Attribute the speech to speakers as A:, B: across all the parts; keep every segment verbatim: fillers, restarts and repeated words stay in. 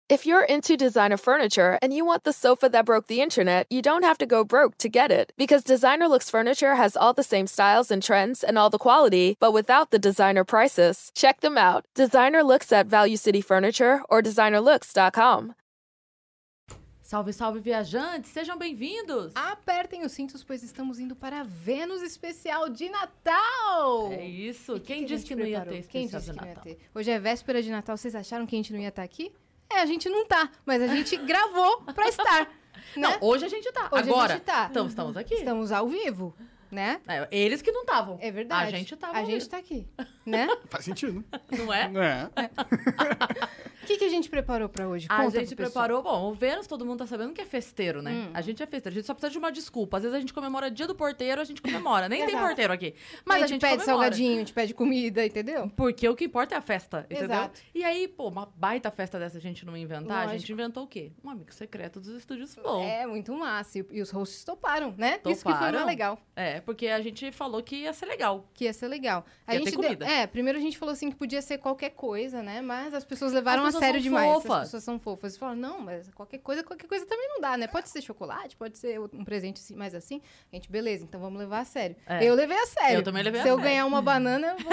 A: If you're into designer furniture and you want the sofa that broke the internet, you don't have to go broke to get it. Because Designer Looks Furniture has all the same styles and trends and all the quality, but without the designer prices. Check them out. Designer Looks at Value City Furniture or designer looks dot com.
B: Salve, salve, viajantes! Sejam bem-vindos!
C: Apertem os cintos, pois estamos indo para Vênus especial de Natal!
B: É isso.
C: Que
B: Quem
C: que
B: disse que não ia ter
C: Quem
B: especial
C: disse
B: de
C: que não ia
B: Natal?
C: ter? Hoje é véspera de Natal, vocês acharam que a gente não ia estar aqui? É, a gente não tá, mas a gente gravou pra estar, né?
B: Não, hoje a gente tá.
C: Hoje
B: Agora,
C: a gente tá.
B: Então, estamos aqui.
C: Estamos ao vivo, né?
B: É, eles que não estavam.
C: É verdade.
B: A gente tava
C: A
B: ao
C: gente
B: vivo.
C: tá aqui, né?
D: Faz sentido.
B: Não é?
D: É.
C: O que, que a gente preparou pra hoje?
B: A
C: Conta
B: gente
C: pro pessoal.
B: preparou... Bom, o Vênus, todo mundo tá sabendo que é festeiro, né?
C: Hum.
B: A gente é festeiro. A gente só precisa de uma desculpa. Às vezes a gente comemora dia do porteiro, a gente comemora. Nem tem
C: Exato.
B: porteiro aqui. Mas
C: a gente, pede
B: comemora.
C: salgadinho, a gente pede comida, entendeu?
B: Porque o que importa é a festa, entendeu?
C: Exato.
B: E aí, pô, uma baita festa dessa a gente não inventar, a gente
C: Lógico.
B: inventou o quê? Um amigo secreto dos estúdios Flow.
C: É, muito massa. E, e os hosts toparam, né? Isso que foi
B: Toparam.
C: mais legal.
B: É, porque a gente falou que ia ser legal.
C: Que ia ser legal. A
B: Ia ter
C: gente deu-
B: comida.
C: É, primeiro a gente falou assim que podia ser qualquer coisa, né? Mas as pessoas levaram
B: As
C: a
B: pessoas
C: sério
B: são
C: demais.
B: fofas.
C: As pessoas são fofas. Eles falaram, não, mas qualquer coisa, qualquer coisa também não dá, né? Pode ser chocolate, pode ser um presente assim, mais assim. A gente, beleza, então vamos levar a sério.
B: É.
C: Eu levei a sério.
B: Eu também levei a
C: Se eu
B: sério.
C: ganhar uma banana, eu vou...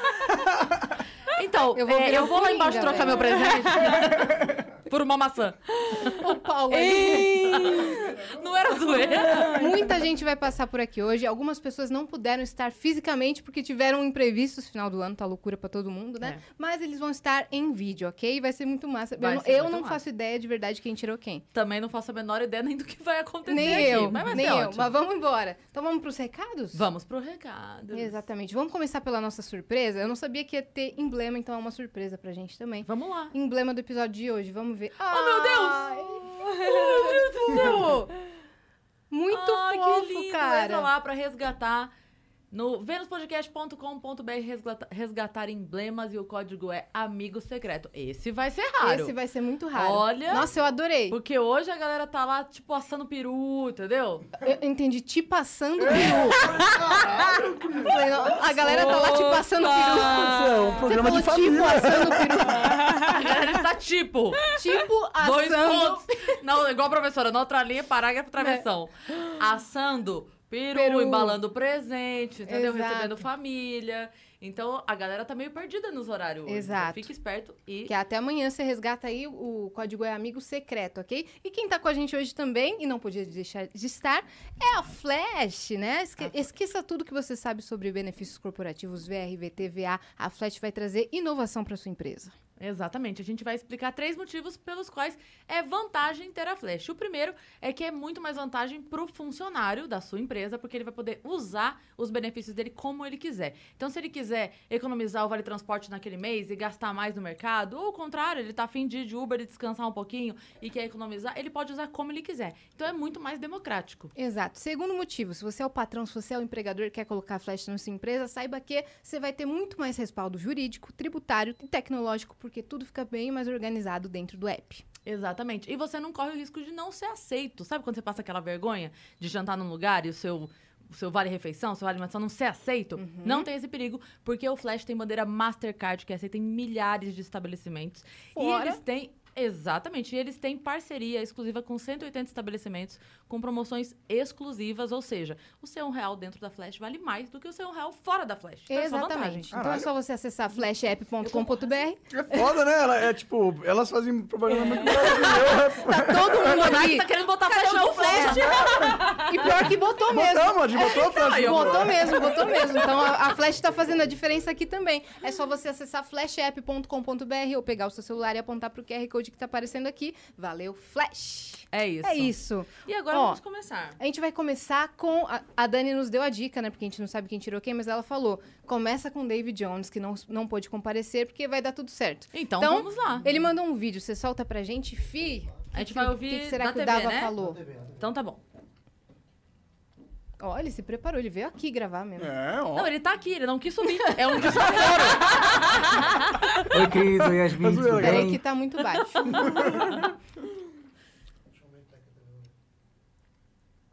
B: Então,
C: Eu
B: eu
C: vou
B: vou,
C: virar
B: eu vou lá
C: coringa,
B: embaixo trocar
C: velho.
B: meu presente por uma maçã.
C: o Paulo ali.
B: Ei! Não era zoeira?
C: Muita gente vai passar por aqui hoje. Algumas pessoas não puderam estar fisicamente porque tiveram imprevistos. Final do ano tá loucura pra todo mundo, né?
B: É.
C: Mas eles vão estar em vídeo, ok? Vai ser muito massa.
B: Vai
C: eu não,
B: ser
C: eu
B: muito
C: não
B: massa.
C: faço ideia de verdade quem tirou quem.
B: Também não faço a menor ideia nem do que vai acontecer
C: Nem
B: aqui,
C: eu,
B: mas vai
C: nem
B: ser
C: eu.
B: ótimo.
C: Mas vamos embora. Então vamos pros recados?
B: Vamos pro recado.
C: Exatamente. Vamos começar pela nossa surpresa. Eu não sabia que ia ter emblema, então é uma surpresa pra gente também.
B: Vamos lá.
C: Emblema do episódio de hoje, vamos ver.
B: Oh, meu Deus! Meu Deus do céu!
C: Muito
B: Ai,
C: fofo,
B: que lindo.
C: cara.
B: Entra lá pra resgatar no venuspodcast ponto com ponto b r resgatar, resgatar emblemas e o código é amigo secreto. Esse vai ser raro.
C: Esse vai ser muito raro.
B: Olha-
C: Nossa, eu adorei.
B: Porque hoje a galera tá lá, tipo, assando peru, entendeu?
C: Eu entendi, te passando peru. Falei, não, a galera tá lá te passando peru.
D: É um
C: Você
D: programa
C: falou
D: de família.
C: tipo assando peru.
B: A galera está tipo,
C: Tipo
B: dois
C: assando
B: pontos. Não, igual a professora, na outra linha, parágrafo, travessão. Assando peru,
C: Peru.
B: embalando presente, entendeu?
C: Exato.
B: Recebendo família. Então, a galera tá meio perdida nos horários hoje.
C: Exato.
B: Então, fique esperto e...
C: Que até amanhã você resgata aí, o código é amigo secreto, ok? E quem tá com a gente hoje também, e não podia deixar de estar, é a Flash, né? Esque- esqueça tudo que você sabe sobre benefícios corporativos, V R, V T, V A. A Flash vai trazer inovação para sua empresa.
B: Exatamente. A gente vai explicar três motivos pelos quais é vantagem ter a Flash. O primeiro é que é muito mais vantagem pro funcionário da sua empresa, porque ele vai poder usar os benefícios dele como ele quiser. Então, se ele quiser economizar o vale transporte naquele mês e gastar mais no mercado, ou ao contrário, ele tá afim de ir de Uber e descansar um pouquinho e quer economizar, ele pode usar como ele quiser. Então, é muito mais democrático.
C: Exato. Segundo motivo, se você é o patrão, se você é o empregador e quer colocar a Flash na sua empresa, saiba que você vai ter muito mais respaldo jurídico, tributário e tecnológico, porque tudo fica bem mais organizado dentro do app.
B: Exatamente. E você não corre o risco de não ser aceito. Sabe quando você passa aquela vergonha de jantar num lugar e o seu, o seu vale-refeição, o seu vale-alimentação não ser aceito?
C: Uhum.
B: Não tem esse perigo, porque o Flash tem bandeira Mastercard, que é aceita em milhares de estabelecimentos.
C: Fora-
B: E eles têm... Exatamente. E eles têm parceria exclusiva com cento e oitenta estabelecimentos com promoções exclusivas, ou seja, o seu um real dentro da Flash vale mais do que o seu um real fora da Flash. Então é só vantagem.
C: Exatamente. Então é
D: Caralho.
C: só você acessar flash app ponto com ponto b r.
D: É foda, né? Ela, é tipo, elas fazem propaganda muito maravilhosa.
C: Tá todo mundo
B: Monark
C: aqui.
B: tá querendo botar Flash no Flash.
C: E pior que botou mesmo.
D: Botamos, a gente botou a frase.
C: Botou mesmo, botou mesmo. Então a, a Flash tá fazendo a diferença aqui também. É só você acessar flash app ponto com ponto b r ou pegar o seu celular e apontar pro Q R Code que tá aparecendo aqui. Valeu, Flash!
B: É isso.
C: É isso.
B: E agora
C: Ó,
B: vamos começar.
C: A gente vai começar com... A, a Dani nos deu a dica, né? Porque a gente não sabe quem tirou quem, mas ela falou. Começa com David Jones, que não, não pôde comparecer, porque vai dar tudo certo.
B: Então,
C: Então,
B: vamos lá.
C: Ele mandou um vídeo. Você solta pra gente, Fi?
B: A gente
C: Que-
B: vai
C: que-
B: ouvir
C: que que será
B: na
C: que o
B: T V,
C: Dava
B: né?
C: falou?
B: Então tá bom.
C: Olha, ele se preparou. Ele veio aqui gravar mesmo.
D: É, ó.
B: Não, ele tá aqui, ele não quis subir. É um desaforo.
E: Oi, Cris, oi, Yasmin,
D: Mas,
E: tudo
C: Peraí
E: bem?
C: que tá muito baixo.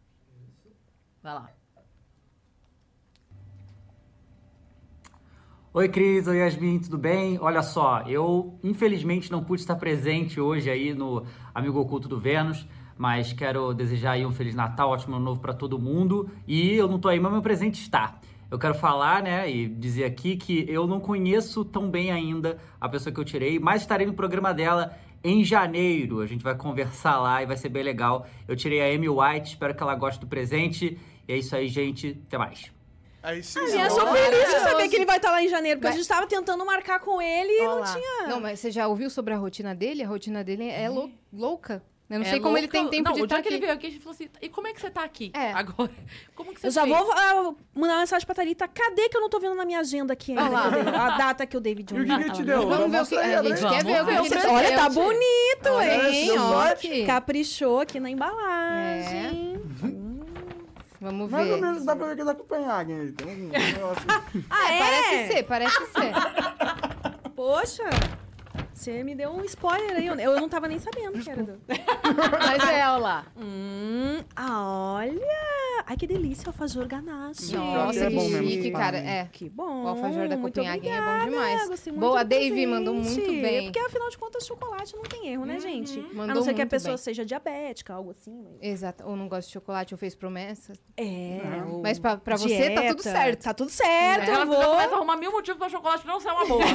B: Vai lá.
E: Oi, Cris, oi, Yasmin, tudo bem? Olha só, eu infelizmente não pude estar presente hoje aí no Amigo Oculto do Vênus, mas quero desejar aí um Feliz Natal, ótimo ano novo para todo mundo. E eu não tô aí, mas meu presente está. Eu quero falar, né, e dizer aqui que eu não conheço tão bem ainda a pessoa que eu tirei, mas estarei no programa dela em janeiro. A gente vai conversar lá e vai ser bem legal. Eu tirei a Amy White, espero que ela goste do presente. E é isso aí, gente. Até mais.
D: Aí sim,
F: Ah,
D: sim.
F: eu sou feliz de saber que ele vai estar lá em janeiro, porque
C: Vai.
F: a gente tava tentando marcar com ele e não
C: Olá.
F: tinha...
C: Não, mas você já ouviu sobre a rotina dele? A rotina dele é lou- louca. Eu não
B: É
C: sei como ele
B: louca.
C: tem tempo
B: não,
C: de
B: o
C: estar
B: dia que
C: aqui.
B: ele veio aqui, a gente falou assim, e como é que você tá aqui
C: É.
B: agora? Como que você
F: Eu já
B: fez?
F: vou ah, mandar uma mensagem pra Thalita. Cadê que eu não tô vendo na minha agenda aqui ainda?
C: Olha lá.
F: A data que o David
D: E o que
F: Jones
D: que ele
F: tá
D: te
F: lá.
D: deu?
C: Vamos ver o que...
D: Mostra aí,
C: A gente
D: né?
C: quer ver o que
B: Vamos
C: ele
B: ver.
F: Olha, tá
C: deu.
F: bonito,
C: Olha,
F: hein?
D: deu
F: Ó,
D: sorte.
F: caprichou aqui na embalagem.
C: Vamos
D: Mais ou
C: ver.
D: menos dá pra ver que é da Copenhagen aí. Tem um negócio.
F: Ah,
C: É,
F: é?
C: parece ser, parece ser.
F: Poxa, você me deu um spoiler aí. Eu eu não tava nem sabendo que era do...
C: Mas é, olha lá.
F: Hum, ah, olha! Ai, que delícia, alfajor ganache.
C: Nossa,
D: é
C: que
D: bom mesmo,
C: chique,
D: pá,
C: cara.
D: né?
C: É.
F: Que bom.
C: O alfajor da
F: Muito
C: Copenhagen é bom
F: obrigada,
C: demais.
F: gostei muito
C: Boa,
F: do
C: Davy,
F: presente.
C: mandou muito bem.
F: Porque, afinal de contas, chocolate não tem erro, né, gente? A
C: Mandou
F: não ser que a
C: muito
F: pessoa
C: bem.
F: seja diabética, algo assim. Mas...
C: Exato. Ou não gosta de chocolate ou fez promessa.
F: É. ou
C: Mas pra, pra você tá tudo
F: dieta.
C: certo.
F: Tá tudo certo,
B: Ela
F: eu
B: já começa a
F: vou.
B: arrumar mil motivos pra chocolate não ser uma boa.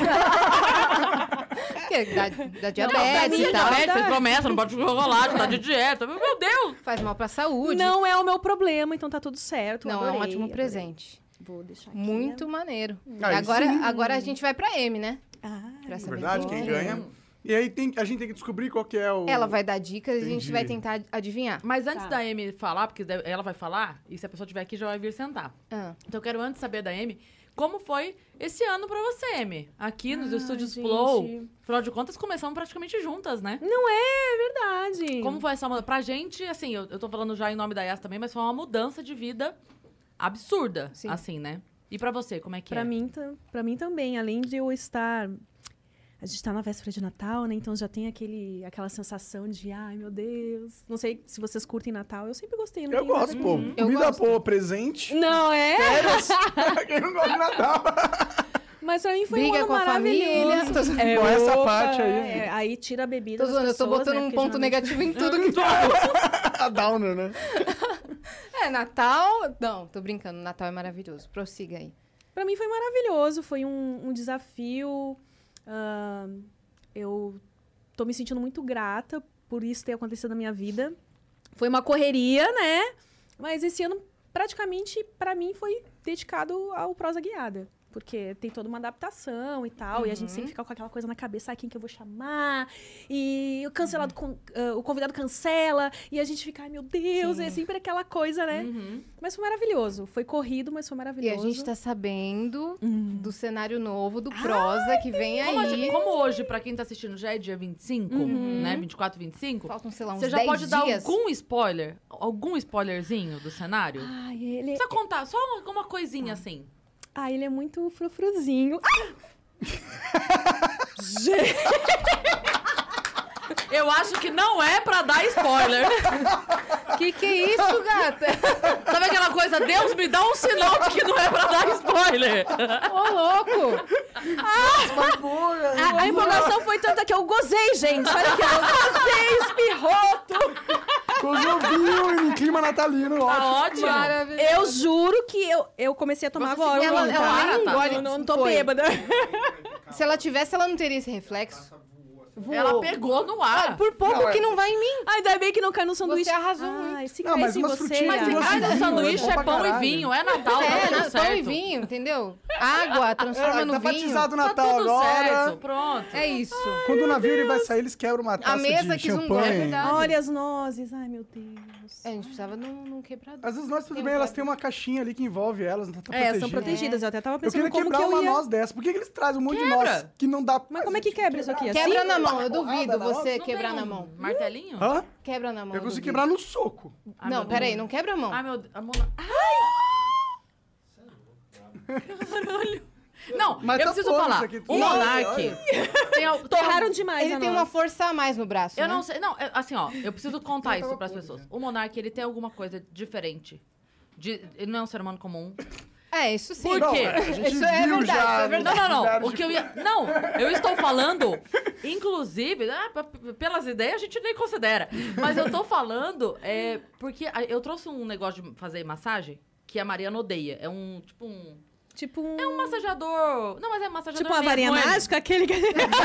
C: Porque dá, dá diabetes
B: Diabetes
C: e tal.
B: fez promessa, não pode comer chocolate, tá de dieta. Meu Deus!
C: Faz mal pra saúde.
F: Não é o meu problema, então tá tudo certo.
C: Não, é um
F: adorei,
C: ótimo
F: adorei.
C: presente.
F: Vou deixar aqui.
C: Muito maneiro.
D: Aí
C: agora,
D: sim.
C: agora a gente vai pra M, né?
F: Ah,
C: Pra saber
D: Verdade, quem
C: qual é.
D: ganha. E aí tem, a gente tem que descobrir qual que é o...
C: Ela vai dar dicas e a gente
D: Entendi.
C: vai tentar adivinhar.
B: Mas antes
F: Tá.
B: da Amy falar, porque ela vai falar, e se a pessoa estiver aqui já vai vir sentar.
C: Ah.
B: Então eu quero antes saber da Amy, como foi esse ano pra você, Amy? Aqui nos
F: Ah,
B: estúdios
F: gente.
B: Flow. Afinal de contas, começamos praticamente juntas, né?
F: Não é verdade.
B: Como foi essa mudança? Pra gente, assim, eu, eu tô falando já em nome da Yas também, mas foi uma mudança de vida absurda,
C: Sim.
B: assim, né? E pra você, como é que
F: Pra
B: é?
F: mim, ta- pra mim também, além de eu estar... A gente tá na véspera de Natal, né? Então já tem aquele, aquela sensação de, ai, meu Deus. Não sei se vocês curtem Natal. Eu sempre gostei. Não
D: Eu
F: tenho nada
D: gosto,
F: que-
D: pô.
C: Eu
D: Comida
C: gosto.
D: boa, presente.
F: Não é?
D: Férias. Quem não gosta de Natal?
F: Mas pra mim foi
C: Briga
F: um ano
C: com a
F: maravilhoso.
C: família.
F: É,
D: Com essa
F: opa,
D: parte aí.
F: é, aí tira a bebida
C: Tô
F: das
C: zoando, eu tô
F: pessoas,
C: botando
F: né?
C: um
F: Porque
C: ponto
F: geralmente-
C: negativo em tudo que tu
D: A Downer, né?
C: É, Natal... Não, tô brincando. Natal é maravilhoso. Prossiga aí.
F: Pra mim foi maravilhoso, foi um, um desafio. ah, eu tô me sentindo muito grata por isso ter acontecido na minha vida. Foi uma correria, né? Mas esse ano, praticamente, pra mim, foi dedicado ao Prosa Guiada. Porque tem toda uma adaptação e tal. E a gente sempre fica com aquela coisa na cabeça, ah, quem que eu vou chamar? E o cancelado, con- ah, o convidado cancela. E a gente fica, ai meu Deus,
C: Sim.
F: é sempre aquela coisa, né?
B: Uhum.
F: Mas foi maravilhoso. Foi corrido, mas foi
C: E
F: maravilhoso.
C: a gente tá sabendo
F: Hum.
C: do cenário novo, do Prosa, que vem
B: Como,
C: aí.
B: hoje, como hoje, pra quem tá assistindo, já é dia vinte e cinco,
F: Uhum.
B: né? vinte e quatro, vinte e cinco.
C: Faltam, sei lá, uns
B: Você já
C: dez
B: pode dar
C: dias.
B: algum spoiler? Algum spoilerzinho do cenário?
F: Ai, ele,
B: Precisa contar, só uma, uma coisinha assim.
F: ah, ele é muito frufruzinho.
B: Eu acho que não é pra dar spoiler.
C: Que que é isso, gata?
B: Sabe aquela coisa, Deus me dá um sinal de que não é pra dar spoiler.
C: Ô, louco!
F: A, a empolgação foi tanta que eu gozei, gente. Olha aqui, eu gozei, espirroto.
D: Cozinho vinho em clima natalino,
B: Tá
D: ótimo.
B: ótimo.
C: Maravilhoso.
F: Eu juro que eu, eu comecei a tomar
B: Você
F: agora.
B: segurou
C: Ela,
F: um
C: ela
F: vinho,
C: nem
F: tá?
C: engole.
F: Eu não tô
C: Foi.
F: bêbada.
C: Se ela tivesse, ela não teria esse reflexo. Voou.
B: Ela pegou no ar.
C: Por pouco
D: Não, é-
C: que não vai em mim.
F: Ainda bem que não cai no sanduíche.
C: Você arrasou
F: Ai,
C: muito.
F: se
D: Não,
F: caísse
D: mas
F: em
D: umas
F: você...
D: frutinhas
B: Mas se
D: Gosto
B: cai
D: de
B: no
D: vinho,
B: sanduíche
D: é bom
B: é
D: pra
B: pão e
D: caralho.
B: vinho, é Natal, tá
C: É,
B: tudo
C: na,
B: certo.
C: pão e vinho, entendeu? Água, transforma
D: É,
C: no
D: tá
C: vinho.
D: batizado o
B: Tá
D: Natal
B: tudo
D: agora.
B: certo, pronto.
C: É isso.
D: Quando o navio ele vai sair, eles quebram uma taça
C: mesa
D: de
C: que zungou,
D: champanhe.
C: é verdade.
F: Olha as nozes. Ai, meu Deus.
C: É, a gente precisava num, num quebrador.
D: Às vezes nós, tudo
C: Tem
D: bem,
C: um
D: elas
C: quebra.
D: têm uma caixinha ali que envolve elas, não tá
F: É,
D: protegida.
F: são protegidas. Eu até tava
D: Eu
F: pensando
D: queria
F: como
D: quebrar
F: que eu
D: uma
F: ia...
D: noz dessa. Por que, que eles trazem um monte de
B: Quebra.
D: noz que não dá...
F: Mas como é que quebra isso aqui? Assim?
C: Quebra na mão, eu
D: Porrada
C: duvido
D: na
C: você
B: Não
C: quebrar
B: tem
C: na
B: um
C: mão.
B: Martelinho?
D: Hã?
C: Quebra na mão.
D: Eu consigo
C: duvido.
D: quebrar no soco.
B: Ai,
C: Não,
B: meu
C: peraí,
B: Deus.
C: não quebra a mão.
B: Ai, meu Deus. a Mona- Caralho. Não,
D: Mas
B: eu
D: tá
B: preciso
D: podre
B: falar.
D: isso aqui, tu
B: O
D: sabe?
B: Monark tem, al- tem
F: Torraram
B: al-
F: demais
C: Ele
F: a
C: tem
F: noz.
C: uma força a mais no braço,
B: Eu
C: né?
B: não sei. Não, é- assim, ó, eu preciso contar
D: Eu
B: isso
D: tava
B: pras
D: podre,
B: pessoas.
D: né?
B: O Monark, ele tem alguma coisa diferente. De- ele não é um ser humano comum.
C: É, isso sim.
B: Por
D: Não,
B: quê?
D: a gente
C: Isso é
D: viu
C: verdade,
D: já,
C: isso é verdade.
B: Não, não,
D: Verdade,
B: não. O que eu ia. Não, eu estou falando, inclusive, ah, p- pelas ideias a gente nem considera. Mas eu tô falando, é, porque a- eu trouxe um negócio de fazer massagem que a Mariana odeia. É um, tipo um.
F: Tipo um...
B: É um massageador. Não, mas é um massageador.
F: Tipo uma
B: mesmo,
F: varinha
B: ele.
F: mágica, aquele que...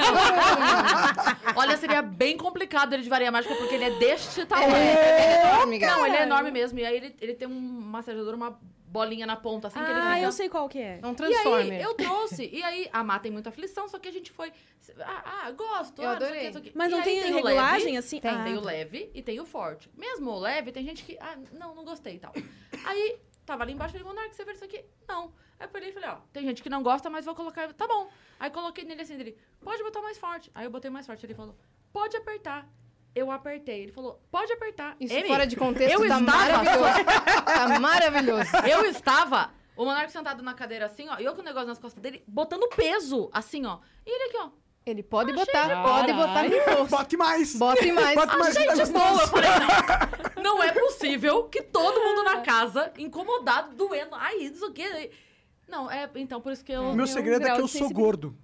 B: Olha, seria bem complicado ele de varinha mágica, porque ele é deste tamanho.
C: É enorme,
B: Não,
C: cara.
B: ele é enorme mesmo. E aí ele, ele tem um massageador, uma bolinha na ponta, assim, que ele
F: Ah,
B: fica...
F: eu sei qual que é.
C: É um
B: E
C: Transformer.
B: aí, eu trouxe. E aí, a Má tem muita aflição, só que a gente foi... Ah, ah, gosto.
C: Eu
B: ah, não sei o
C: adorei.
B: que, não sei o que.
F: Mas
B: E
F: não
B: aí
F: tem,
B: o
F: regulagem,
B: leve,
F: assim?
C: Tem,
F: Ah,
B: Tem o leve e tem o forte. Mesmo o leve, tem gente que... Ah, não, não gostei e tal. Aí, tava ali embaixo, falei, Monark, você vê isso aqui? Não. Aí eu peguei e falei, ó, tem gente que não gosta, mas vou colocar... Tá bom. Aí coloquei nele assim, ele, pode botar mais forte. Aí eu botei mais forte. Ele falou, pode apertar. Eu apertei. Ele falou, pode apertar.
C: Isso
B: Amy,
C: fora de contexto
B: eu
C: tá
B: estava-
C: maravilhoso. Tá maravilhoso.
B: Eu estava, o Monark sentado na cadeira assim, ó, e eu com o negócio nas costas dele, botando peso, assim, ó. E ele aqui, ó.
C: Ele pode
B: Achei
C: botar,
B: de
C: pode
B: boa.
C: botar com força.
D: Bote mais.
C: Bote mais.
D: Bote mais.
B: Achei
D: tá
B: de
D: gostoso.
B: boa. Eu falei, não, não é possível que todo mundo na casa, incomodado, doendo. Ai, isso o quê? Não, é, então, por isso que eu...
D: Meu
F: um
D: segredo é
F: grau
D: que eu
F: de
D: sou gordo.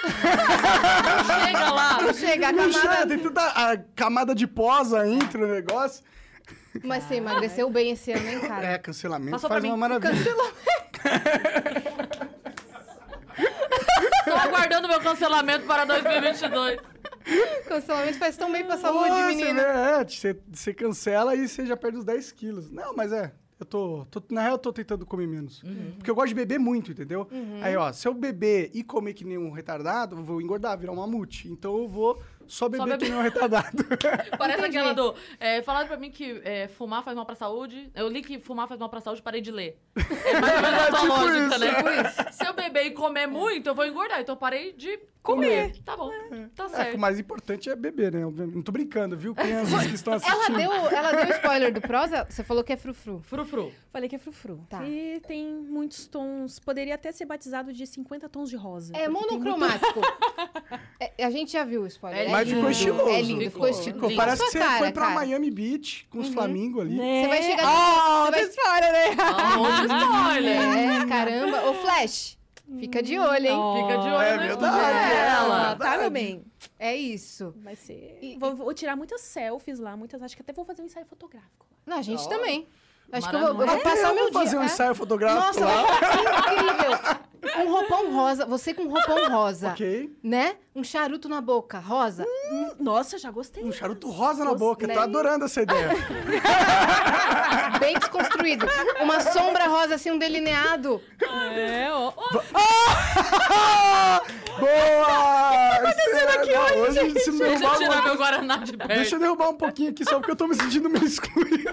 B: Chega lá.
C: Não chega, a
D: Não chega,
C: camada...
D: tem toda a camada de posa entre o negócio.
C: Mas você emagreceu bem esse ano, hein, cara?
D: É, cancelamento
B: Passou
D: faz
B: pra
D: uma
B: mim.
D: maravilha.
B: Tô aguardando meu cancelamento para dois mil e vinte e dois.
C: Cancelamento faz tão bem pra saúde,
D: Nossa,
C: menina.
D: É, você, você cancela e você já perde os dez quilos. Não, mas é. Eu tô, tô- na real, eu tô tentando comer menos. Porque eu gosto de beber muito, entendeu? Aí, ó, se eu beber e comer que nem um retardado, eu vou engordar, virar um mamute. Então eu vou só beber
B: beber.
D: que nem um retardado.
B: Parece
C: Entendi.
B: aquela do... É, falaram pra mim que é, fumar faz mal pra saúde. Eu li que fumar faz mal pra saúde, parei de ler. É mais ou menos a tua
D: Tipo
B: lógica,
D: isso,
B: né? Se eu beber e comer muito, eu vou engordar. Então eu parei de comer. Tá bom, tá
D: É,
B: certo.
D: o mais importante é beber, né? Obviamente. Não tô brincando, viu? Crianças que estão
C: Ela
D: assistindo.
C: deu, ela deu spoiler do prosa? Você falou que é frufru.
B: Frufru.
F: Falei que é frufru.
C: Tá.
F: E tem muitos tons. Poderia até ser batizado de cinquenta tons de rosa.
C: É
F: porque tem
C: monocromático. É, a gente já viu o spoiler.
B: É
C: É
D: Mas
C: lindo.
D: ficou estiloso.
C: É lindo, ficou
B: Ficou.
C: estiloso.
D: Ficou,
B: Lindo.
D: parece
C: Sua
D: que você
C: cara,
D: foi pra
C: cara.
D: Miami Beach com os Flamingos ali.
F: Né?
C: Você vai chegar...
F: Oh,
C: você vai-
F: tem spoiler, né?
B: Ah, spoiler.
C: É, caramba. Ô, Flash, fica de olho, hein?
B: Fica de olho
D: É
B: no
D: verdade,
B: estúdio
D: é
B: dela.
F: Ah, tá, meu bem.
C: É isso.
F: Vai ser.
C: E-
F: Vou, vou tirar muitas selfies lá, muitas. Acho que até vou fazer um ensaio fotográfico lá.
C: Não, a gente
B: Ó.
C: também. Acho que eu vou, eu vou
B: Maravilha.
C: passar
D: eu
C: meu
D: vou fazer
C: dia.
D: um
C: é?
D: ensaio fotográfico
C: Nossa,
D: lá.
C: vai ficar incrível. Um roupão rosa, você com um roupão rosa,
D: Ok.
C: né? Um charuto na boca, rosa.
F: Hum, Nossa, já gostei.
D: Um charuto rosa na boca. Tô
C: Gostei.
D: adorando essa ideia.
C: Bem desconstruído. Uma sombra rosa, assim, um delineado.
F: É, ó.
D: Boa! O que tá acontecendo
C: aqui
D: hoje? Hoje, se me
B: Deixa eu
D: derrubar
B: tirar
D: um-
B: meu Guaraná de perto.
D: Deixa eu derrubar um pouquinho aqui, só porque eu tô me sentindo meio excluído.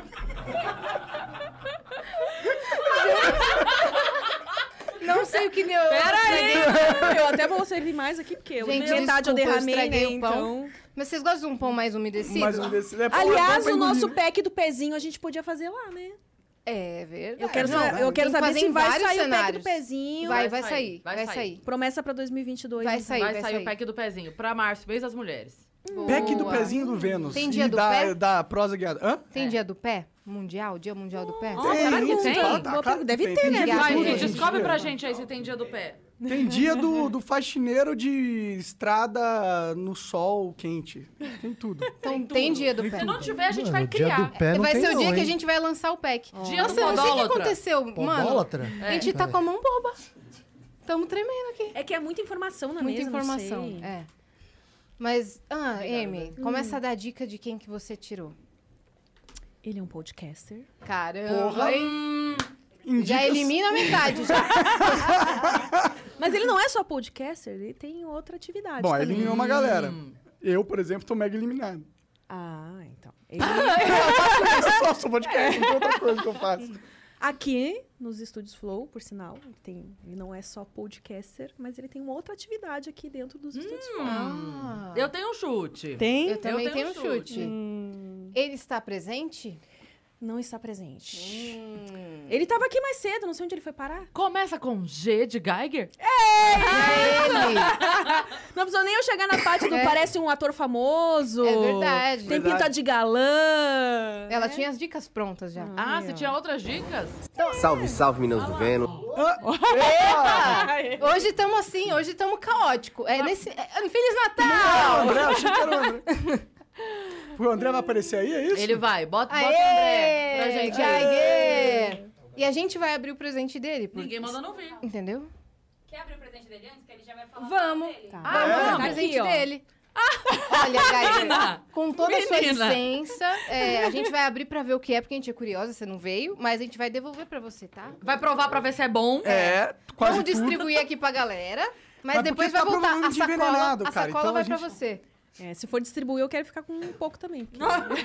C: Não sei o que deu.
B: Pera aí.
F: Eu até vou servir mais aqui, porque eu-
C: Gente,
F: metade eu
C: desculpa, eu
F: derramei, né?
C: estraguei o pão.
F: Então.
C: Mas vocês gostam de um pão mais umedecido?
D: Mais um desse. É bom, é
F: Aliás,
D: bom pra
F: o nosso
D: engolir, né?
F: pack do pezinho a gente podia fazer lá, né?
C: É verdade.
F: Eu quero,
C: Não,
F: sa- eu
C: tem
F: quero
C: que
F: saber
C: fazer
F: se
C: em
F: vai
C: vários
F: sair o pack
C: cenários.
F: do pezinho.
C: Vai,
B: Vai
C: vai
B: sair,
C: sair,
B: vai
C: vai
B: sair.
C: sair.
F: Promessa pra dois mil e vinte e dois.
C: Vai
F: então.
C: sair,
B: Vai
C: vai
B: sair
C: sair.
B: o pack do pezinho. Pra março, mês das mulheres.
D: Pack do
C: Boa.
D: pezinho do Vênus.
C: Tem dia
D: e
C: do
D: da,
C: pé?
D: da prosa guiada. Hã?
C: Tem dia do pé? Mundial? Dia mundial do pé?
B: Nossa, será que tem?
D: Tá, tá,
F: Boa
D: claro
F: pergunta.
D: que
F: Deve
D: tem.
F: ter,
D: Tem
F: né?
D: dia de
B: Vai,
D: tudo
B: Fih,
D: hoje em
B: descobre
D: dia.
B: pra gente aí se tem dia do pé.
D: Tem dia do, do faxineiro de estrada no sol quente. Tem tudo.
C: Então tem dia do pé.
B: Se não tiver, a gente
G: Mano,
B: vai
G: o dia
B: criar.
G: do pé não
C: Vai
G: tem
C: ser o
G: não,
C: dia que a
G: hein?
C: gente vai lançar o pack.
B: Dia do
C: Nossa, eu não sei o que
B: podólatra.
C: aconteceu, mano.
G: Podólatra?
C: A gente tá com a mão boba. Tamo tremendo aqui.
F: É que é muita informação na
C: Muita
F: mesa, não
C: informação.
F: sei.
C: É. Mas, ah,
B: Obrigada.
C: Amy, começa a dar dica de quem que você tirou.
F: Ele é um podcaster.
C: Caramba,
D: Porra.
C: hein?
D: Indicas-
C: Já elimina a metade, já.
F: Mas ele não é só podcaster, ele tem outra atividade
D: Bom,
F: também.
D: eliminou uma galera. Eu, por exemplo, tô mega eliminado.
F: Ah, então. Ele...
D: Eu só sou podcast, não tem outra coisa que eu faço.
F: Aqui, nos estúdios Flow, por sinal, ele, tem, ele não é só podcaster, mas ele tem uma outra atividade aqui dentro dos estúdios Flow.
C: Ah,
B: Eu tenho um chute.
F: Tem?
C: eu também
B: eu tenho
C: tenho um
B: um chute.
C: chute.
F: Hum,
C: Ele está presente?
F: não está presente.
C: Hum.
F: Ele tava aqui mais cedo, não sei onde ele foi parar.
B: Começa com G de Geiger?
C: Ele.
F: Não precisou nem eu chegar na parte do
C: É.
F: parece um ator famoso.
C: É verdade.
F: Tem
D: Verdade.
F: pinta de galã.
C: Ela tinha as dicas prontas já.
B: Ah, você tinha outras dicas?
G: Salve, salve, meninos do Vênus.
C: Hoje estamos assim, hoje estamos caótico. É nesse... é- Feliz
D: Não,
C: Natal!
D: André, eu achei que era o André. O André vai aparecer aí, é isso?
B: Ele vai. Bota, bota o
C: Aê,
B: André pra gente aí.
C: Geiger! E a gente vai abrir o presente dele. por-
B: Ninguém manda não vir.
C: Entendeu?
H: Quer abrir o presente dele antes? Que ele já vai falar
C: Vamos.
H: dele.
F: Tá.
C: Ah,
D: É?
C: vamos,
F: Tá
C: o presente
F: aqui, ó.
C: dele. Olha, Geiger,
B: Menina!
C: com toda a sua
B: Menina.
C: licença, é, a gente vai abrir pra ver o que é, porque a gente é curiosa, você não veio, mas a gente vai devolver pra você, tá?
B: Vai provar pra ver se é bom.
D: É, quase
C: Vamos
D: tudo.
C: distribuir aqui pra galera, mas,
D: Mas
C: depois
D: porque
C: vai
D: tá
C: voltar. A
D: provavelmente
C: sacola,
D: envenenado,
C: a
D: cara,
C: sacola
D: então
C: vai
D: a
C: pra
D: gente-
C: você.
F: É, se for distribuir, eu quero ficar com um pouco também. porque-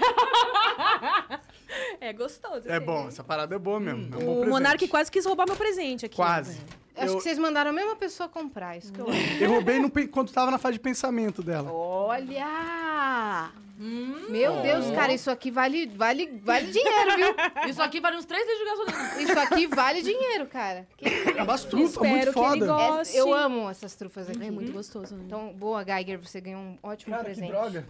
F: é gostoso.
D: É
F: assim.
D: bom, essa parada é boa mesmo. É um bom
F: O
D: presente.
F: Monark quase quis roubar meu presente aqui.
D: Quase.
C: Acho
D: Eu,
C: que vocês mandaram a mesma pessoa comprar, isso que eu acho.
D: eu roubei no, pe- quando tava na fase de pensamento dela.
C: Olha! Meu Deus, cara, isso aqui vale, vale, vale dinheiro, viu?
B: Isso aqui vale uns três litros de gasolina.
C: Isso aqui vale dinheiro, cara. Que-
D: As trufas,
F: Espero
D: muito
F: que ele
D: foda.
F: goste.
C: Essa- eu amo essas trufas aqui.
F: É muito gostoso. Né?
C: Então, boa, Geiger, você ganhou um ótimo
D: Cara, que
C: presente.
D: droga.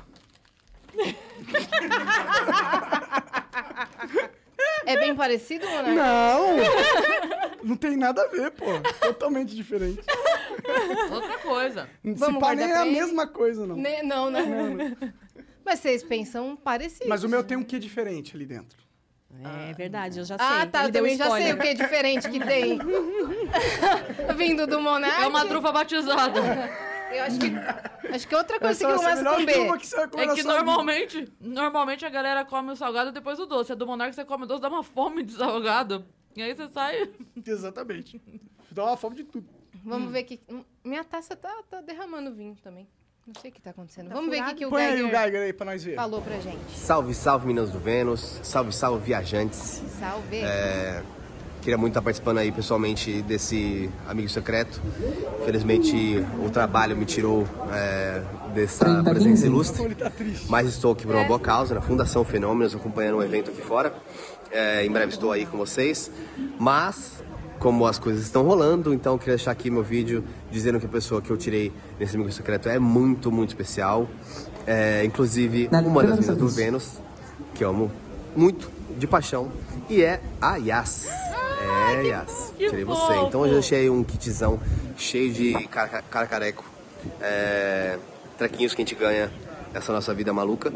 C: É bem parecido, Monark?
D: Não! Não tem nada a ver, pô. Totalmente diferente.
B: Outra coisa.
D: Se
C: Vamos
D: pá,
C: guardar
D: nem é
C: pra
D: a
C: ele?
D: mesma coisa, não.
C: Ne- Não, né? Mas vocês pensam parecidos.
D: Mas o meu tem um quê diferente ali dentro.
F: É verdade, eu já sei.
C: Ah, tá,
F: Ele
C: eu
F: deu
C: também já sei
F: spoiler.
C: o que é diferente que tem. Vindo do Monark.
B: É uma trufa batizada.
C: Eu acho que, acho que outra coisa
D: Essa
C: que
D: vai ser
C: começa
D: melhor
C: com
D: que uma
C: B.
D: que você vai comer
B: É
D: na
B: que
D: sua vida.
B: normalmente, normalmente a galera come o salgado e depois o doce. A do Monarca você come o doce, dá uma fome de salgado. E aí você sai...
D: Exatamente. Dá uma fome de tudo.
C: Vamos ver que... Minha taça tá, tá derramando vinho também. Não sei o que tá acontecendo. Vamos ver o que,
F: furado?
C: que o
D: Põe aí o
C: Geiger
D: Geiger aí pra nós ver.
C: falou pra gente.
G: Salve, salve, meninos do Vênus. Salve, salve, viajantes.
C: Salve.
G: É, queria muito estar participando aí pessoalmente desse amigo secreto. Infelizmente, o trabalho me tirou é, dessa presença ilustre.
D: Ele tá triste.
G: Mas estou aqui por uma boa causa, na Fundação Fenômenos, acompanhando um evento aqui fora. É, em breve estou aí com vocês. Mas, como as coisas estão rolando, então eu queria deixar aqui meu vídeo dizendo que a pessoa que eu tirei nesse amigo secreto é muito, muito especial. É, inclusive, uma das meninas do Vênus, que eu amo muito, de paixão, e é a Yas. É, Yas.
B: que
G: Tirei você.
B: fofo.
G: Então hoje eu deixei um kitzão cheio de cara, cara careco. É, trequinhos que a gente ganha nessa nossa vida maluca.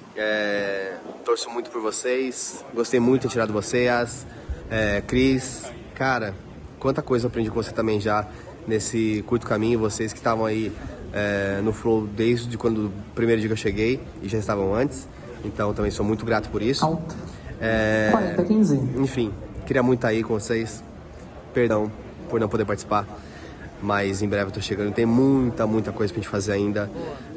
G: É, torço muito por vocês. Gostei muito de ter tirado vocês. É, Cris, cara, quanta coisa eu aprendi com você também já nesse curto caminho. Vocês que estavam aí é, no Flow desde quando o primeiro dia que eu cheguei e já estavam antes. Então também sou muito grato por isso. É,
I: quarenta, quinze.
G: enfim, queria muito estar aí com vocês. Perdão por não poder participar. Mas em breve eu tô chegando. Tem muita, muita coisa pra gente fazer ainda.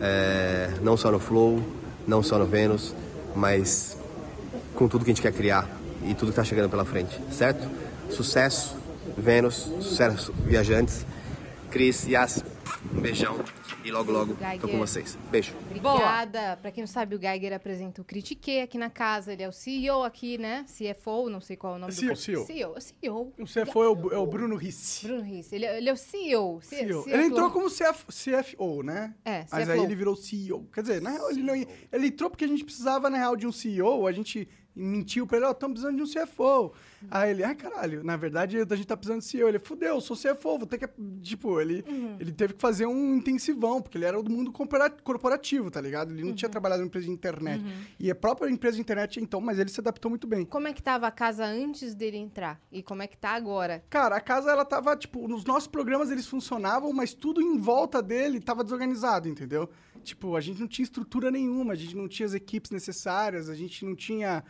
G: É, não só no Flow, não só no Vênus, mas com tudo que a gente quer criar e tudo que tá chegando pela frente, certo? Sucesso, Vênus, sucesso, viajantes. Cris, Yas, um beijão e logo, logo tô
C: Geiger.
G: com vocês. Beijo.
C: Obrigada. Pra quem não sabe, o Geiger apresenta o Critique aqui na casa. Ele é o C E O aqui, né? C F O, não sei qual é o nome
D: C E O,
C: do...
D: C E O.
C: C E O. C E O.
D: O C F O é o, é o Bruno Risse.
C: Bruno Risse. Ele, é- ele é o C E O. C-
D: C E O.
C: C F O.
D: Ele entrou como C F, C F O, né?
C: É,
D: Mas
C: C F O.
D: aí ele virou C E O. Quer dizer, na real, ele, não, ele entrou porque a gente precisava, na real, de um C E O. A gente mentiu pra ele, ó, estamos precisando de um C F O. Aí ele, ai, caralho, na verdade, a gente tá precisando de C E O. Ele, fudeu, eu sou C F O, vou ter que... Tipo, ele,
C: Uhum.
D: ele teve que fazer um intensivão, porque ele era do mundo corpora- corporativo, tá ligado? Ele não tinha trabalhado em empresa de internet. E a própria empresa de internet, então, mas ele se adaptou muito bem.
C: Como é que tava a casa antes dele entrar? E como é que tá agora?
D: Cara, a casa, ela tava, tipo, nos nossos programas eles funcionavam, mas tudo em volta dele tava desorganizado, entendeu? Tipo, a gente não tinha estrutura nenhuma, a gente não tinha as equipes necessárias, a gente não tinha...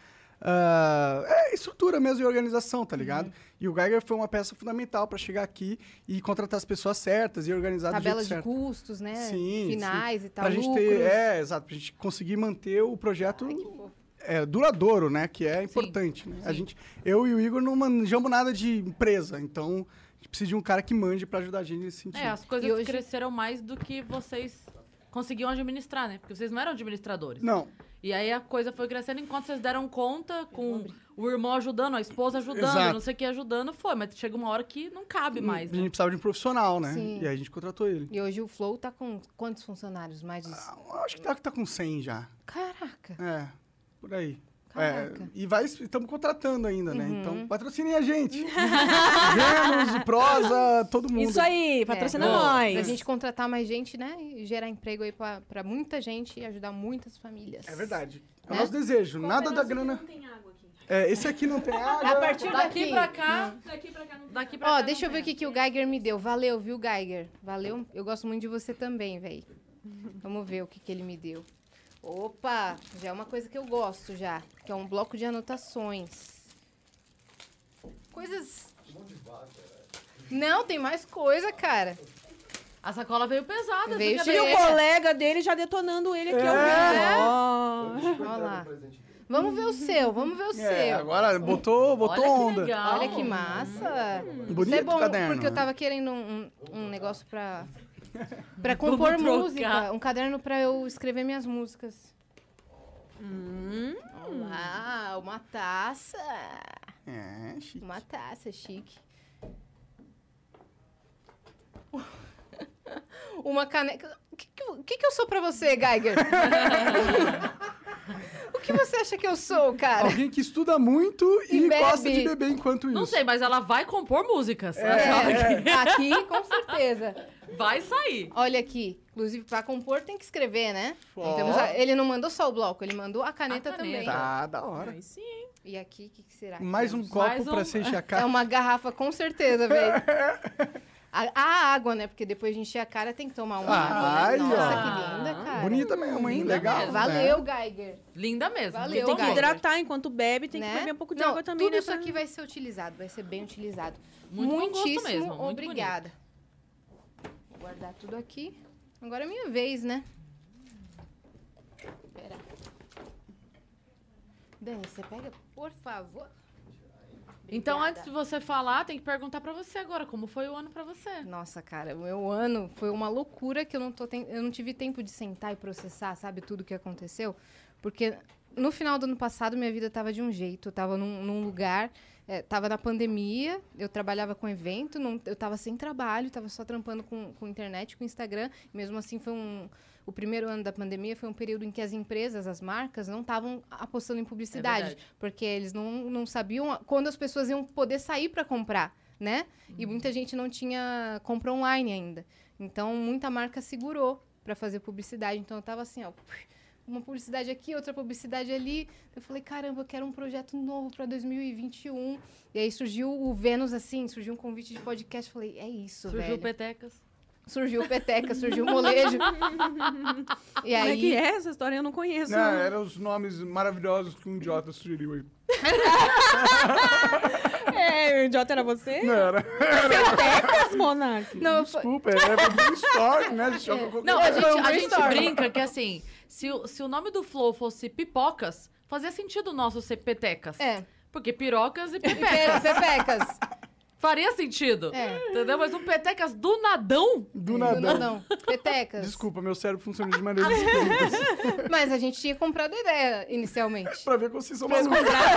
D: ah, é, estrutura mesmo e organização, tá ligado? E o Geiger foi uma peça fundamental pra chegar aqui e contratar as pessoas certas e organizar do
C: Tabela
D: jeito
C: de
D: certo.
C: custos, né?
D: Sim,
C: Finais
D: sim.
C: e tal,
D: Pra gente
C: lucros.
D: ter, é, exato, pra gente conseguir manter o projeto é, duradouro, né? Que é importante, né? A gente, eu e o Igor não manjamos nada de empresa, então a gente precisa de um cara que manje pra ajudar a gente nesse sentido.
B: É, as coisas
C: E hoje-
B: cresceram mais do que vocês conseguiam administrar, né? Porque vocês não eram administradores.
D: Não,
B: E aí a coisa foi crescendo enquanto vocês deram conta, com o irmão ajudando, a esposa ajudando,
D: Exato.
B: não sei o que ajudando, foi. Mas chega uma hora que não cabe mais,
D: A
B: né?
D: gente precisava de um profissional, né?
C: Sim.
D: E aí a gente contratou ele.
C: E hoje o Flow tá com quantos funcionários? Mais de...
D: Ah, eu acho que tá, tá com cem já.
C: Caraca,
D: É, por aí.
C: caraca.
D: É, e vai, estamos contratando ainda, né?
C: Uhum.
D: Então, patrocinem a gente. Vênus, Prosa, todo mundo.
F: Isso aí, patrocina
C: É.
F: nós.
C: Pra gente contratar mais gente, né? E gerar emprego aí pra, pra muita gente e ajudar muitas famílias.
D: É verdade. É o
C: Né?
D: nosso desejo. Nada da grana...
F: tem água aqui.
D: É, esse aqui não tem água.
C: A partir
B: Daqui
C: daqui...
B: pra cá,
F: Daqui pra cá não
B: daqui pra
C: Ó,
B: cá.
C: deixa eu
B: não
C: ver o
B: tem.
C: que, que o Geiger me deu. Valeu, viu, Geiger? Valeu. Eu gosto muito de você também, velho. Vamos ver o que, que ele me deu. Opa, já é uma coisa que eu gosto já. Que é um bloco de anotações. Coisas... Não, tem mais coisa, cara.
B: A sacola veio pesada.
C: Veio
B: fica
F: E
C: cheia.
F: o
B: bem-
F: colega dele já detonando ele aqui ao vivo. Ó.
C: Olha lá. Vamos ver o seu, vamos ver o
D: É,
C: seu.
D: agora botou, botou
B: Olha que
D: onda.
B: legal.
C: Olha que massa.
D: Bonito
C: Isso é bom,
D: caderno.
C: porque eu tava querendo um, um, um negócio pra, pra compor
B: Vamos trocar.
C: música. Um caderno pra eu escrever minhas músicas.
F: Hum.
C: Uau, uma taça.
D: É, chique.
C: Uma taça, chique. Uma caneca. O que, que, o que que eu sou pra você, Geiger? O que você acha que eu sou, cara?
D: Alguém que estuda muito e,
C: E bebe.
D: gosta de beber enquanto isso.
B: Não sei, mas ela vai compor músicas.
C: É, aqui, com certeza.
B: Vai sair.
C: Olha aqui. Inclusive, pra compor tem que escrever, né?
D: Ó.
C: Temos a- ele não mandou só o bloco, ele mandou a caneta,
B: A caneta.
C: também.
D: Tá, da hora.
F: Aí sim.
C: E aqui, o que, que será? que
D: Mais um
C: temos?
D: copo
B: Mais um-
D: pra se encher a
C: É
D: cara.
C: uma garrafa, com certeza, velho. A, a água, né? Porque depois de encher a cara tem que tomar uma
D: Ah,
C: água.
D: aí,
C: Né?
D: ó.
C: Nossa, que linda, cara.
D: Bonita mesmo, hein?
B: Linda
D: Legal.
B: mesmo.
C: Valeu, Geiger.
B: Linda mesmo.
C: Valeu,
F: Tem que
C: Geiger.
F: hidratar enquanto bebe, tem que
C: Né?
F: beber um pouco de
C: Não,
F: água também,
C: tudo
F: né?
C: isso
F: pra-
C: aqui vai ser utilizado, vai ser bem utilizado.
B: Muito bom gosto
C: Muitíssimo
B: mesmo, muito
C: obrigada. Vou guardar tudo aqui. Agora é minha vez, né? Pera. Dani, você pega, por favor.
B: Então,
C: Obrigada.
B: antes de você falar, tem que perguntar pra você agora, como foi o ano pra você?
C: Nossa, cara, o meu ano foi uma loucura que eu não, tô ten- eu não tive tempo de sentar e processar, sabe, tudo que aconteceu. Porque no final do ano passado, minha vida tava de um jeito. Eu tava num, num lugar, é, tava na pandemia, eu trabalhava com evento, não, eu tava sem trabalho, tava só trampando com, com internet, com Instagram. Mesmo assim, foi um... O primeiro ano da pandemia foi um período em que as empresas, as marcas, não estavam apostando em publicidade.
B: É verdade.
C: porque eles não, não sabiam a- quando as pessoas iam poder sair para comprar, né? E muita gente não tinha compra online ainda. Então, muita marca segurou para fazer publicidade. Então, eu tava assim, ó, uma publicidade aqui, outra publicidade ali. Eu falei, caramba, eu quero um projeto novo para dois mil e vinte e um. E aí surgiu o Vênus, assim, surgiu um convite de podcast. Eu falei, é isso,
B: Surgiu
C: velho.
B: Petecas.
C: Surgiu o Peteca, surgiu o Molejo. E
F: Como é
C: aí...
F: que é essa história? Eu não conheço.
D: Não, eram os nomes maravilhosos que um idiota sugeriu aí.
F: É, o idiota era você?
D: Não era.
F: Petecas, Monark?
C: Não, eu fa-
D: Desculpa, é brainstorm, né? Deixa eu-
B: Não, a
C: É,
B: gente,
C: foi um
B: a gente
C: brainstorm.
B: brinca que, assim, se o, se o nome do Flow fosse Pipocas, fazia sentido o nosso ser Petecas.
C: É.
B: Porque pirocas e
C: Pe-
B: pepecas.
C: Pepecas.
B: Faria sentido.
C: É.
B: Entendeu? Mas um Petecas do nadão...
D: Do
C: Não,
D: nada.
C: não. Petecas.
D: Desculpa, meu cérebro funciona de maneiras distintas.
C: Mas a gente tinha comprado a ideia inicialmente.
D: Pra ver como vocês são malucos.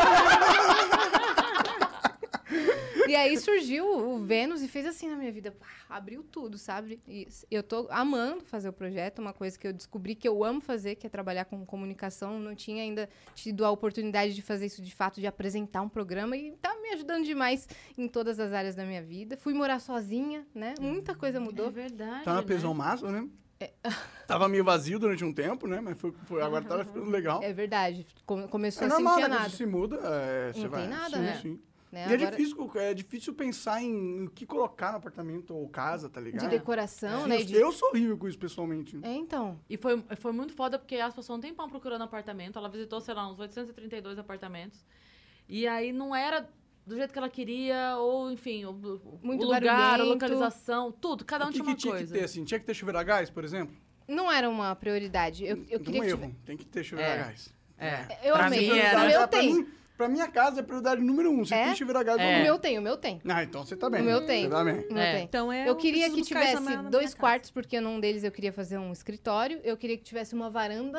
C: E aí surgiu o Vênus e fez assim na minha vida. Pá, abriu tudo, sabe? E eu tô amando fazer o projeto, uma coisa que eu descobri que eu amo fazer, que é trabalhar com comunicação. Não tinha ainda tido a oportunidade de fazer isso de fato, de apresentar um programa. E tá me ajudando demais em todas as áreas da minha vida. Fui morar sozinha, né? Muita coisa mudou.
B: É verdade,
D: Tava
B: né?
D: pesão massa, né? Tava meio vazio durante um tempo, né? Mas foi, foi- agora tá ficando legal.
C: É verdade. Come- começou
D: É
C: assim, não
D: normal,
C: tinha
D: né?
C: nada.
D: Quando se muda, é, você
C: Não
D: vai...
C: tem nada,
D: sim,
C: né?
D: sim.
C: Né?
D: E é
C: Agora,
D: difícil, é difícil pensar em o que colocar no apartamento ou casa, tá ligado?
C: de decoração,
D: Sim,
C: né?
D: eu,
C: De...
D: eu sou horrível com isso pessoalmente.
C: É, então.
B: E foi, foi muito foda porque as pessoas não têm pão procurando apartamento. Ela visitou, sei lá, uns oitocentos e trinta e dois apartamentos. E aí não era do jeito que ela queria, ou enfim, o, o
C: Muito
B: lugar, a
C: barulhento.
B: localização, tudo. Cada um
D: O que,
B: tinha
D: que
B: uma
D: tinha
B: coisa.
D: que ter, assim? Tinha que ter chuveiro a gás, por exemplo?
C: Não era uma prioridade. Eu, eu
D: um
C: queria que
D: erro.
C: tivesse-
D: Tem que ter chuveiro
B: É.
D: a gás.
B: É.
C: Eu
B: Pra
C: amei.
B: mim
C: O
B: era-
C: meu
D: pra
C: tem.
D: Mim, pra minha casa é prioridade número um. Se
C: É?
D: tem chuveiro a gás,
B: É.
C: O
D: vamos.
C: meu tem, o meu tem.
D: Ah, então você tá bem.
C: O meu tem.
D: Você tá bem.
C: O meu
B: É.
C: tem.
F: Então é.
C: Eu queria
F: preciso
C: que
F: buscar isso
C: tivesse
F: na- na
C: dois
F: minha
C: quartos, porque num deles eu queria fazer um escritório. Eu queria que tivesse uma varanda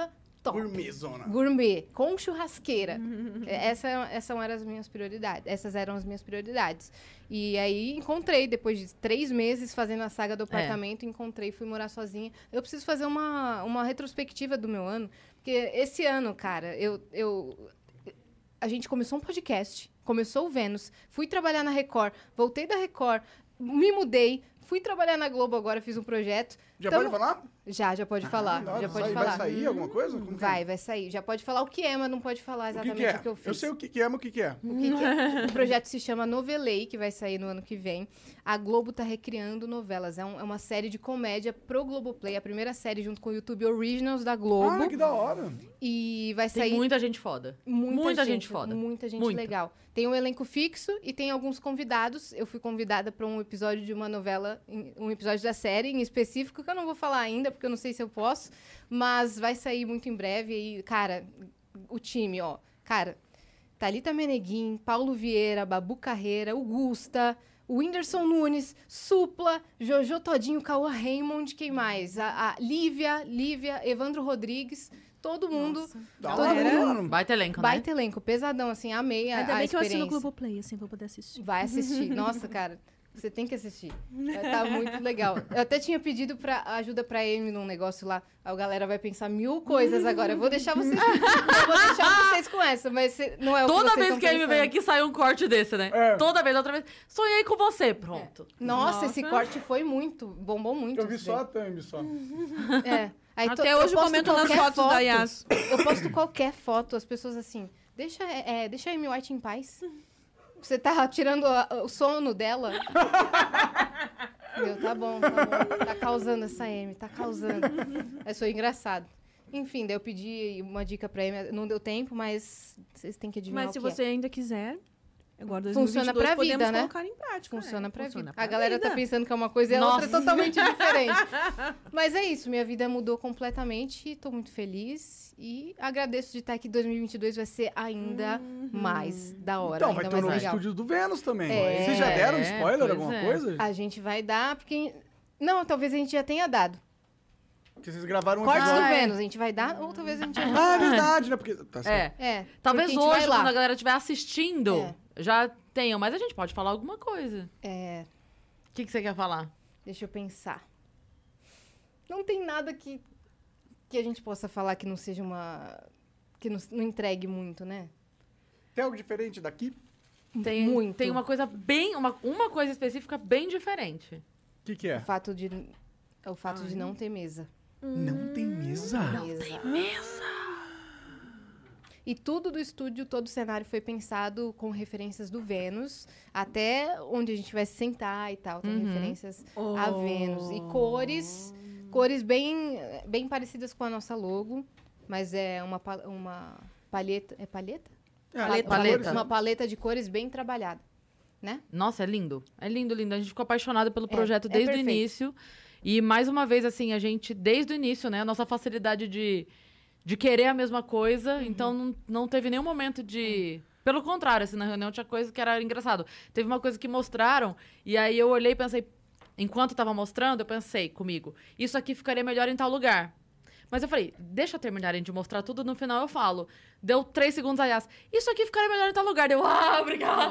C: top.
D: Gourmetzona.
C: Gourmet, com churrasqueira. Essa, essas eram as minhas prioridades. Essas eram as minhas prioridades. E aí encontrei, depois de três meses fazendo a saga do apartamento, é. encontrei, fui morar sozinha. Eu preciso fazer uma, uma retrospectiva do meu ano, porque esse ano, cara, eu, eu, a gente começou um podcast, começou o Vênus, fui trabalhar na Record, voltei da Record, me mudei, fui trabalhar na Globo agora, fiz um projeto.
D: Já
C: Tamo...
D: pode falar?
C: Já, já pode
D: Ah,
C: falar.
D: não,
C: já
D: não
C: pode
D: sai,
C: falar.
D: Vai sair alguma coisa? Como
C: vai,
D: que é?
C: vai sair. Já pode falar o que é, mas não pode falar
D: O
C: exatamente
D: que, que é?
C: o que eu fiz.
D: Eu sei o que, que é, mas o que, que é?
C: O, que que é? O projeto se chama Novelei, que vai sair no ano que vem. A Globo tá recriando novelas. É, um, é uma série de comédia pro Globoplay. A primeira série junto com o YouTube Originals da Globo.
D: Ah, que da hora.
C: E vai
B: Tem
C: sair...
B: muita gente foda.
C: Muita,
B: Muita
C: gente,
B: gente foda.
C: Muita gente
B: Muita.
C: legal. Tem um elenco fixo e tem alguns convidados. Eu fui convidada para um episódio de uma novela, em- um episódio da série em específico, que eu não vou falar ainda, porque eu não sei se eu posso, mas vai sair muito em breve. E, cara, o time, ó. Cara, Thalita Meneguin, Paulo Vieira, Babu Carreira, o Gusta, o Whindersson Nunes, Supla, Jojo Todinho, Cauã Raymond, quem mais? A, a Lívia, Lívia, Evandro Rodrigues, todo mundo.
D: Da
C: Todo
D: hora,
C: mundo-
D: mano.
B: Baita elenco, né?
C: Baita elenco, pesadão, assim, amei a,
F: Ainda
C: a
F: bem que eu assino o
C: experiência.
F: Globoplay, assim, pra poder assistir.
C: Vai assistir. Nossa, cara, você tem que assistir. Tá muito legal. Eu até tinha pedido pra, ajuda pra Amy num negócio lá. A galera vai pensar mil coisas agora. Eu vou deixar vocês, eu vou deixar vocês com essa, mas cê- não é o que
B: Toda
C: vocês
B: vez
C: tão
B: que a Amy
C: pensando.
B: vem aqui, sai um corte desse, né?
D: É.
B: Toda vez, outra vez. Sonhei com você, pronto.
C: Nossa, esse
F: Nossa.
C: corte foi muito, bombou muito.
D: Eu vi
C: isso
D: só a thumb, só.
C: daí. É. Aí to-
F: Até hoje eu
C: posto
F: comento nas
C: qualquer
F: fotos da
C: foto,
F: Yas.
C: Eu posto qualquer foto, as pessoas assim, deixa, é, deixa a Amy White em paz. Você tá tirando a- o sono dela? Meu, tá bom, tá bom. Tá causando essa Amy, tá causando. Mas foi engraçado. Enfim, daí eu pedi uma dica pra Amy, não deu tempo, mas vocês têm que adivinhar
F: Mas se
C: o que
F: você ainda quiser, agora
C: Funciona
F: dois mil e vinte e dois
C: pra
F: podemos
C: vida, né?
F: colocar em prática.
C: Funciona
F: é.
C: pra
F: Funciona
C: vida.
F: pra
C: A galera
F: vida.
C: tá pensando que é uma coisa e a
B: Nossa.
C: outra é totalmente diferente. Mas é isso, minha vida mudou completamente, tô muito feliz e agradeço de estar aqui. dois mil e vinte e dois vai ser ainda mais da hora,
D: Então,
C: ainda
D: vai ter o
C: mais
D: novo
C: legal.
D: estúdio do Vênus também.
C: É.
D: Vocês já deram spoiler,
B: Pois
D: alguma
B: é.
D: coisa?
C: A gente vai dar, porque... Não, talvez a gente já tenha dado.
D: Porque vocês gravaram um
C: Cortes do
D: episódio.
B: Ah, é.
C: Vênus, a gente vai dar, ou talvez a gente já
D: Ah, é verdade, né? Porque... Tá certo.
B: É.
C: É,
B: Talvez
C: porque a gente
B: hoje,
C: vai lá.
B: quando a galera estiver assistindo,
C: É.
B: já tenham. Mas a gente pode falar alguma coisa.
C: É,
B: O que, que você quer falar?
C: deixa eu pensar. Não tem nada que, que a gente possa falar que não seja uma... Que não, não entregue muito, né?
D: Tem algo diferente daqui?
B: Tem,
C: Muito.
B: tem uma coisa bem... Uma, uma coisa específica bem diferente.
D: O que que
C: O
D: é?
C: fato de... É o fato de não ter mesa.
D: Não tem mesa?
C: mesa. E tudo do estúdio, todo o cenário foi pensado com referências do Vênus, até onde a gente vai se sentar e tal. Tem
B: Uhum.
C: referências a Vênus. E cores, cores bem, bem parecidas com a nossa logo, mas é uma, pa- uma palheta. É palheta?
D: É,
B: Paleta.
C: Uma-
B: Paleta.
C: Uma paleta de cores bem trabalhada, né?
B: Nossa, é lindo. É lindo, lindo. A gente ficou apaixonado pelo projeto
C: é
B: desde o
C: perfeito.
B: início. E mais uma vez, assim, a gente, desde o início, né? A nossa facilidade de, de querer a mesma coisa.
C: Uhum.
B: Então, não, não teve nenhum momento de... Pelo contrário, assim, na reunião tinha coisa que era engraçado. Teve uma coisa que mostraram, e aí eu olhei e pensei... Enquanto tava mostrando, eu pensei comigo, isso aqui ficaria melhor em tal lugar. Mas eu falei, deixa terminarem de mostrar tudo, no final eu falo. Deu três segundos a Yas, isso aqui ficaria melhor em tal lugar. Deu, ah, obrigada.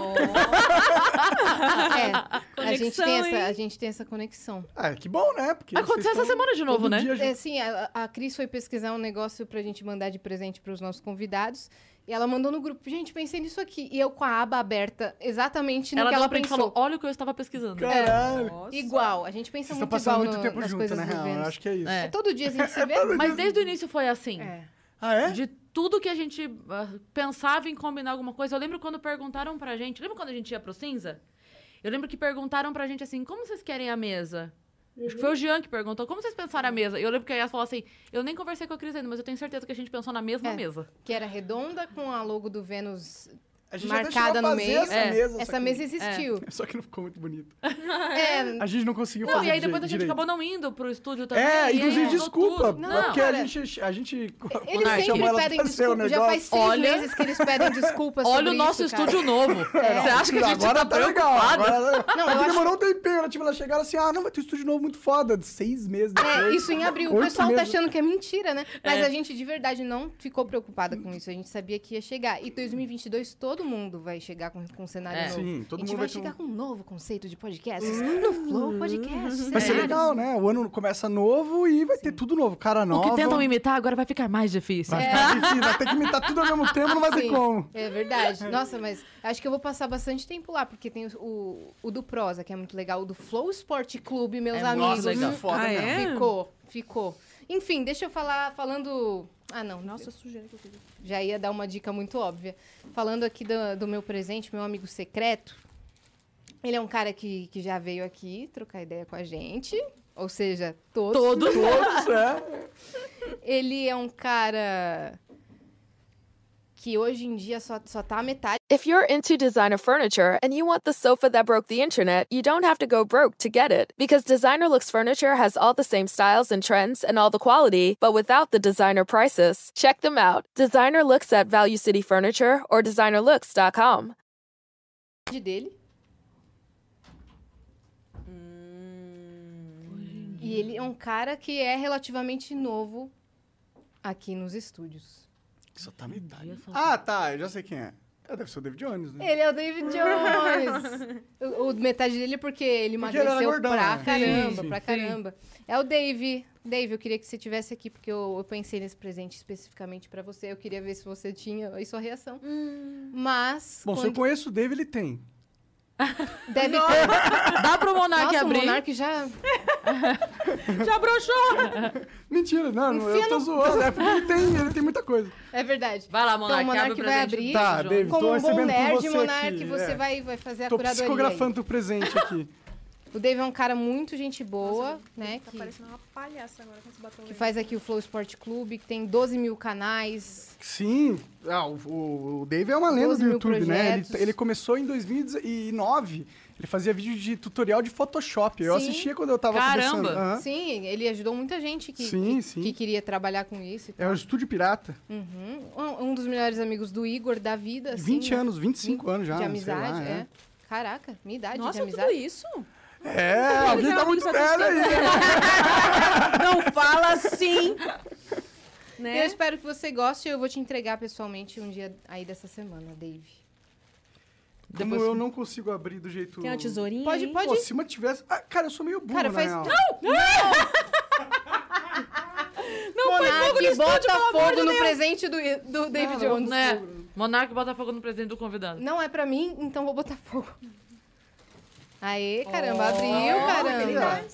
C: É, a gente,
F: Conexão,
C: tem
F: hein?
C: essa, a gente tem essa conexão.
D: Ah, que bom, né? Porque
B: Aconteceu
D: vocês
B: essa
D: estão
B: semana de novo,
D: todo
B: né?
D: dia juntos.
C: É, sim, a, a Cris foi pesquisar um negócio pra gente mandar de presente pros nossos convidados. E ela mandou no grupo, gente, pensei nisso aqui. E eu com a aba aberta, exatamente no
B: Ela
C: que
B: deu
C: ela
B: pra gente e
C: pensou.
B: falou, olha o que eu estava pesquisando.
D: Caralho.
F: Nossa.
C: Igual, a gente pensa
D: Vocês estão
C: muito
D: passando
C: igual
D: muito
C: no-
D: tempo
C: nas
D: junto,
C: coisas
D: na
C: do
D: real. Eu
C: Vênus.
D: acho que é isso.
B: É.
C: É, todo dia a gente se vê.
B: Mas desde o início foi assim.
C: É.
D: Ah, é?
B: De tudo que a gente ah, pensava em combinar alguma coisa. Eu lembro quando perguntaram pra gente... Lembra quando a gente ia pro Cinza? Eu lembro que perguntaram pra gente assim, como vocês querem a mesa? Acho que foi o Jean que perguntou, como vocês pensaram a mesa? E eu lembro que a Yas falou assim, eu nem conversei com a Cris ainda, mas eu tenho certeza que a gente pensou na mesma
C: É.
B: mesa.
C: Que era redonda, com a logo do Vênus
D: A gente até chegou
C: marcada
D: a
C: no
D: fazer
C: meio.
D: essa
B: É.
D: mesa. só
C: Essa
D: que-
C: mesa existiu.
D: Só que não ficou muito bonito.
C: É,
D: A gente não conseguiu
B: Não,
D: fazer
B: e aí depois a
D: di-
B: gente
D: direito.
B: acabou não indo pro estúdio também.
D: É,
B: e aí
D: inclusive,
B: mudou
D: desculpa.
B: tudo.
C: Não,
D: Não, porque a
C: cara.
D: gente, a gente... quando
C: eles
B: Monark,
C: sempre
D: chamou ela
C: pedem
D: pra fazer o
C: desculpa. Já faz seis
B: Olha-
C: meses que eles pedem desculpas
B: Olha
C: sobre
B: o nosso
C: isso, cara.
B: estúdio novo. Você acha que a gente
D: agora
B: tá
D: tá legal.
B: preocupado?
D: Agora,
C: Não,
D: é
C: eu
D: que
C: acho-
D: demorou um tempinho. Ela, tipo, ela chegaram assim, ah, não, vai ter um estúdio novo muito foda. De seis meses depois.
C: É, isso em abril. O
D: Oito
C: pessoal tá
D: meses.
C: achando que é mentira, né? Mas
B: É.
C: a gente de verdade não ficou preocupada com isso. A gente sabia que ia chegar. E dois mil e vinte e dois todo mundo vai chegar com, com um cenário
B: É.
C: novo.
D: Sim, todo
C: a gente
D: mundo
C: vai
D: vai ter um-
C: chegar com um novo conceito de podcast no Flow Podcast.
D: Vai ser
C: sério.
D: legal, né? O ano começa novo e vai ter tudo novo. Cara
B: O
D: nova.
B: que tentam imitar agora vai ficar mais difícil.
D: Vai ficar difícil, vai ter que imitar tudo ao mesmo tempo, não vai ter
C: Sim,
D: como.
C: É verdade. Nossa, mas acho que eu vou passar bastante tempo lá, porque tem o, o, o do Prosa, que é muito legal, o do Flow Sport Clube, meus
B: É muito
C: amigos.
B: legal.
D: Foda,
F: Ah,
D: né?
F: é?
C: Ficou, ficou. Enfim, deixa eu falar, falando... Ah, não.
F: Nossa, sujeira que eu fiz.
C: Já ia dar uma dica muito óbvia. Falando aqui do, do meu presente, meu amigo secreto, ele é um cara que, que já veio aqui trocar ideia com a gente. Ou seja, todos.
B: Todos.
D: Todos, é.
C: Ele é um cara que hoje em dia só, só tá a metade.
A: If you're into designer furniture and you want the sofa that broke the internet, you don't have to go broke to get it. Because Designer Looks Furniture has all the same styles and trends and all the quality, but without the designer prices. Check them out. Designer Looks at Value City Furniture or designer looks dot com.
C: dele. E ele é um cara que é relativamente novo aqui nos estúdios.
D: Só tá metade. Ah, tá, eu já sei quem é. É, deve ser o David Jones, né?
C: Ele é o David Jones. o, o metade dele é porque ele
D: Porque ele era
C: emagreceu
D: gordão,
C: pra
D: né?
C: caramba,
D: Sim,
C: pra
D: sim.
C: caramba. É o Dave. Dave, eu queria que você estivesse aqui, porque eu, eu pensei nesse presente especificamente pra você. Eu queria ver se você tinha aí sua reação. Mas...
D: Bom, se eu
C: quando-
D: conheço o Dave, ele tem.
C: Deve ter...
B: Dá pro Monark
C: Nossa, o
B: abrir.
C: Monark já...
B: Já broxou.
D: Mentira, não, não,
C: Enfia
D: eu tô
C: no-
D: zoando. É porque ele tem, ele tem muita coisa.
C: É verdade.
B: Vai lá,
C: Então,
B: Monark,
C: o Monark
B: abre o
C: vai
B: presente
C: abrir.
B: do
D: Tá,
B: João.
D: David.
C: Como
D: Tô
C: um bom
D: recebendo por
C: nerd,
D: você
C: Monark,
D: aqui,
C: você
D: é.
C: vai, vai fazer a
D: Tô
C: curadoria aí.
D: psicografando o presente aqui.
C: O Dave é um cara muito gente boa, né?
F: Tá
C: Que,
F: parecendo uma palhaça agora com esse batom.
C: que
F: verde.
C: faz aqui o Flow Sport Clube, que tem doze mil canais.
D: Sim, ah, o, o, o Dave é uma lenda
C: doze
D: do
C: mil
D: YouTube, né? Ele,
C: projetos.
D: ele começou em dois mil e nove. Ele fazia vídeo de tutorial de Photoshop. Eu
C: Sim.
D: assistia quando eu tava
B: Caramba!
D: começando. Aham.
C: Sim, ele ajudou muita gente que,
D: Sim,
C: que,
D: sim.
C: que queria trabalhar com isso. e
D: É o
C: tal.
D: Estúdio Pirata.
C: Uhum. Um, um dos melhores amigos do Igor da vida. assim,
D: vinte
C: né?
D: anos, vinte e cinco anos já.
C: De
D: sei
C: amizade,
D: lá,
C: é. Caraca, minha idade de
F: Nossa,
C: amizade.
F: tudo isso?
D: É, alguém
F: Eles
D: tá
F: eram
D: muito
F: amigos há
D: velho aí.
F: Não fala assim. Né?
C: Eu espero que você goste e eu vou te entregar pessoalmente um dia aí dessa semana, Dave.
D: Como
B: Depois-
D: eu não consigo abrir do jeito...
F: Tem uma tesourinha.
C: Pode,
F: aí?
C: pode.
D: Pô, se uma tivesse... Ah, cara, eu sou meio burro,
C: Cara,
D: na
C: faz-
D: real.
F: Não, põe fogo no
C: Monark,
F: estúdio,
C: bota
F: pelo amor
C: fogo
F: de
C: no
F: Deus.
C: presente do, do David
D: não,
C: Jones.
B: Né? Monark bota fogo no presente do convidado.
C: Não é pra mim, então vou botar fogo. Aê, caramba,
B: Oh,
C: abriu, caramba.
D: querida.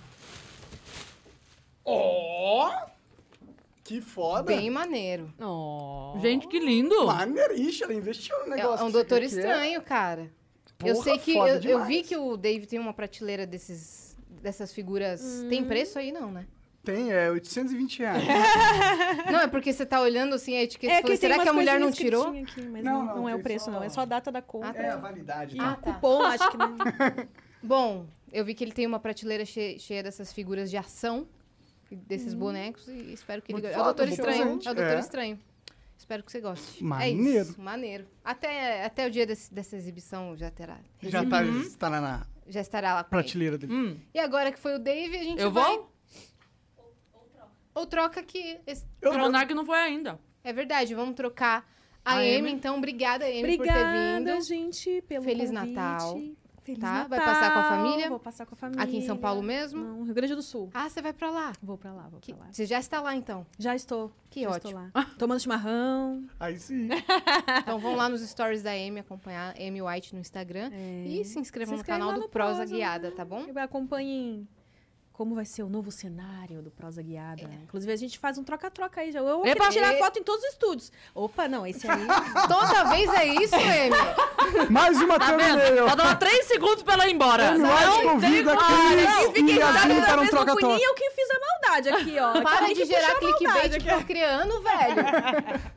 D: Ó! Que foda.
C: Bem maneiro.
F: Oh.
B: Gente, que lindo.
D: Maneirixa, ela investiu no
C: É,
D: negócio.
C: é um
D: que
C: doutor
D: você quer.
C: estranho, cara. eu
D: Porra,
C: sei que
D: foda
C: eu, eu
D: demais.
C: vi que o Dave tem uma prateleira desses dessas figuras. Tem preço aí não, né?
D: Tem, é oitocentos e vinte reais.
C: Não, é porque você tá olhando assim a etiqueta e
F: É
C: falou,
F: que tem
C: será que a
F: umas
C: mulher não
F: coisinhas
C: tirou?
F: escritinhas Aqui, mas
D: Não,
F: não,
D: não,
F: não é o
D: tem
F: preço,
D: só-
F: não. É só a data da compra.
C: Ah,
D: É a validade.
F: E
D: tá?
C: Ah,
F: o
C: tá.
F: cupom, acho que... Né?
C: Bom, eu vi que ele tem uma prateleira che- cheia dessas figuras de ação, desses bonecos, e espero que ele
D: Muito
C: goste. É o
D: foda,
C: Doutor
D: bom
C: Estranho.
D: presente.
C: É o Doutor
D: É.
C: Estranho. Espero que você goste.
D: Maneiro.
C: É isso, maneiro. Até, até o dia desse- dessa exibição já terá.
D: Já tá, tá na, na
C: Já estará lá com ele.
D: prateleira dele.
B: Hum,
C: E agora que foi o Dave, a gente
B: eu
C: vai...
B: vou?
C: Ou troca aqui. Esse-
B: O Monark não foi ainda.
C: É verdade, vamos trocar a,
B: A
C: Amy.
B: Amy.
C: Então, obrigada, Amy, por ter
F: Obrigada,
C: vindo.
F: gente, pelo
C: Feliz
F: convite.
C: Natal.
F: Feliz
C: Tá?
F: Natal.
C: Vai passar com a família?
F: Vou passar com a família.
C: Aqui em São Paulo mesmo?
F: Não, Rio Grande do Sul.
C: Ah, você vai pra lá.
F: Vou pra lá, vou
C: Que-
F: pra lá.
C: Você já está lá, então.
F: Já estou.
C: Que
F: já
C: ótimo.
F: Estou lá. Tomando chimarrão.
D: Aí sim.
C: Então, vão lá nos stories da Amy, acompanhar a Amy White no Instagram.
F: É.
C: E se inscrevam
F: Se
C: no
F: inscreve
C: canal
F: lá
C: do
F: no
C: Prosa
F: Prosa,
C: Guiada, tá bom?
F: E acompanhem como vai ser o novo cenário do Prosa Guiada.
C: É.
F: Inclusive, a gente faz um troca-troca aí. Já. Eu
B: Epa!
F: queria tirar
C: E-
F: foto em todos os estúdios. Opa, não, esse aí...
C: Toda vez é isso, Amy?
D: Mais uma
B: Tá vendo?
D: thumbnail.
B: Faltava três segundos pra ela ir embora.
D: Amy White convida
F: Olha,
D: Cris
F: fiquem
D: e
F: sabendo
D: Yasmin
F: da
D: para um
F: mesma
D: troca-troca.
F: punhinha, eu que fiz a maldade aqui, ó.
C: Para
F: Tem
C: de
F: que
C: gerar
F: puxar a
C: clickbait
F: maldade aqui.
C: procriando, velho.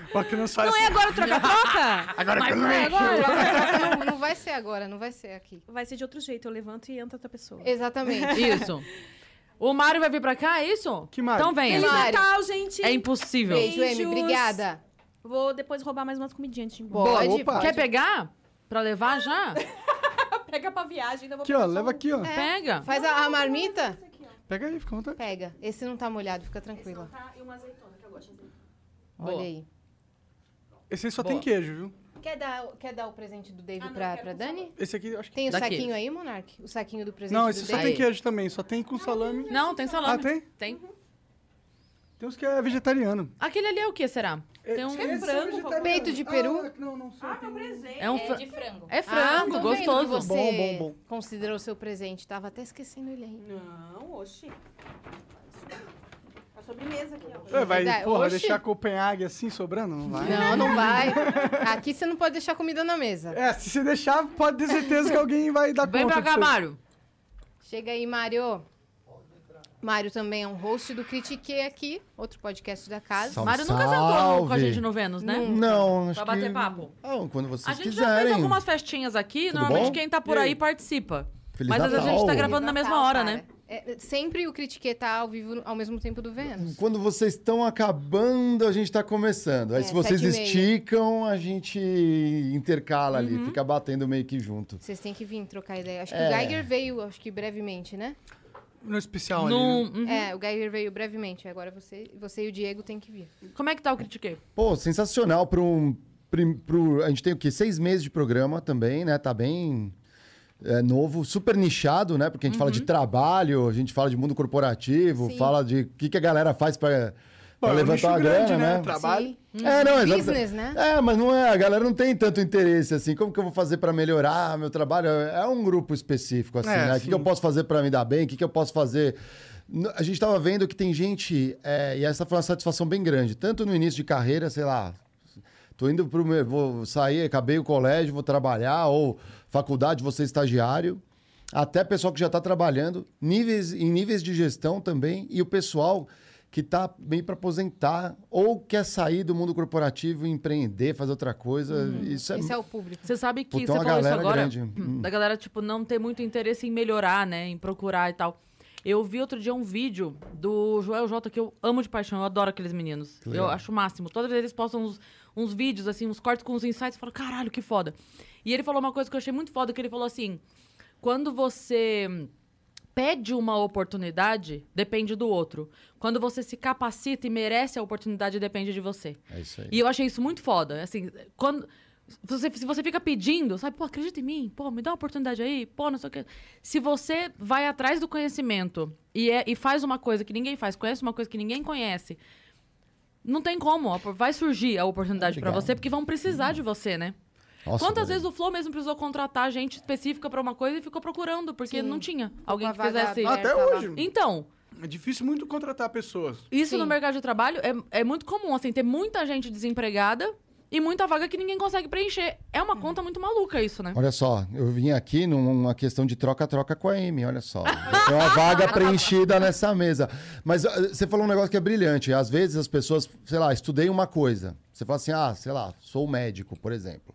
D: Ó, que não sai
F: Não
D: assim.
F: é agora o troca-troca?
D: Agora que eu não
F: É agora.
C: Não, não vai ser agora, não vai ser aqui.
F: Vai ser de outro jeito. Eu levanto e entra outra pessoa.
C: Exatamente.
B: Isso. O Mário vai vir pra cá, é isso?
D: Que Mário?
B: Então venha.
F: Feliz
C: Mário.
F: Natal, gente!
B: É impossível.
C: Beijo, Amy.
F: Beijos.
C: Obrigada.
F: Vou depois roubar mais umas comidinhas antes de ir embora.
C: Pode,
D: opa.
C: pode.
B: Quer pegar? Pra levar já?
F: Pega pra viagem, ainda vou
D: Aqui, ó.
F: pegar só
D: Leva
F: um.
D: aqui, ó.
C: É.
B: Pega.
C: Faz a, a marmita?
D: Pega aí, fica à vontade.
C: Pega. Esse não tá molhado, fica tranquilo.
F: Tá, e uma azeitona, que eu gosto de azeitona.
C: Olha
B: Boa.
C: aí.
D: Esse aí só
B: Boa.
D: tem queijo, viu?
C: Quer dar, quer dar o presente do Dave
F: Ah, não,
C: pra,
F: quero
C: pra
F: com
C: Dani?
D: Esse aqui, eu acho que...
C: Tem o
B: Daqui.
C: saquinho aí, Monark? O saquinho do presente
D: Não,
C: do
D: esse só
C: Dave?
D: tem queijo também. Só tem com salame.
B: Não, tem salame.
D: Ah, tem?
B: Tem.
D: Tem uns que é vegetariano.
B: Aquele ali é o que, será? Tem um...
D: Esse é
F: frango,
D: vegetariano.
C: peito de peru?
D: Ah, não, não só tem...
B: É um
H: É
B: fra-
H: de frango.
B: É
C: Ah,
B: frango,
C: tô vendo que
B: gostoso.
C: você
D: Bom, bom, bom.
C: considerou o seu presente. Tava até esquecendo ele aí.
F: Não, oxi. A sobremesa aqui, ó.
D: É, vai,
C: Verdade.
D: porra, vai
C: Oxi.
D: deixar Copenhague assim sobrando? Não vai.
C: Não, não vai. Aqui você não pode deixar comida na mesa.
D: É, se você deixar, pode ter certeza que alguém vai dar
B: Vem
D: conta
B: pra cá,
D: disso aí.
B: Mário.
C: Chega aí, Mário. Mário também é um host do Critiquei aqui, outro podcast da casa.
I: Salve,
B: Mário nunca sentou
I: salve.
B: com a gente no Vênus, né?
I: Não, acho
B: Pra bater
I: que...
B: papo.
I: Ah, quando vocês
B: A gente
I: quiserem.
B: já fez algumas festinhas aqui,
I: Tudo
B: normalmente
I: bom?
B: quem tá por
D: E aí?
B: aí participa.
I: Feliz
B: Mas às vezes a gente tá
I: Natal.
B: gravando na mesma
C: Natal,
B: hora,
C: cara.
B: né?
C: É, sempre o Critiquei tá ao vivo ao mesmo tempo do Vênus.
I: Quando vocês estão acabando, a gente tá começando. Aí
C: É,
I: se vocês
C: sete e meia.
I: esticam, a gente intercala ali, fica batendo meio que junto.
C: Vocês têm que vir trocar ideia. Acho que
I: É.
C: o Geiger veio, acho que brevemente, né?
D: No especial ali,
B: No...
D: né?
B: Uhum.
C: É, o Geiger veio brevemente. Agora você, você e o Diego têm que vir.
B: Como é que tá o Critiquei?
I: Pô, sensacional para um... prim- pro- a gente tem o quê? Seis meses de programa também, né? Tá bem é, novo, super nichado, né? Porque a gente fala de trabalho, a gente fala de mundo corporativo,
C: Sim.
I: fala de o que, que a galera faz para
D: Pô, é um
I: levantar
D: nicho
I: uma
D: grande,
I: grana,
D: né?
I: né?
D: Trabalho.
C: Sim.
I: É, não, exato.
C: Business, né?
I: É, mas não é, a galera não tem tanto interesse assim. Como que eu vou fazer para melhorar meu trabalho? É um grupo específico assim,
D: É,
I: né? O que,
D: sim.
I: que eu posso fazer para me dar bem? O que, que eu posso fazer? N- A gente estava vendo que tem gente, é, e essa foi uma satisfação bem grande, tanto no início de carreira, sei lá, tô indo pro meu, vou sair, acabei o colégio, vou trabalhar, ou faculdade, vou ser estagiário, até pessoal que já está trabalhando, níveis, em níveis de gestão também, e o pessoal que está meio para aposentar ou quer sair do mundo corporativo e empreender, fazer outra coisa. Isso é,
C: Esse é o público.
B: Você sabe que
I: Puta,
B: você
I: uma
B: falou isso
I: galera
B: agora,
I: grande. Hum.
B: da galera, tipo, não ter muito interesse em melhorar, né? Em procurar e tal. Eu vi outro dia um vídeo do Joel J, que eu amo de paixão, eu adoro aqueles meninos.
I: legal.
B: Eu acho o máximo. Toda vez eles postam uns, uns vídeos, assim, uns cortes com uns insights, eu falo, caralho, que foda. E ele falou uma coisa que eu achei muito foda, que ele falou assim, quando você pede uma oportunidade, depende do outro. Quando você se capacita e merece a oportunidade, depende de você.
I: é isso aí.
B: E eu achei isso muito foda. Assim, quando. Você, se você fica pedindo, sabe, pô, acredita em mim, pô, me dá uma oportunidade aí, pô, não sei o quê. Se você vai atrás do conhecimento e, é, e faz uma coisa que ninguém faz, conhece uma coisa que ninguém conhece, não tem como. Vai surgir a oportunidade pra
I: Legal.
B: você, porque vão precisar de você, né?
I: Nossa,
B: Quantas
I: velho.
B: vezes o Flow mesmo precisou contratar gente específica pra uma coisa e ficou procurando, porque
C: Sim.
B: não tinha alguém
C: Com a
B: que
C: vaga
B: fizesse.
C: aberta
D: Até
C: lá.
D: hoje.
B: Então,
D: É difícil muito contratar pessoas.
B: isso
C: Sim.
B: no mercado de trabalho é, é muito comum, assim, ter muita gente desempregada e muita vaga que ninguém consegue preencher. É uma conta muito maluca isso, né?
I: Olha só, eu vim aqui numa questão de troca-troca com a Amy, olha só. Tem uma vaga preenchida nessa mesa. Mas ah, você falou um negócio que é brilhante. Às vezes as pessoas, sei lá, estudei uma coisa. Você fala assim, ah, sei lá, sou médico, por exemplo.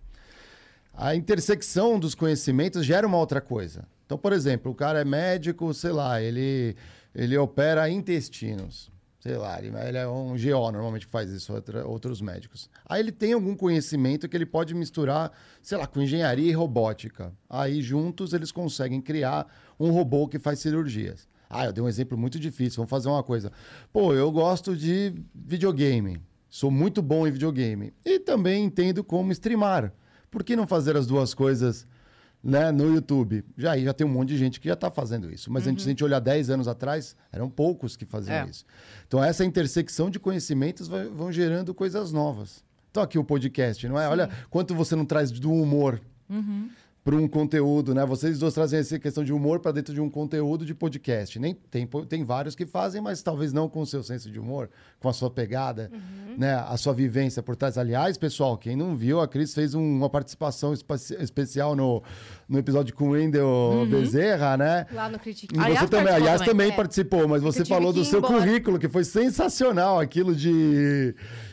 I: A intersecção dos conhecimentos gera uma outra coisa. Então, por exemplo, o cara é médico, sei lá, ele, ele opera intestinos. Sei lá, ele, ele é um G O normalmente que faz isso, outra, outros médicos. Aí ele tem algum conhecimento que ele pode misturar, sei lá, com engenharia e robótica. Aí juntos eles conseguem criar um robô que faz cirurgias. Ah, eu dei um exemplo muito difícil, vamos fazer uma coisa. Pô, eu gosto de videogame, sou muito bom em videogame. E também entendo como streamar. Por que não fazer as duas coisas, né, no YouTube? Já aí já tem um monte de gente que já está fazendo isso. Mas a gente, se a gente olhar dez anos atrás, eram poucos que faziam
B: É.
I: isso. Então essa intersecção de conhecimentos vai- vão gerando coisas novas. Então aqui o podcast, não é? Olha quanto você não traz do humor para um conteúdo, né? Vocês dois trazem essa questão de humor para dentro de um conteúdo de podcast. Nem, tem, po- tem vários que fazem, mas talvez não com o seu senso de humor, com a sua pegada, né? A sua vivência por trás. Aliás, pessoal, quem não viu, a Cris fez um- uma participação espe- especial no, no episódio com o Wendel Bezerra, né?
C: Lá no Critique.
I: E
B: A Yas
I: você também, a
B: participou
I: Yas
B: também.
I: também
C: É.
I: participou, mas você
C: Eu tive
I: falou
C: que
I: do
C: ir
I: seu
C: embora.
I: currículo, que foi sensacional, aquilo de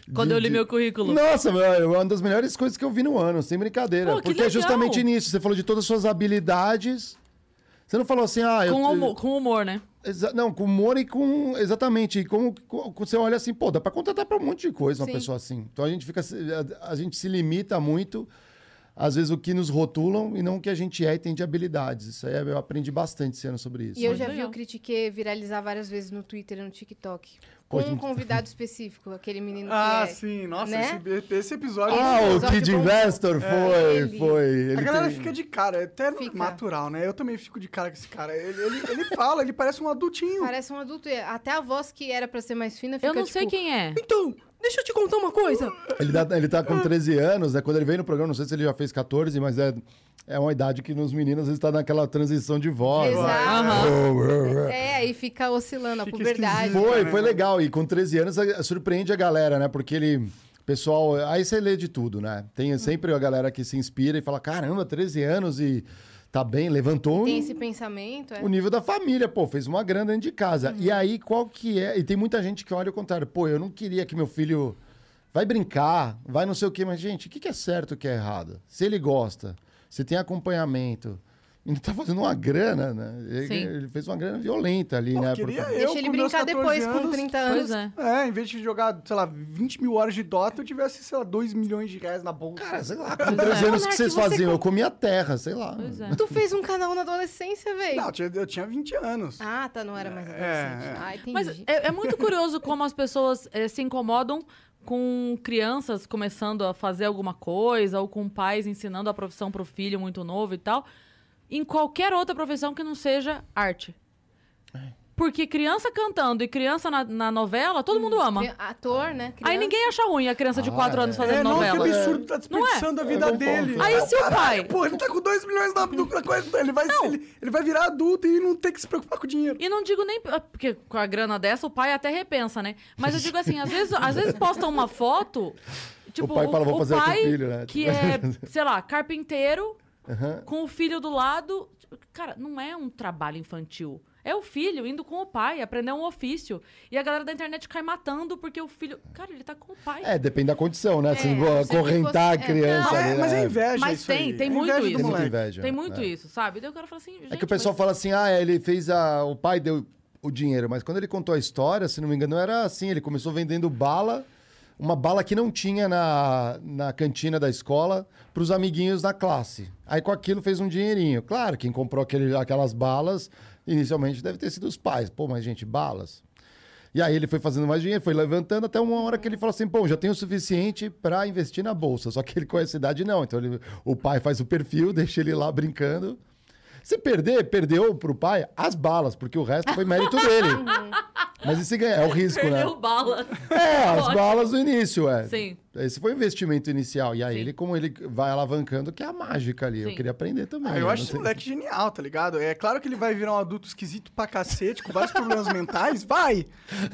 B: Quando
I: de-
B: eu li
I: de-
B: meu currículo.
I: Nossa, meu, é uma das melhores coisas que eu vi no ano, sem brincadeira.
B: Pô, que
I: porque é
B: legal.
I: justamente nisso. Você falou de todas as suas habilidades. Você não falou assim, ah, eu.
B: Com humor, com humor, né?
I: Exa- Não, com humor e com. Exatamente. E como, como você olha assim, pô, dá pra contratar pra um monte de coisa uma
C: Sim.
I: pessoa assim. Então a gente fica. A, a gente se limita muito, às vezes, o que nos rotulam e não o que a gente é e tem de habilidades. Isso aí eu aprendi bastante esse ano sobre isso.
C: E eu
B: Muito
C: já vi
B: legal.
C: o Critique viralizar várias vezes no Twitter e no TikTok. Com
I: Pô,
C: um
I: gente-
C: convidado específico, aquele menino
D: Ah,
C: que é...
D: sim. Nossa,
C: né?
D: esse, esse episódio...
I: Ah, o
C: episódio
I: Kid
C: bom.
I: Investor foi,
C: Ele-
I: foi. Ele
D: A galera
I: tem-
D: fica de cara, é até
C: Fica.
D: natural, né? Eu também fico de cara com esse cara. Ele, ele, ele fala, ele parece um adultinho.
C: Parece um adulto. e Até a voz que era pra ser mais fina fica
B: Eu não
C: tipo...
B: sei quem é.
C: Então, deixa eu te contar uma coisa.
I: Ele, tá, ele tá com treze anos, né? Quando ele veio no programa, não sei se ele já fez catorze, mas é, é uma idade que nos meninos às vezes tá naquela transição de voz. né?
C: Exato. É, aí fica oscilando a
D: Fica
C: puberdade.
D: esquisito.
I: Foi,
D: né?
I: foi legal. E com treze anos a- surpreende a galera, né? Porque ele. Pessoal, aí você lê de tudo, né? Tem sempre a galera que se inspira e fala: caramba, treze anos e tá bem, levantou
C: Tem
I: um-
C: esse pensamento, é.
I: o nível da família, pô, fez uma grana dentro de casa. E aí, qual que é? E tem muita gente que olha o contrário: pô, eu não queria que meu filho vai brincar, vai não sei o quê, mas, gente, o que que é certo e o que é errado? Se ele gosta, se tem acompanhamento. Ele tá fazendo uma grana, né? Ele,
B: Sim.
I: ele fez uma grana violenta ali,
D: Pô,
I: né?
D: queria
I: Porque-
D: eu,
C: Deixa ele
D: com meus
C: brincar
D: catorze
C: depois, com
D: anos,
C: trinta anos.
B: Pois é.
D: É, em vez de jogar, sei lá, vinte mil horas de Dota, eu tivesse, sei lá, dois milhões de reais na bolsa.
I: Cara, sei lá, com treze anos o que
C: Monark,
I: vocês
C: você
I: faziam?
C: com-
I: Eu comia terra, sei lá.
B: Pois é.
C: Tu fez um canal na adolescência, velho.
D: Não, eu tinha, eu tinha vinte anos.
C: Ah, tá, não era mais
D: É,
C: adolescente.
D: é.
C: Ah, entendi.
B: Mas é, é muito curioso como as pessoas eh, se incomodam com crianças começando a fazer alguma coisa, ou com pais ensinando a profissão pro filho muito novo e tal, em qualquer outra profissão que não seja arte. Porque criança cantando e criança na, na novela, todo mundo ama.
C: Cri- Ator, né?
B: Aí
C: Criança.
B: ninguém acha ruim a criança de
I: Ah,
B: quatro
I: é.
B: anos fazendo
D: É, não, que
B: novela.
D: absurdo, tá
B: Não é?
D: desperdiçando a vida
I: É um bom
D: dele.
I: ponto.
B: Aí se o
D: Caralho,
B: pai...
D: Pô, ele tá com dois milhões na, na coisa, ele vai, ele, ele vai virar adulto e não ter que se preocupar com o dinheiro.
B: E não digo nem... Porque com a grana dessa, o pai até repensa, né? Mas eu digo assim, às vezes, às vezes postam uma foto... Tipo,
I: O pai fala, vou fazer outro
B: pai,
I: filho, né?
B: que é, sei lá, carpinteiro,
I: Aham.
B: com o filho do lado... Cara, não é um trabalho infantil. É o filho indo com o pai, aprender um ofício. E a galera da internet cai matando porque o filho... Cara, ele tá com o pai.
I: É, depende da condição, né? Se
C: É,
I: vou
C: se ele
I: acorrentar
C: fosse-
I: a criança
C: é,
I: ali,
D: mas
I: né?
D: é inveja
B: Mas
D: isso
B: tem,
D: aí.
B: tem
D: É
B: muito
D: inveja do
B: isso.
I: Tem muita
D: moleque.
I: inveja.
B: Tem muito
I: né?
B: isso, sabe? Daí o cara fala assim... Gente,
I: É que o pessoal
B: mas-
I: fala assim, ah, ele fez a... O pai deu o dinheiro, mas quando ele contou a história, se não me engano, era assim, ele começou vendendo bala, uma bala que não tinha na, na cantina da escola, para os amiguinhos da classe. Aí com aquilo fez um dinheirinho. Claro, quem comprou aquele, aquelas balas, inicialmente deve ter sido os pais. Pô, mas gente, balas... E aí ele foi fazendo mais dinheiro, foi levantando até uma hora que ele falou assim, bom, já tenho o suficiente para investir na bolsa. Só que ele conhece a idade não. Então ele- o pai faz o perfil, deixa ele lá brincando. Se perder, perdeu pro pai as balas, porque o resto foi mérito dele. Mas e se ganhar? É o risco, né?
B: Perdeu bala.
I: É, as
B: Ótimo.
I: balas do início, é.
B: Sim.
I: Esse foi o investimento inicial. E aí
B: Sim.
I: ele, como ele vai alavancando, que é a mágica ali. Eu
B: Sim.
I: queria aprender também.
D: Ah, eu
I: né?
D: acho
I: Não
D: esse
I: sei-
D: moleque genial, tá ligado? É claro que ele vai virar um adulto esquisito pra cacete, com vários problemas mentais, vai.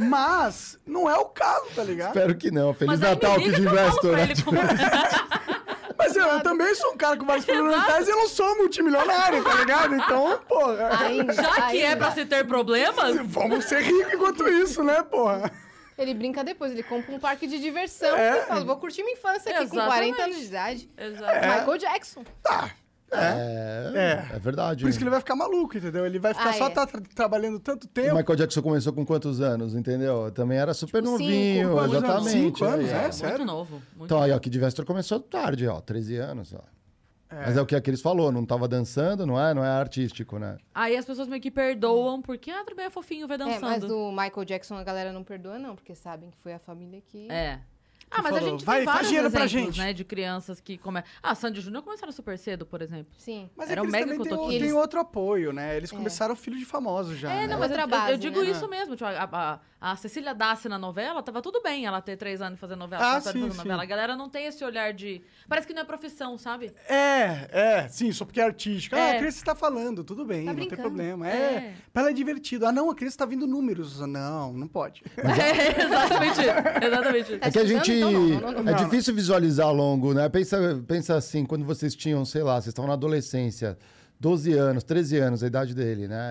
D: Mas não é o caso, tá ligado?
I: Espero que não. Feliz
B: Mas aí me
I: Natal,
B: liga
I: Kid
B: que eu falo
I: Investor.
B: pra
I: né?
B: ele como-
D: Mas eu, eu também sou um cara com vários problemas mentais e eu não sou multimilionário, tá ligado? Então, porra,
C: Ainda,
B: Já que é
C: ainda.
B: pra se ter problemas,
D: vamos ser ricos enquanto isso, né, porra?
C: Ele brinca depois, ele compra um parque de diversão
D: É.
C: e fala, vou curtir minha infância aqui com
B: Exatamente.
C: quarenta anos de idade.
B: Exato.
C: Michael Jackson.
I: É,
D: É.
I: é verdade.
D: Por isso que ele vai ficar maluco, entendeu? Ele vai ficar
C: Ah,
D: só
C: é.
D: tá tra- trabalhando tanto
I: O
D: tempo.
I: Michael Jackson começou com quantos anos, entendeu? Também era super
C: Tipo, cinco,
I: novinho,
D: quantos anos?
I: exatamente.
D: Cinco anos,
I: é,
D: é?
I: é.
D: Sério?
B: Muito novo. Muito
I: Então, aí,
B: novo.
I: ó, Kid Investor começou tarde, ó, treze anos, ó.
D: É.
I: Mas é o que aqueles falou, não tava dançando, não é? Não é artístico, né?
B: Aí as pessoas meio que perdoam, porque, ah, tudo bem, é fofinho, vai
C: É, mas
B: dançando.
C: do Michael Jackson a galera não perdoa, não, porque sabem que foi a família que...
B: É. Ah, mas a
D: falou,
B: gente
D: "Vai,
B: tem
D: faz
B: vários
D: dinheiro pra
B: exemplos,
D: gente."
B: né, de crianças que começam... Ah, Sandy Júnior começaram super cedo, por exemplo.
C: Sim.
D: Mas
B: Era
D: é
B: um
D: que eles
B: mega
D: também têm,
B: cotoquinho.
D: tem outro apoio, né? Eles começaram filho de famosos já.
B: É,
D: né?
B: não, mas eu,
C: Outra
B: eu-
C: base,
B: eu digo
C: né?
B: isso mesmo. Tipo, a, a, a Cecília Dassi na novela, tava tudo bem ela ter três anos fazendo novela,
D: Ah,
B: quatro anos
D: sim,
B: fazendo
D: sim.
B: novela. A galera não tem esse olhar de... Parece que não é profissão, sabe?
D: É, é, sim, só porque é artística. Ah,
B: É.
D: a criança está falando, tudo bem,
C: Tá
D: não tem
C: brincando.
D: problema. É.
B: É.
D: Pra ela é divertido. Ah, não, a criança tá vendo números. Não, não pode.
B: É, exatamente isso. Exatamente isso.
I: É que a
C: estudando,
I: gente.
C: então não, não, não,
I: É
D: não.
I: difícil visualizar ao longo, né? Pensa, pensa assim, quando vocês tinham, sei lá, vocês estavam na adolescência, doze anos, treze anos, a idade dele, né?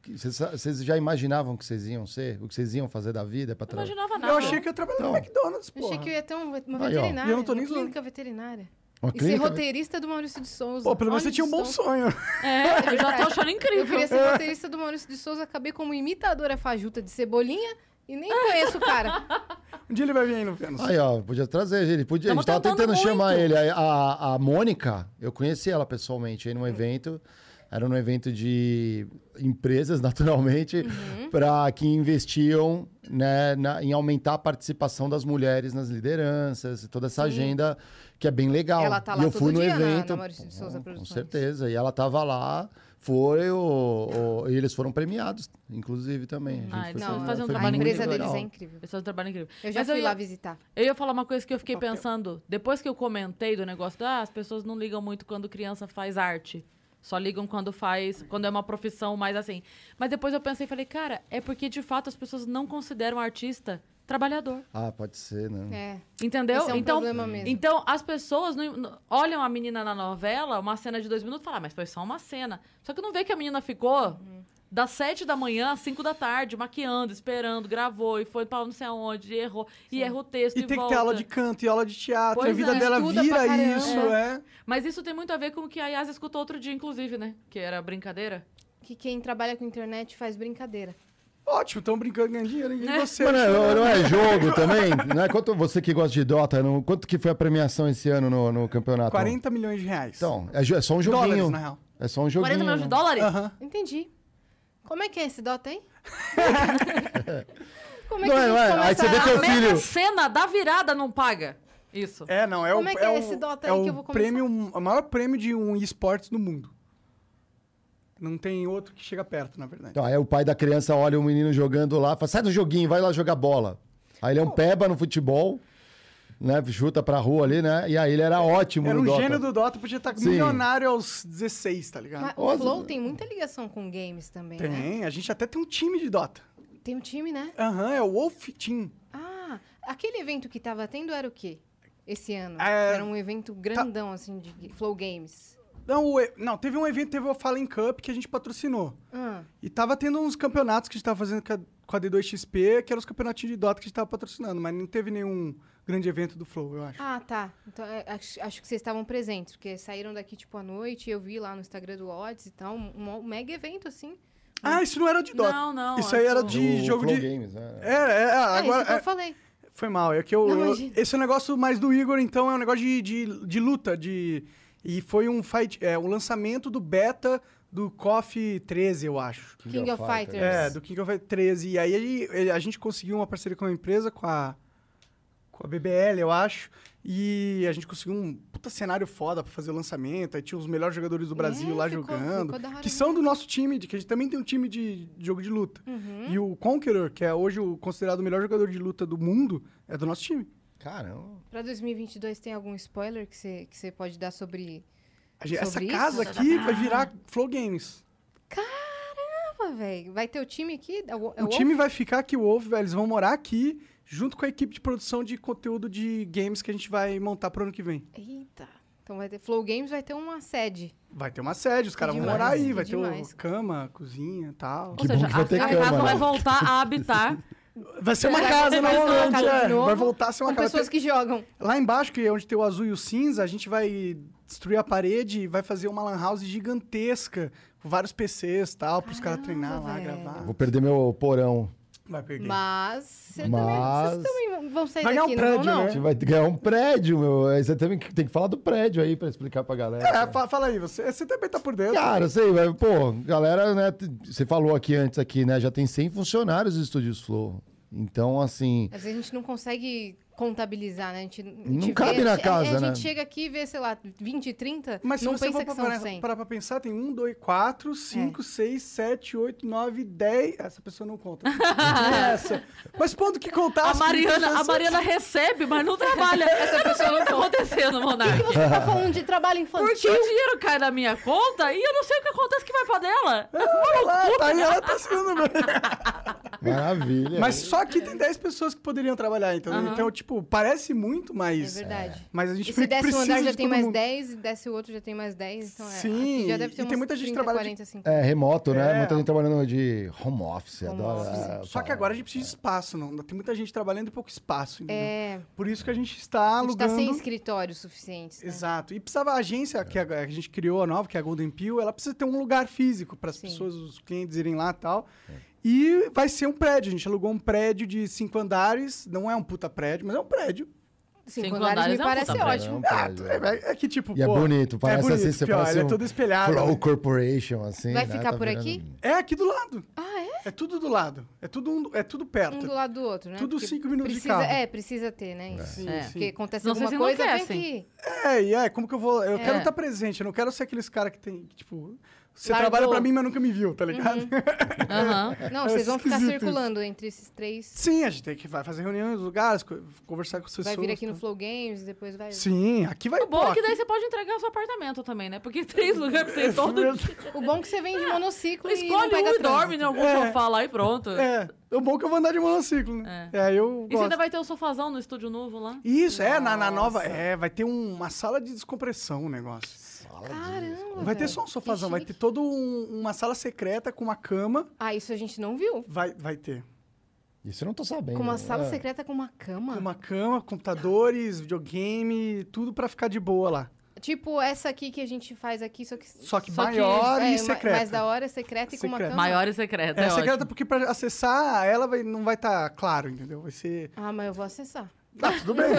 I: Vocês, vocês já imaginavam o que vocês iam ser? O que vocês iam fazer da vida? Pra
B: Não
I: tra...
B: imaginava nada.
D: Eu achei que ia trabalhar no
I: Não.
D: McDonald's,
C: Eu
D: pô.
C: achei que eu ia ter um- uma
I: Aí, ó.
C: veterinária,
D: E eu não tô nem
C: uma
D: zoando.
C: clínica veterinária.
I: Uma
C: E ser
I: clínica-
C: roteirista do Maurício de Souza.
D: Pô, pelo menos
C: Olha
D: você tinha um bom
C: isso.
D: sonho.
B: É, eu já tô achando
C: Eu
B: incrível.
C: queria ser roteirista do Maurício de Souza, acabei como imitadora fajuta de Cebolinha e nem conheço o cara.
D: Um dia ele vai vir aí no Vênus.
I: Aí, ó, podia trazer ele. Podia, a
B: Tamo
I: gente tava
B: tentando
I: tentando
B: muito.
I: chamar ele. A, a, a Mônica, eu conheci ela pessoalmente aí num evento. Era um evento de empresas, naturalmente,
C: Uhum.
I: para que investiam, né, na- em aumentar a participação das mulheres nas lideranças, toda essa agenda que é bem legal.
C: Ela tá
I: e
C: lá
I: eu
C: todo
I: fui no
C: dia na-
I: evento.
C: na Maurício de Souza
I: com, com
C: Produções.
I: certeza. E ela tava lá, foi o, o- e eles foram premiados, inclusive também. A gente
B: Ah, eles
I: foi-
B: estão
I: foi-
B: fazendo um
I: foi
C: A
B: trabalho
I: muito
C: empresa
B: incrível.
C: deles é
I: legal.
C: incrível.
B: Esse é um trabalho incrível.
C: Eu já
B: Mas
C: fui
B: eu
C: lá
B: ia,
C: visitar.
B: eu ia falar uma coisa que eu fiquei
D: Papel.
B: pensando. Depois que eu comentei do negócio, ah, as pessoas não ligam muito quando criança faz arte. Só ligam quando faz, quando é uma profissão mais assim. Mas depois eu pensei e falei, cara, é porque de fato as pessoas não consideram artista trabalhador.
I: Ah, pode ser, né?
C: É.
B: Entendeu?
C: Esse é um
B: então,
C: problema mesmo.
B: então, as pessoas não- não- olham a menina na novela, uma cena de dois minutos, e falam, ah, mas foi só uma cena. Só que não vê que a menina ficou
C: Uhum.
B: das sete da manhã às cinco da tarde, maquiando, esperando, gravou, e foi pra não sei aonde, e errou, e erra o texto, e,
D: E tem que
B: volta.
D: ter aula de canto e aula de teatro.
B: Pois
D: a vida
B: é.
D: dela
C: Estuda
D: vira
C: pra caramba.
D: isso, é.
B: Mas isso tem muito a ver com o que a Yas escutou outro dia, inclusive, né? Que era brincadeira.
C: Que quem trabalha com internet faz brincadeira.
D: Ótimo, estão brincando ganhando dinheiro. E você?
I: Mas não, é- não é jogo também? Né? Quanto, você que gosta de Dota, não- quanto que foi a premiação esse ano no, no campeonato?
D: quarenta milhões de reais.
I: Então, é, jo- é só um joguinho.
D: Dólares, na real.
I: É só um joguinho.
B: quarenta milhões de dólares?
D: Aham.
C: Entendi. Como é que é esse Dota, hein? Como é
I: Não
C: que
I: é,
C: a
I: não
C: gente
I: é?
C: começa
I: Aí você vê
C: a-
I: teu
B: A Mega
I: filho.
B: Sena da virada não paga. Isso.
D: É, não, é
C: Como
D: o,
C: é que é
D: o-
C: esse Dota
D: é
C: aí
D: o
C: que eu vou começar?
D: prêmio, o maior prêmio de um esportes no mundo. Não tem outro que chega perto, na verdade.
I: Então, aí o pai da criança olha o menino jogando lá, fala, sai do joguinho, vai lá jogar bola. Aí ele é um peba no futebol, né? Chuta pra rua ali, né? E aí ele era ótimo
D: Era
I: no
D: um
I: Dota.
D: gênio do Dota, podia estar
I: Sim.
D: milionário aos dezesseis, tá ligado?
C: Mas o
I: Nossa.
C: Flow tem muita ligação com games também, né?
D: Tem, a gente até tem um time de Dota.
C: Tem um time, né?
D: Aham, é o Wolf Team.
C: Ah, aquele evento que tava tendo era o quê? Esse ano?
D: É,
C: Era um evento grandão, assim, de Flow Games.
D: Não, o e- não, teve um evento, teve o Fallen Cup que a gente patrocinou.
C: Ah,
D: E tava tendo uns campeonatos que a gente tava fazendo com a, com a D dois X P, que eram os campeonatinhos de Dota que a gente tava patrocinando, mas não teve nenhum grande evento do Flow, eu acho.
C: ah tá. Então, é, acho, acho que vocês estavam presentes, porque saíram daqui, tipo, à noite, e eu vi lá no Instagram do Odds e tal, um, um mega evento, assim.
D: Ah, isso não era de Dota.
B: Não, não,
D: Isso aí era
B: acho-
D: de
I: Do
D: jogo
I: Flow
D: de...
I: Games, né?
D: É, é, é,
C: Ah,
D: agora...
C: isso que
D: é,
C: eu falei.
D: Foi mal, é que eu,
C: Não,
D: eu-
C: imagina.
D: esse é um negócio mais do Igor, então é um negócio de, de, de luta, de... E foi um fight, é, um lançamento do beta do K O F treze, eu acho.
C: King of Fighters.
D: É, do King of Fighters treze. E aí ele- ele- a gente conseguiu uma parceria com uma empresa, com a, com a B B L, eu acho. E a gente conseguiu um puta cenário foda pra fazer o lançamento. Aí tinha os melhores jogadores do Brasil
C: É,
D: lá
C: ficou-
D: jogando.
C: ficou da hora
D: Que são do nosso time, de, que a gente também tem um time de, de jogo de luta.
C: Uhum.
D: E o Conqueror, que é hoje o considerado o melhor jogador de luta do mundo, é do nosso time.
I: Caramba.
C: Pra dois mil e vinte e dois tem algum spoiler que você que você pode dar sobre...
D: A gente- essa
C: Sobre
D: casa
C: isso?
D: aqui vai virar Flow Games.
C: Caramba, velho. Vai ter o time aqui? É o, é
D: O
C: o
D: time
C: Wolf?
D: vai ficar aqui, o Wolf, velho. Eles vão morar aqui, junto com a equipe de produção de conteúdo de games que a gente vai montar pro ano que vem.
C: Eita. Então vai ter... Flow Games vai ter uma sede.
D: Vai ter uma sede, os caras vão
C: demais,
D: morar aí,
C: que
D: vai ter
C: demais.
D: o cama, cozinha e tal.
I: Que
B: Ou
I: bom
B: seja,
I: que vai
B: a,
I: ter
B: a
I: cama,
B: casa
I: né?
B: vai voltar a habitar.
D: Vai ser uma
C: Vai-
D: casa,
C: vai ser uma
D: normalmente,
C: casa de
D: é.
C: novo,
D: Vai voltar a ser uma
C: Com
D: casa.
C: pessoas que jogam.
D: Lá embaixo, que é onde tem o azul e o cinza, a gente vai destruir a parede e vai fazer uma lan house gigantesca, com vários P Cs e tal, pros caras
C: Caramba,
D: treinar lá,
C: velho.
D: gravar.
I: Vou perder meu porão.
D: Vai perder.
C: Mas, você
I: Mas-
C: Também, vocês também vão sair
D: Vai ganhar
C: daqui,
D: um
C: não vão,
D: prédio,
C: não?
I: A gente vai ganhar um prédio, meu. Aí você também tem que falar do prédio aí pra explicar pra galera.
D: É, fa- fala aí, você, você também tá por dentro.
I: Cara, eu sei, mas, pô, galera, né? t- Você falou aqui antes, aqui, né? Já tem cem funcionários dos Estúdios Flow. Então, assim.
C: Às vezes a gente não consegue contabilizar, né? A gente, a
I: Não
C: gente
I: cabe
C: vê-
I: na
C: é,
I: casa,
C: é, A
I: né?
C: gente chega aqui e vê, sei lá, vinte, trinta,
D: Mas se
C: não
D: você
C: pensa
D: for
C: que
D: parar,
C: são cem.
D: parar pra pensar, tem um, dois, quatro, cinco, seis, sete, oito, nove, dez. Essa pessoa não conta. Essa. Mas quando que contar?
B: A Mariana, a Mariana recebe, mas não trabalha. Essa pessoa não tá acontecendo, Monark.
C: Você tá falando de trabalho
B: Porque
C: infantil?
B: o dinheiro cai na minha conta e eu não sei o que acontece que vai pra dela.
D: Olha lá, tá aí, ela tá sendo.
I: Maravilha.
D: Mas só aqui tem dez pessoas que poderiam trabalhar, então,
B: Aham.
D: então tipo, parece muito, mas...
C: É verdade.
D: Mas a gente
C: E se desce um
D: precisa
C: andar já
D: de
C: tem
D: todo
C: mais
D: mundo.
C: dez, e desce o outro já tem mais dez, então é.
D: Sim,
C: aqui já deve ter
D: e tem
C: umas
D: muita gente
C: trinta,
D: trabalhando de-
C: quarenta, cinquenta.
I: É, remoto, né?
D: É.
I: Muita gente trabalhando de home office.
C: Home
I: adoro.
C: office.
I: é,
D: Só que agora a gente precisa de espaço, não? Tem muita gente trabalhando e pouco espaço, entendeu?
C: É,
D: Por isso que a gente está
C: a gente tá
D: alugando...
C: sem escritórios suficientes. Né?
D: Exato. E precisava a agência que a, a gente criou a nova, que é a Golden Pill, ela precisa ter um lugar físico para as
C: Sim.
D: pessoas, os clientes irem lá e tal. E vai ser um prédio. A gente alugou um prédio de cinco andares. Não é um puta prédio, mas é um prédio.
C: Cinco,
B: Cinco
C: andares me
B: andares é um
C: parece
B: puta prédio.
C: ótimo.
I: É um
D: Ah,
I: prédio,
D: é, é que tipo,
I: E é
D: pô,
I: bonito, parece
D: é bonito,
I: assim, você
D: pior,
I: parece
D: ele é
I: um
D: todo espelhado.
I: Flow
D: né?
I: Corporation, assim.
C: Vai
I: né?
C: ficar
I: Tá
C: por
I: virando-
C: aqui?
D: É aqui do lado.
C: Ah, é?
D: É tudo do lado. É tudo, um- é tudo perto.
C: Um do lado do outro, né?
D: Tudo
C: Porque
D: cinco minutos de
C: precisa,
D: carro.
C: É, precisa ter, né? Isso.
D: Sim,
B: É.
D: sim.
C: Porque acontece
B: Não sei
C: alguma
B: se
C: coisa, tem
B: enlouquecem.
C: que...
D: É, e é, como que eu vou... Eu
B: É.
D: quero estar presente, eu não quero ser aqueles caras que tem, que, tipo... Você
C: Largou.
D: trabalha pra mim, mas nunca me viu, tá ligado?
B: Aham.
C: Não,
D: É
C: vocês vão ficar
D: esquisito
C: circulando entre esses três.
D: Sim, a gente tem que vai fazer reuniões nos lugares, co- conversar com as pessoas.
C: Vai vir aqui no
D: tá?
C: Flow Games, depois vai...
D: Sim, aqui vai...
B: O bom é
D: pô,
B: que daí
D: aqui-
B: você pode entregar o seu apartamento também, né? Porque três lugares pra você ir todo dia.
C: O bom é que você vem de monociclo e não
B: Escolhe
C: pega
B: um e
C: trânsito.
B: dorme em algum
D: É.
B: sofá lá e pronto.
D: É, o bom é que eu vou andar de monociclo, né? É, aí eu
B: E você
D: gosto.
B: ainda vai ter o sofazão no estúdio novo lá?
D: Isso, é, na, na nova...
C: Nossa.
D: É, vai ter um- uma sala de descompressão o negócio.
C: Caramba,
D: Vai ter
C: velho.
D: só um sofazão,
C: Que
D: vai
C: chique.
D: ter toda um- uma sala secreta com uma cama.
C: Ah, isso a gente não viu.
D: Vai, vai ter.
I: Isso eu não tô sabendo.
C: Com uma sala
I: É.
C: secreta com uma cama.
D: Com uma cama, computadores, videogame, tudo pra ficar de boa lá.
C: Tipo essa aqui que a gente faz aqui, só que...
D: Só que
B: Só que-
D: maior
C: é,
D: e
C: ma-
D: secreta.
C: mais da hora, secreta e com uma
D: Secreta.
C: cama.
B: Maior e secreto.
D: É,
B: É,
D: secreta
B: ótimo.
D: porque pra acessar ela vai, não vai estar claro, entendeu? Vai ser...
C: Ah, mas eu vou acessar.
D: Tá, tudo bem.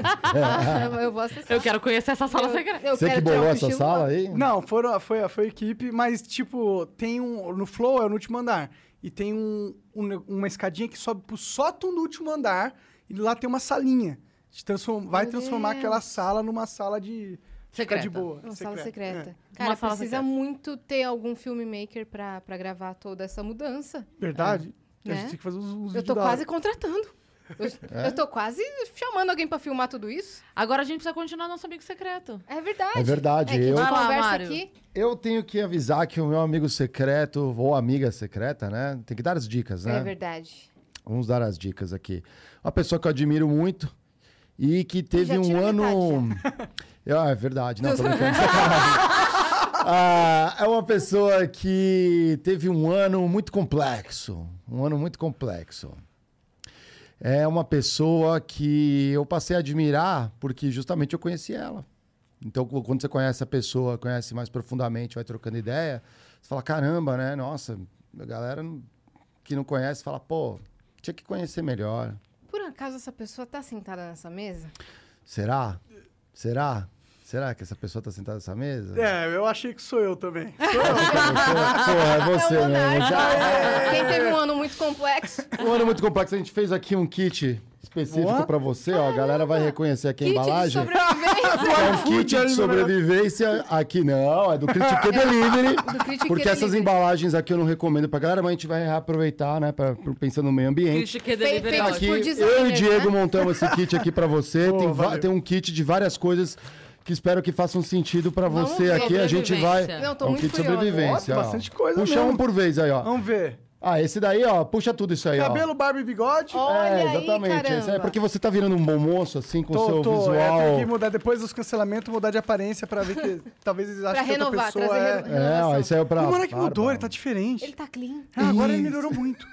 C: Ah, mas eu vou acessar.
B: Eu quero conhecer essa sala
C: Eu-
B: secreta.
C: eu
I: Você que
C: quero tirar
I: bolou
C: um
I: essa
C: cochilo
I: sala
C: lá.
I: aí?
D: Não, foram, foi, foi a equipe, mas, tipo, tem um... No Flow é no último andar. E tem um, um- uma escadinha que sobe pro sótão do último andar. E lá tem uma salinha. De transform- vai
C: Meu
D: transformar
C: Deus.
D: aquela sala numa sala de... Ficar
B: Secreta.
D: de boa.
C: Uma sala secreta.
D: É.
C: Cara,
B: Uma sala
C: precisa
B: secreta.
C: muito ter algum filmmaker pra, pra gravar toda essa mudança.
D: Verdade? A
C: Né?
D: gente tem que fazer uns, uns
C: Eu
D: vídeos
C: tô
D: da
C: quase
D: hora.
C: contratando. Eu,
I: É?
C: eu tô quase chamando alguém pra filmar tudo isso.
B: Agora a gente precisa continuar nosso amigo secreto.
C: É verdade.
I: É verdade,
C: É que
I: eu-
C: a gente
B: Vai lá,
C: conversa
B: Mário.
C: aqui.
I: Eu tenho que avisar que o meu amigo secreto, ou amiga secreta, né? Tem que dar as dicas, né?
C: É verdade.
I: Vamos dar as dicas aqui. Uma pessoa que eu admiro muito e que teve
C: Já
I: um
C: tira
I: ano. Ah, é verdade, não, tô brincando. sacanagem. Ah, é uma pessoa que teve um ano muito complexo. Um ano muito complexo. É uma pessoa que eu passei a admirar porque justamente eu conheci ela. Então, quando você conhece a pessoa, conhece mais profundamente, vai trocando ideia, você fala, caramba, né? Nossa, a galera não- que não conhece fala, pô, tinha que conhecer melhor.
C: Por acaso essa pessoa tá sentada nessa mesa?
I: Será? Será? Será que essa pessoa tá sentada nessa mesa?
D: É, eu achei que sou eu também.
I: Porra, é você,
C: É o
I: né?
C: Monark.
I: Já-
C: Quem teve um ano muito complexo?
I: Um ano muito complexo. A gente fez aqui um kit específico
D: Boa.
I: pra você, ó. A galera vai reconhecer aqui a
C: Kit de
I: embalagem.
C: sobrevivência.
I: É um kit de sobrevivência aqui, não, é do Critique Delivery.
C: Do Critique
I: Porque essas
C: Delivery.
I: embalagens aqui eu não recomendo pra galera, mas a gente vai reaproveitar, né, pra, pra- pensando no meio ambiente.
B: Critique
C: Fe-
B: Delivery.
C: feitos
I: Aqui,
C: por
I: eu e
C: designers,
I: o Diego
C: né?
I: montamos esse kit aqui pra você.
D: Pô,
I: tem, va-
D: valeu.
I: tem um kit de várias coisas que espero que façam sentido pra
C: Vamos
I: você
C: ver.
I: aqui. A gente vai.
B: Sobrevivência.
C: Não, tô
I: é um
C: muito
I: kit de
C: curiosa.
I: sobrevivência.
D: Ó,
I: ó.
D: bastante coisa
I: Puxa
D: mesmo.
I: um por vez aí, ó.
D: Vamos ver.
I: Ah, esse daí, ó. Puxa tudo isso aí, ó.
D: Cabelo, barba e bigode.
C: Olha
I: é,
C: aí,
I: exatamente. Esse é
C: caramba.
I: porque você tá virando um bom moço, assim, com o
D: Tô,
I: seu
D: tô.
I: visual.
D: É, tem que mudar depois dos cancelamentos, mudar de aparência pra ver que talvez eles achem
C: Pra
D: que outra
C: renovar,
D: pessoa
C: trazer
D: é...
C: reno-
I: É, ó,
C: renovação.
I: isso aí é pra.
D: O moleque mudou,
I: Barba.
D: ele tá diferente.
C: Ele tá clean.
D: Ah, agora ele
I: Isso.
D: melhorou muito.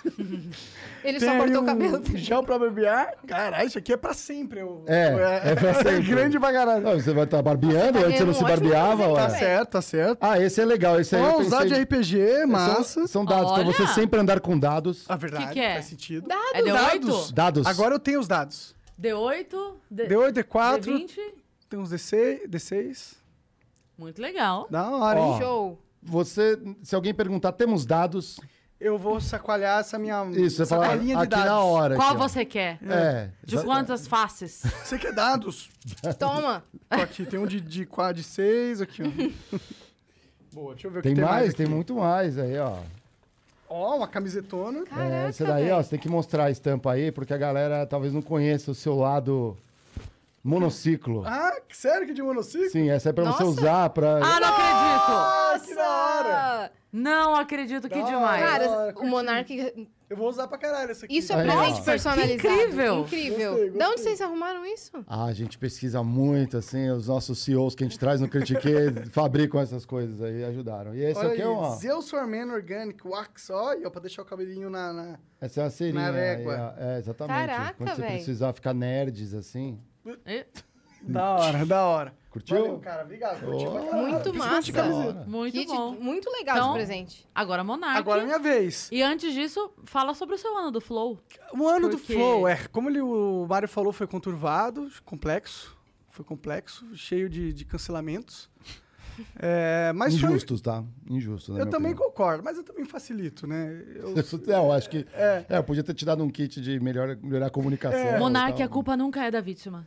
C: Ele
D: Tem
C: só
D: aí
C: cortou
D: um
C: o cabelo dele.
D: gel pra barbear. Caralho, isso aqui é pra sempre. eu-
I: É, é pra sempre.
D: grande pra caralho.
I: Ah, você vai estar barbeando,
C: Você tá
I: antes você não
C: ganhando
I: se
C: um ótimo
I: barbeava,
C: presente,
I: ué.
D: Tá
C: velho.
D: certo, tá certo.
I: Ah, esse é legal. Esse aí eu
D: Vamos usar
I: pensei...
D: de R P G, massa.
I: São, são dados pra
B: Olha!
I: você sempre andar com dados.
D: A verdade,
B: Que que é?
D: faz sentido.
B: É D oito?
D: Dados.
I: Dados.
D: Agora eu tenho os dados.
B: D oito? D...
D: D oito, D quatro,
B: D vinte?
D: tem uns D seis, D seis.
B: Muito legal.
D: Da hora, hein?
I: Ó.
C: Show.
I: Você, se alguém perguntar, temos dados?
D: Eu vou saqualhar essa minha
I: Isso, você fala
D: sacolinha de
I: aqui
D: dados.
I: na hora.
B: Qual
I: aqui, ó.
B: você quer?
I: É.
B: De
I: exa-
B: quantas faces?
D: Você quer dados?
C: Toma.
D: Tô aqui, tem um de, de quatro, de seis aqui, ó. Boa, deixa eu ver o que
I: Tem
D: tem
I: mais?
D: mais
I: Tem
D: aqui.
I: muito mais aí, ó.
D: Ó, uma camisetona.
C: Caraca,
I: É, esse daí,
C: velho.
I: ó, você tem que mostrar a estampa aí, porque a galera talvez não conheça o seu lado monociclo.
D: Ah, sério que de monociclo?
I: Sim, essa é pra você
C: Nossa.
I: usar pra...
B: Ah, não acredito!
D: Ah, que da hora!
B: Não acredito, que
D: Da
B: demais.
D: hora.
C: Cara,
D: curti.
C: o Monark
D: Eu vou usar pra caralho essa aqui.
C: Isso é
I: Aí,
C: presente
I: ó.
C: personalizado.
B: Incrível.
C: Incrível.
D: Gostei,
C: Da onde
D: gostei.
C: vocês arrumaram isso?
I: Ah, a gente pesquisa muito, assim, os nossos C E Os que a gente traz no Critique fabricam essas coisas aí, ajudaram. E esse
D: Olha
I: aqui é
D: aí,
I: uma...
D: Zeus for Men Organic Wax, ó, e ó, pra deixar o cabelinho na... na...
I: Essa é uma serinha.
D: Na régua.
I: aí, ó. É, exatamente.
C: Caraca,
I: Quando você
C: véi.
I: precisar ficar nerds, assim.
B: E-
D: Da hora, da hora.
I: Curtiu?
D: Valeu, cara. Obrigado. Curti
I: Oh.
D: pra caralho.
C: Muito
D: Principalmente
C: massa.
D: camiseta.
B: Muito
C: Kit,
B: bom.
C: muito legal
B: Então-
C: esse presente.
B: Agora, Monark.
D: Agora é minha vez.
B: E antes disso, fala sobre o seu ano do Flow.
D: O ano do
B: Porque-
D: Flow, é, como ele, o Mário falou, foi conturbado, complexo. Foi complexo, cheio de, de cancelamentos. É, mas foi-
I: Injustos, tá? Injustos, né?
D: eu também concordo, mas eu também facilito, né? Eu,
I: É, eu acho que... É. eu podia ter te dado um kit de melhor, melhorar a comunicação.
D: É.
I: e
B: Monark,
I: tal.
B: a culpa nunca é da vítima.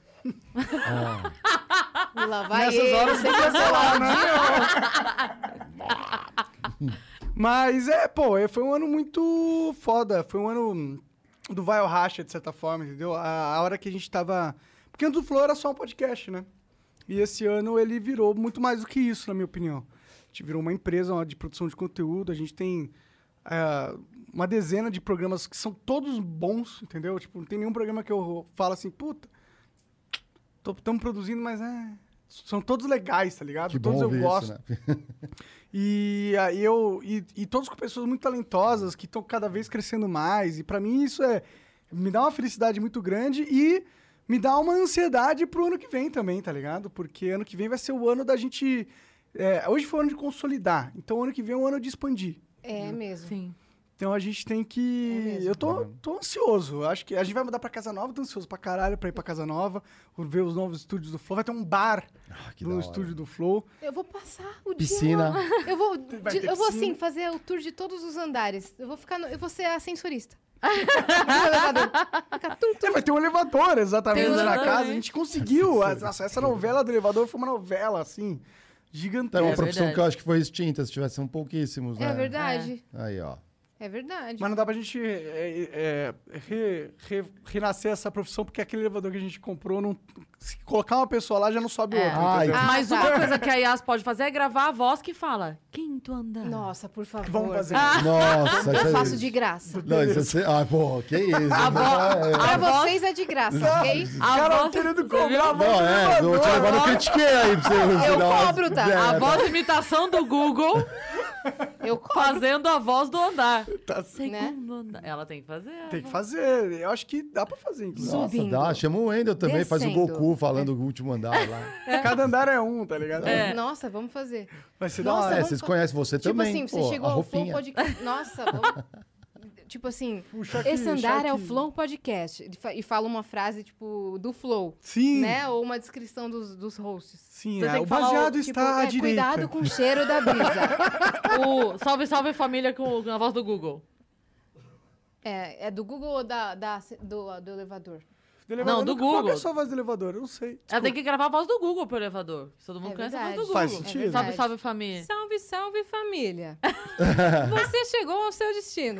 C: E lá vai
D: Nessas
C: ele,
D: horas
C: você
D: tem que cancelar, né? Mas é, pô, é, foi um ano muito foda. Foi um ano do vai ao racha, de certa forma, entendeu? A, a hora que a gente tava... Porque antes do Flow era só um podcast, né? E esse ano ele virou muito mais do que isso, na minha opinião. A gente virou uma empresa ó, de produção de conteúdo. A gente tem é, uma dezena de programas que são todos bons, entendeu? Tipo, não tem nenhum programa que eu falo assim, puta, estamos produzindo, mas é... São todos legais, tá ligado?
I: Que
D: todos
I: bom
D: eu
I: ouvir
D: gosto.
I: isso, né?
D: E aí eu e, e todos com pessoas muito talentosas que estão cada vez crescendo mais. E pra mim isso é me dá uma felicidade muito grande e me dá uma ansiedade pro ano que vem também, tá ligado? Porque ano que vem vai ser o ano da gente é, hoje foi o ano de consolidar. Então ano que vem é o ano de expandir.
C: É mesmo.
B: Sim.
D: Então a gente tem que.
C: É mesmo.
D: eu tô, tô ansioso. Eu acho que a gente vai mudar pra casa nova, tô ansioso pra caralho pra ir pra casa nova, ver os novos estúdios do Flow. Vai ter um bar
I: Ah, que da
D: no
I: hora.
D: estúdio do Flow.
C: Eu vou passar o
I: Piscina.
C: dia lá. Eu vou,
D: Vai
C: de-
D: ter
C: eu vou
D: piscina.
C: assim, fazer o tour de todos os andares. Eu vou ficar no- eu vou ser a sensorista. No elevador. Ficar tum, tum.
D: É, vai ter um elevador, exatamente,
B: Tem um
D: na
B: elevador,
D: casa.
B: hein?
D: A gente conseguiu. a- Nossa, essa novela do elevador foi uma novela, assim,
I: É
D: gigantesca.
I: uma
B: É
I: profissão
B: verdade.
I: que eu acho que foi extinta, se tivessem pouquíssimos, né?
C: É verdade.
I: Aí, ó.
C: É verdade.
D: Mas não dá pra gente é, é, re- re- renascer essa profissão, porque aquele elevador que a gente comprou, não, se colocar uma pessoa lá, já não sobe
B: É.
D: outra,
I: Ah,
D: entendeu?
C: Ah,
B: Mas
C: tá.
B: uma coisa que a Yas pode fazer é gravar a voz que fala quinto andar.
C: Nossa, por favor.
D: Vamos fazer.
I: Nossa,
C: Eu
I: isso
C: faço
I: aí-
C: de graça.
I: Não, isso é... Ah, pô, que isso.
B: A
I: Não,
B: voz-
I: é-
C: Pra
B: A voz-
C: vocês é de graça, ok?
B: A
D: Cara,
B: voz-
D: querendo
B: Você
D: cobrar
B: viu?
D: a voz
I: Não,
D: do
I: é, vou te levar no
B: Agora-
I: critiquei aí pra você.
C: Eu
I: você dar uma-
C: cobro, tá?
I: É,
B: A
I: tá.
B: voz de imitação do Google
C: Eu cobro.
B: fazendo a voz do andar.
D: Tá-
B: Segundo andar. Ela tem que fazer. a
D: Tem que
B: voz.
D: fazer. Eu acho que dá pra fazer, inclusive.
I: Nossa,
C: Subindo.
I: dá. Chama o Wendel também, faz o
C: Descendo.
I: Goku falando o último andar lá.
D: Cada andar é um, tá ligado?
B: É.
C: Nossa, vamos fazer.
D: Vai ser da
C: Nossa,
D: hora.
I: É,
C: vamos
I: vocês
C: fa-
I: conhecem você
C: Tipo
I: também,
C: assim, você
I: pô,
C: chegou
I: a
C: ao Flow
I: roupinha.
C: Podcast. Nossa, vamos... Tipo assim,
D: Puxa aqui,
C: esse andar é o
D: aqui.
C: Flow Podcast. E fa- E fala uma frase, tipo, do Flow.
D: Sim.
C: Né? Ou uma descrição dos, dos hosts.
D: Sim,
B: Você
D: é,
B: tem
D: o
B: que falar o-
D: baseado
C: Tipo,
D: está à
C: é,
D: direita.
C: cuidado com o cheiro da brisa.
B: O salve, salve família com a voz do Google.
C: É, é do Google ou da, da- do, do elevador?
D: Do elevador.
B: Não, do
D: Qual que é
B: Google.
D: a sua voz do elevador? Eu não sei.
B: Ela tem que gravar a voz do Google pro elevador. Todo mundo
C: É
B: conhece a voz do
C: verdade.
B: Google.
D: Faz sentido.
C: É
B: Salve,
C: verdade.
B: salve família.
C: Salve, salve família. Você chegou ao seu destino.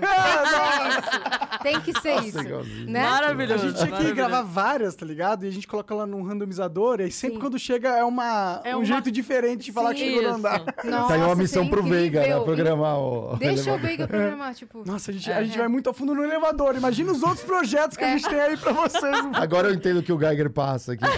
C: Tem que ser
I: Nossa,
C: isso.
I: igualzinho.
C: Né?
D: A
B: Maravilhoso.
D: gente tinha que
B: maravilhoso.
D: gravar várias, tá ligado? E a gente coloca lá num randomizador, e aí sempre
C: Sim.
D: quando chega é, uma,
B: É
D: um
B: uma-
D: jeito diferente de falar que
C: Sim.
D: chegou no
B: Isso.
D: andar.
C: Nossa,
I: Tá aí uma missão
C: seria
I: pro Veiga, né?
C: incrível.
I: Programar o.
C: Deixa o
I: elevador.
C: Veiga programar, tipo...
D: Nossa, a gente, a gente vai muito a fundo no elevador. Imagina os outros projetos que a gente tem aí pra vocês.
I: Agora eu entendo o que o Geiger passa aqui.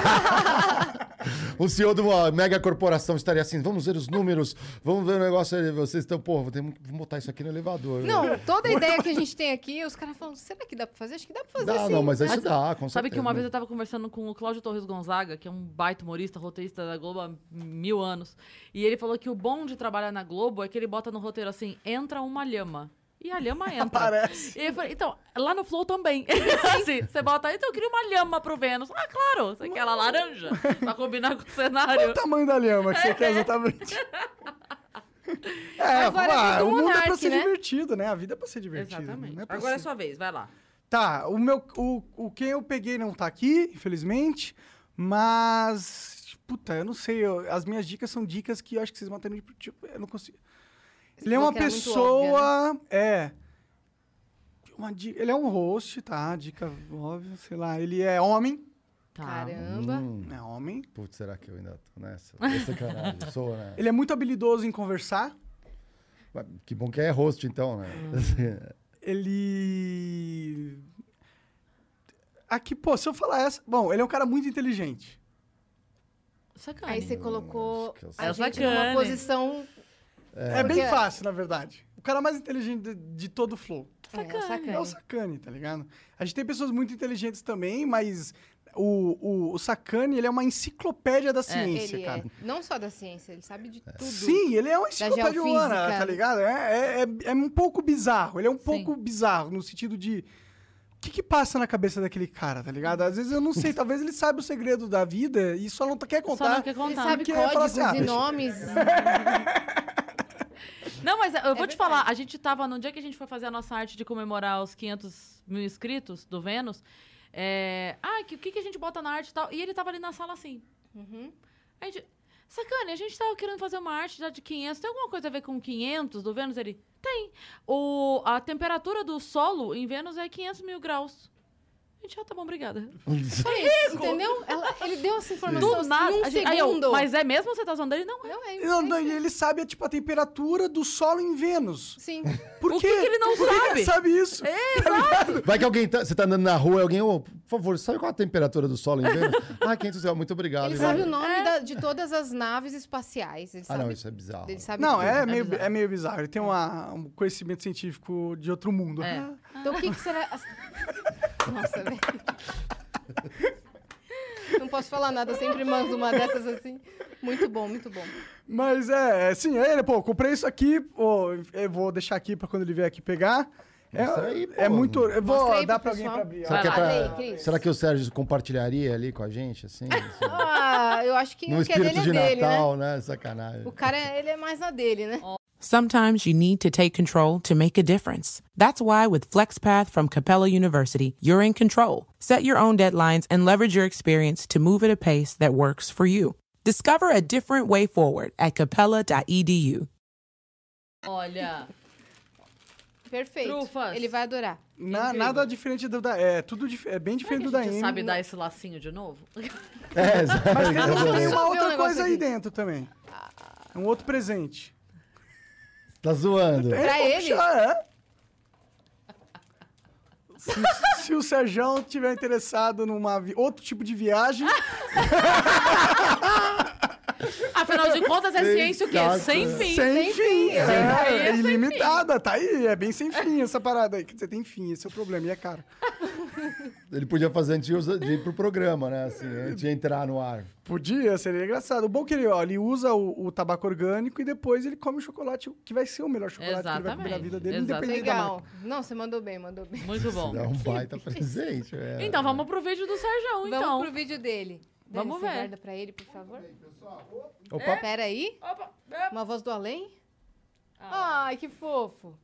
I: O C E O de uma mega corporação estaria assim: vamos ver os números, vamos ver o negócio aí. Vocês estão, pô, vou ter que botar isso aqui no elevador.
C: Não,
I: né?
C: toda a ideia que a gente tem aqui, os caras falam, será que dá pra fazer? Acho que dá pra fazer
I: Dá,
C: sim.
I: não, mas aí
B: Mas
I: isso dá, com
B: Sabe que
I: certeza.
B: uma vez eu tava conversando com o Cláudio Torres Gonzaga, que é um baita humorista, roteirista da Globo há mil anos. E ele falou que o bom de trabalhar na Globo é que ele bota no roteiro assim, entra uma lhama. E a lhama entra.
D: Aparece.
B: E eu falei, então, lá no Flow também. assim, você bota aí, então eu queria uma lhama pro Vênus. Ah, claro, você quer ela laranja? Pra combinar com o
D: Qual
B: cenário.
D: o tamanho da lhama que você quer exatamente? É,
C: Agora
D: ah,
C: é do
D: o mundo é pra
C: Monark,
D: ser
C: né?
D: divertido, né? A vida é pra ser divertida.
B: Exatamente.
D: Não é pra
B: Agora é
D: ser-
B: sua vez, vai lá.
D: Tá, o meu. O, o quem eu peguei não tá aqui, infelizmente. Mas. Puta, eu não sei. eu- as minhas dicas são dicas que eu acho que vocês mantêm. Tipo, eu não consigo.
C: Você
D: Ele é
C: falou
D: uma
C: que era muito
D: pessoa.
C: óbvia,
D: É. Uma dica, ele é um host, tá? Dica óbvia, sei lá. Ele é homem.
B: Tá.
C: Caramba.
I: Hum,
D: É homem.
I: putz, será que eu ainda tô nessa? É sacanagem. Sou, né?
D: Ele é muito habilidoso em conversar.
I: Mas que bom que é host, então, né?
D: Ele... Aqui, pô, se eu falar essa... Bom, ele é um cara muito inteligente.
B: Sacane.
C: Aí você colocou
I: Acho que eu
C: a
B: sei.
C: gente numa
B: Sacane.
C: posição...
D: É,
C: Porque-
D: bem fácil, na verdade. O cara mais inteligente de, de todo o Flow.
C: É,
B: Sacane.
C: sacane.
D: É o Sacane, tá ligado? A gente tem pessoas muito inteligentes também, mas o, o, o Sacane, ele é uma enciclopédia da ciência,
C: Ele
D: cara.
C: é. Não só da ciência, ele sabe de tudo.
D: Sim, ele é uma enciclopédia
C: geofísica.
D: humana, tá ligado? É, é, é, é um pouco bizarro. Ele é um pouco bizarro no sentido de... O que que passa na cabeça daquele cara, tá ligado? Às vezes eu não sei, talvez ele saiba o segredo da vida e só não quer contar.
B: Só não quer
C: Ele
B: contar.
C: sabe
D: Porque eu ia falar
C: códigos
D: assim, ah,
C: e
D: deixa-
C: nomes.
B: Não, mas eu vou te
C: verdade.
B: falar, a gente tava, no dia que a gente foi fazer a nossa arte de comemorar os quinhentos mil inscritos do Vênus, é... Ah, que- o que, que a gente bota na arte e tal? E ele tava ali na sala assim.
C: Uhum.
B: A gente... Sacane, a gente tava querendo fazer uma arte já de quinhentos. Tem alguma coisa a ver com quinhentos do Vênus? Ele, tem. O, a temperatura do solo em Vênus é quinhentos mil graus. A gente, ah, tá bom, obrigada.
C: Só isso, entendeu? Ela- ele deu essa informação
B: Do
C: assim,
B: nada.
C: em um
B: a gente- aí eu,
C: segundo.
B: mas é mesmo você tá usando ele? Não, é.
C: Não, é,
D: Não,
C: é
D: não,
C: isso.
D: e ele sabe, tipo, a temperatura do solo em Vênus.
C: Sim.
D: Por
B: O
D: quê?
B: que que ele não
D: Por que
B: sabe?
D: ele sabe isso?
I: Vai que alguém tá, você tá andando na rua e alguém, ô, por favor, sabe qual é a temperatura do solo em Vênus? Ah, quinhentos graus, muito obrigado.
C: Ele
I: E
C: sabe
I: vai.
C: o nome da- de todas as naves espaciais. Ele
I: Ah,
C: sabe,
I: não, isso é bizarro.
C: ele sabe
D: Não,
C: tudo.
D: é meio,
B: bizarro.
D: é meio bizarro. Ele tem uma, um conhecimento científico de outro mundo.
B: É.
D: Ah,
C: Então o que, que será... Nossa, velho. Não posso falar nada, eu sempre mando uma dessas assim. Muito bom, muito bom.
D: Mas é, é, sim, é ele, pô, comprei isso aqui, pô, eu vou deixar aqui pra quando ele vier aqui pegar. É,
I: Mostra aí, pô.
D: é muito. Eu
C: Mostra
D: vou
C: aí
D: dar
C: pro
D: pra alguém
C: pessoal.
D: pra abrir. ó.
I: Será que, é
B: Vai lá,
I: pra-
C: Lei, Cris.
I: será que o Sérgio compartilharia ali com a gente, assim? assim?
C: Ah, eu acho que
I: Num
C: o que é dele
I: espírito
C: é
I: de
C: dele,
I: Natal,
C: né?
I: né? Sacanagem.
C: O cara, ele é mais na dele, né?
J: Sometimes you need to take control to make a difference. That's why with FlexPath from Capella University, you're in control. Set your own deadlines and leverage your experience to move at a pace that works for you. Discover a different way forward at capella dot e d u.
B: Olha,
C: Perfeito.
B: Trufas.
C: Ele vai adorar.
D: Na-
B: incrível.
D: nada diferente do da. É, tudo dif- é bem
B: será
D: diferente
B: que
D: do da
B: a gente
D: Amy.
B: sabe dar esse lacinho de novo?
I: É, exato.
D: Mas tem, tem
C: Deixa eu
D: uma
C: ver um
D: outra
C: negócio
D: coisa aí
C: aqui.
D: dentro também. É um outro presente.
I: Tá zoando.
D: É,
C: Pra
D: vou
C: ele?
D: puxar, é. Se, se o Serjão tiver interessado numa vi- outro tipo de viagem,
B: Afinal de contas, é ciência o quê?
I: Exato.
B: Sem fim.
D: sem, fim. É,
B: Sem
D: é
B: fim, é sem
D: ilimitada, tá aí. É bem sem fim essa parada aí. Quer dizer, tem fim, esse é o problema, e é caro.
I: Ele podia fazer antes de usa- de ir pro programa, né? Assim, antes de entrar no ar.
D: Podia, seria engraçado. O bom é que ele, ó, ele usa o, o tabaco orgânico e depois ele come o chocolate, que vai ser o melhor chocolate que ele vai comer na vida dele,
B: Exatamente.
D: independente da
C: Legal.
D: marca.
C: Não, você mandou bem, mandou bem.
B: Muito bom.
I: É um baita presente. É.
B: Então, vamos pro vídeo do Serjão, então.
C: Vamos pro vídeo dele. Dani,
B: Vamos
C: você
B: ver.
C: guarda pra ele, por favor.
I: Opa,
C: Pera aí.
B: Opa.
C: Uma voz do além.
B: Ah.
C: Ai, que fofo.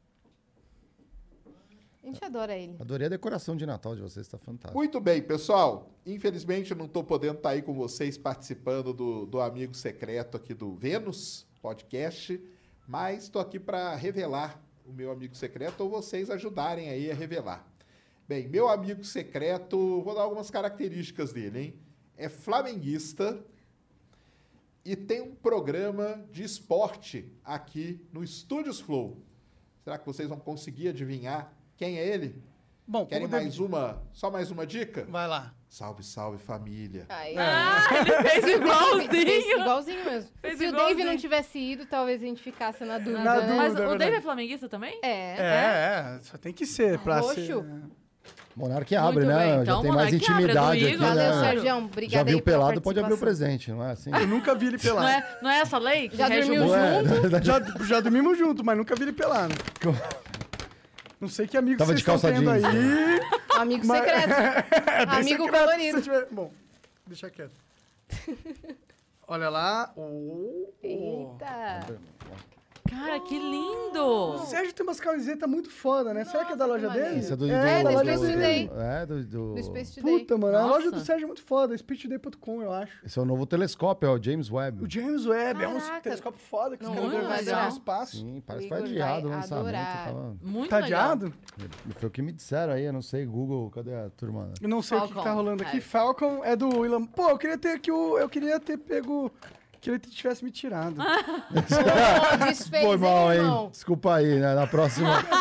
C: A gente adora ele.
I: adorei a decoração de Natal de vocês, tá fantástico.
K: Muito bem, pessoal. Infelizmente, eu não estou podendo estar aí com vocês participando do, do Amigo Secreto aqui do Vênus Podcast, mas estou aqui para revelar o meu amigo secreto ou vocês ajudarem aí a revelar. Bem, meu amigo secreto, vou dar algumas características dele, hein? É flamenguista e tem um programa de esporte aqui no Estúdios Flow. Será que vocês vão conseguir adivinhar quem é ele?
D: Bom,
K: Querem
D: como
K: mais
D: deve-
K: uma? Só mais uma dica?
D: Vai lá.
K: Salve, salve, família.
C: Ai,
B: Ah, ele fez
C: Fez
B: igualzinho.
C: igualzinho mesmo.
B: Fez
C: Se o
B: igualzinho.
C: Dave não tivesse ido, talvez a gente ficasse na dúvida.
D: Na
C: né?
D: dúvida.
B: Mas
D: é
B: o Dave
D: verdade.
B: é flamenguista também?
C: É.
D: É, é, só tem que ser pra
C: Roxo.
D: ser...
I: Monarque abre,
B: Muito
I: né?
B: bem,
I: Já
B: então
I: tem mais
B: Monarque abre, é do
I: intimidade aqui,
B: Igor.
C: Valeu,
I: né?
C: Sérgio.
I: Já
C: Obrigada
I: viu
C: aí pela
I: pelado, pode abrir o
C: participação.
I: presente, não é assim?
D: Eu nunca vi ele
B: Não
D: pelado.
B: é, não é essa lei? que
C: Já
B: rege o
C: dormiu
B: mundo?
I: Não é?
D: Já, já dormimos junto, mas nunca vi ele pelado. Não sei que amigo
I: Tava
D: vocês
I: de calça
D: estão tendo
I: jeans,
D: aí.
C: Amigo
D: Mas-
C: secreto.
D: É bem
C: Amigo
D: secreto,
C: colorido.
D: se tiver- Bom, deixa quieto. Olha lá. Oh, oh.
C: Eita.
B: Cara, que
D: O
B: lindo!
D: Sérgio tem umas camisetas muito foda, né? Será que é da loja
C: que
D: dele?
C: maneiro.
I: Isso é do,
D: É,
I: do,
C: do
D: loja
C: Space
D: dele.
C: Today.
I: É, do, do...
C: Do Space Today.
D: Puta, mano. A
B: Nossa.
D: loja do Sérgio é muito foda. speech today ponto com, eu acho.
I: Esse é o novo telescópio, é o James Webb.
D: O James Webb é um
C: Caraca.
D: telescópio foda que os
C: Não,
D: caras
B: muito
D: vão viajar
B: legal.
D: no espaço.
I: Sim, parece que
C: O
I: foi
C: Igor
I: adiado o
C: vai
I: lançamento.
C: adorar.
I: Tava...
B: Muito
D: Tá
B: legal.
D: adiado?
I: Foi o que me disseram aí, eu não sei, Google, cadê a turma?
D: Eu não sei o que, que
B: Falcon.
D: tá rolando aqui.
B: É.
D: Falcon é do William. Pô, eu queria ter aqui o. Eu queria ter pego. Que ele tivesse me tirado.
C: Pô, desfez,
I: Foi mal,
C: hein,
I: hein?
C: irmão?
I: Desculpa aí, né? Na próxima.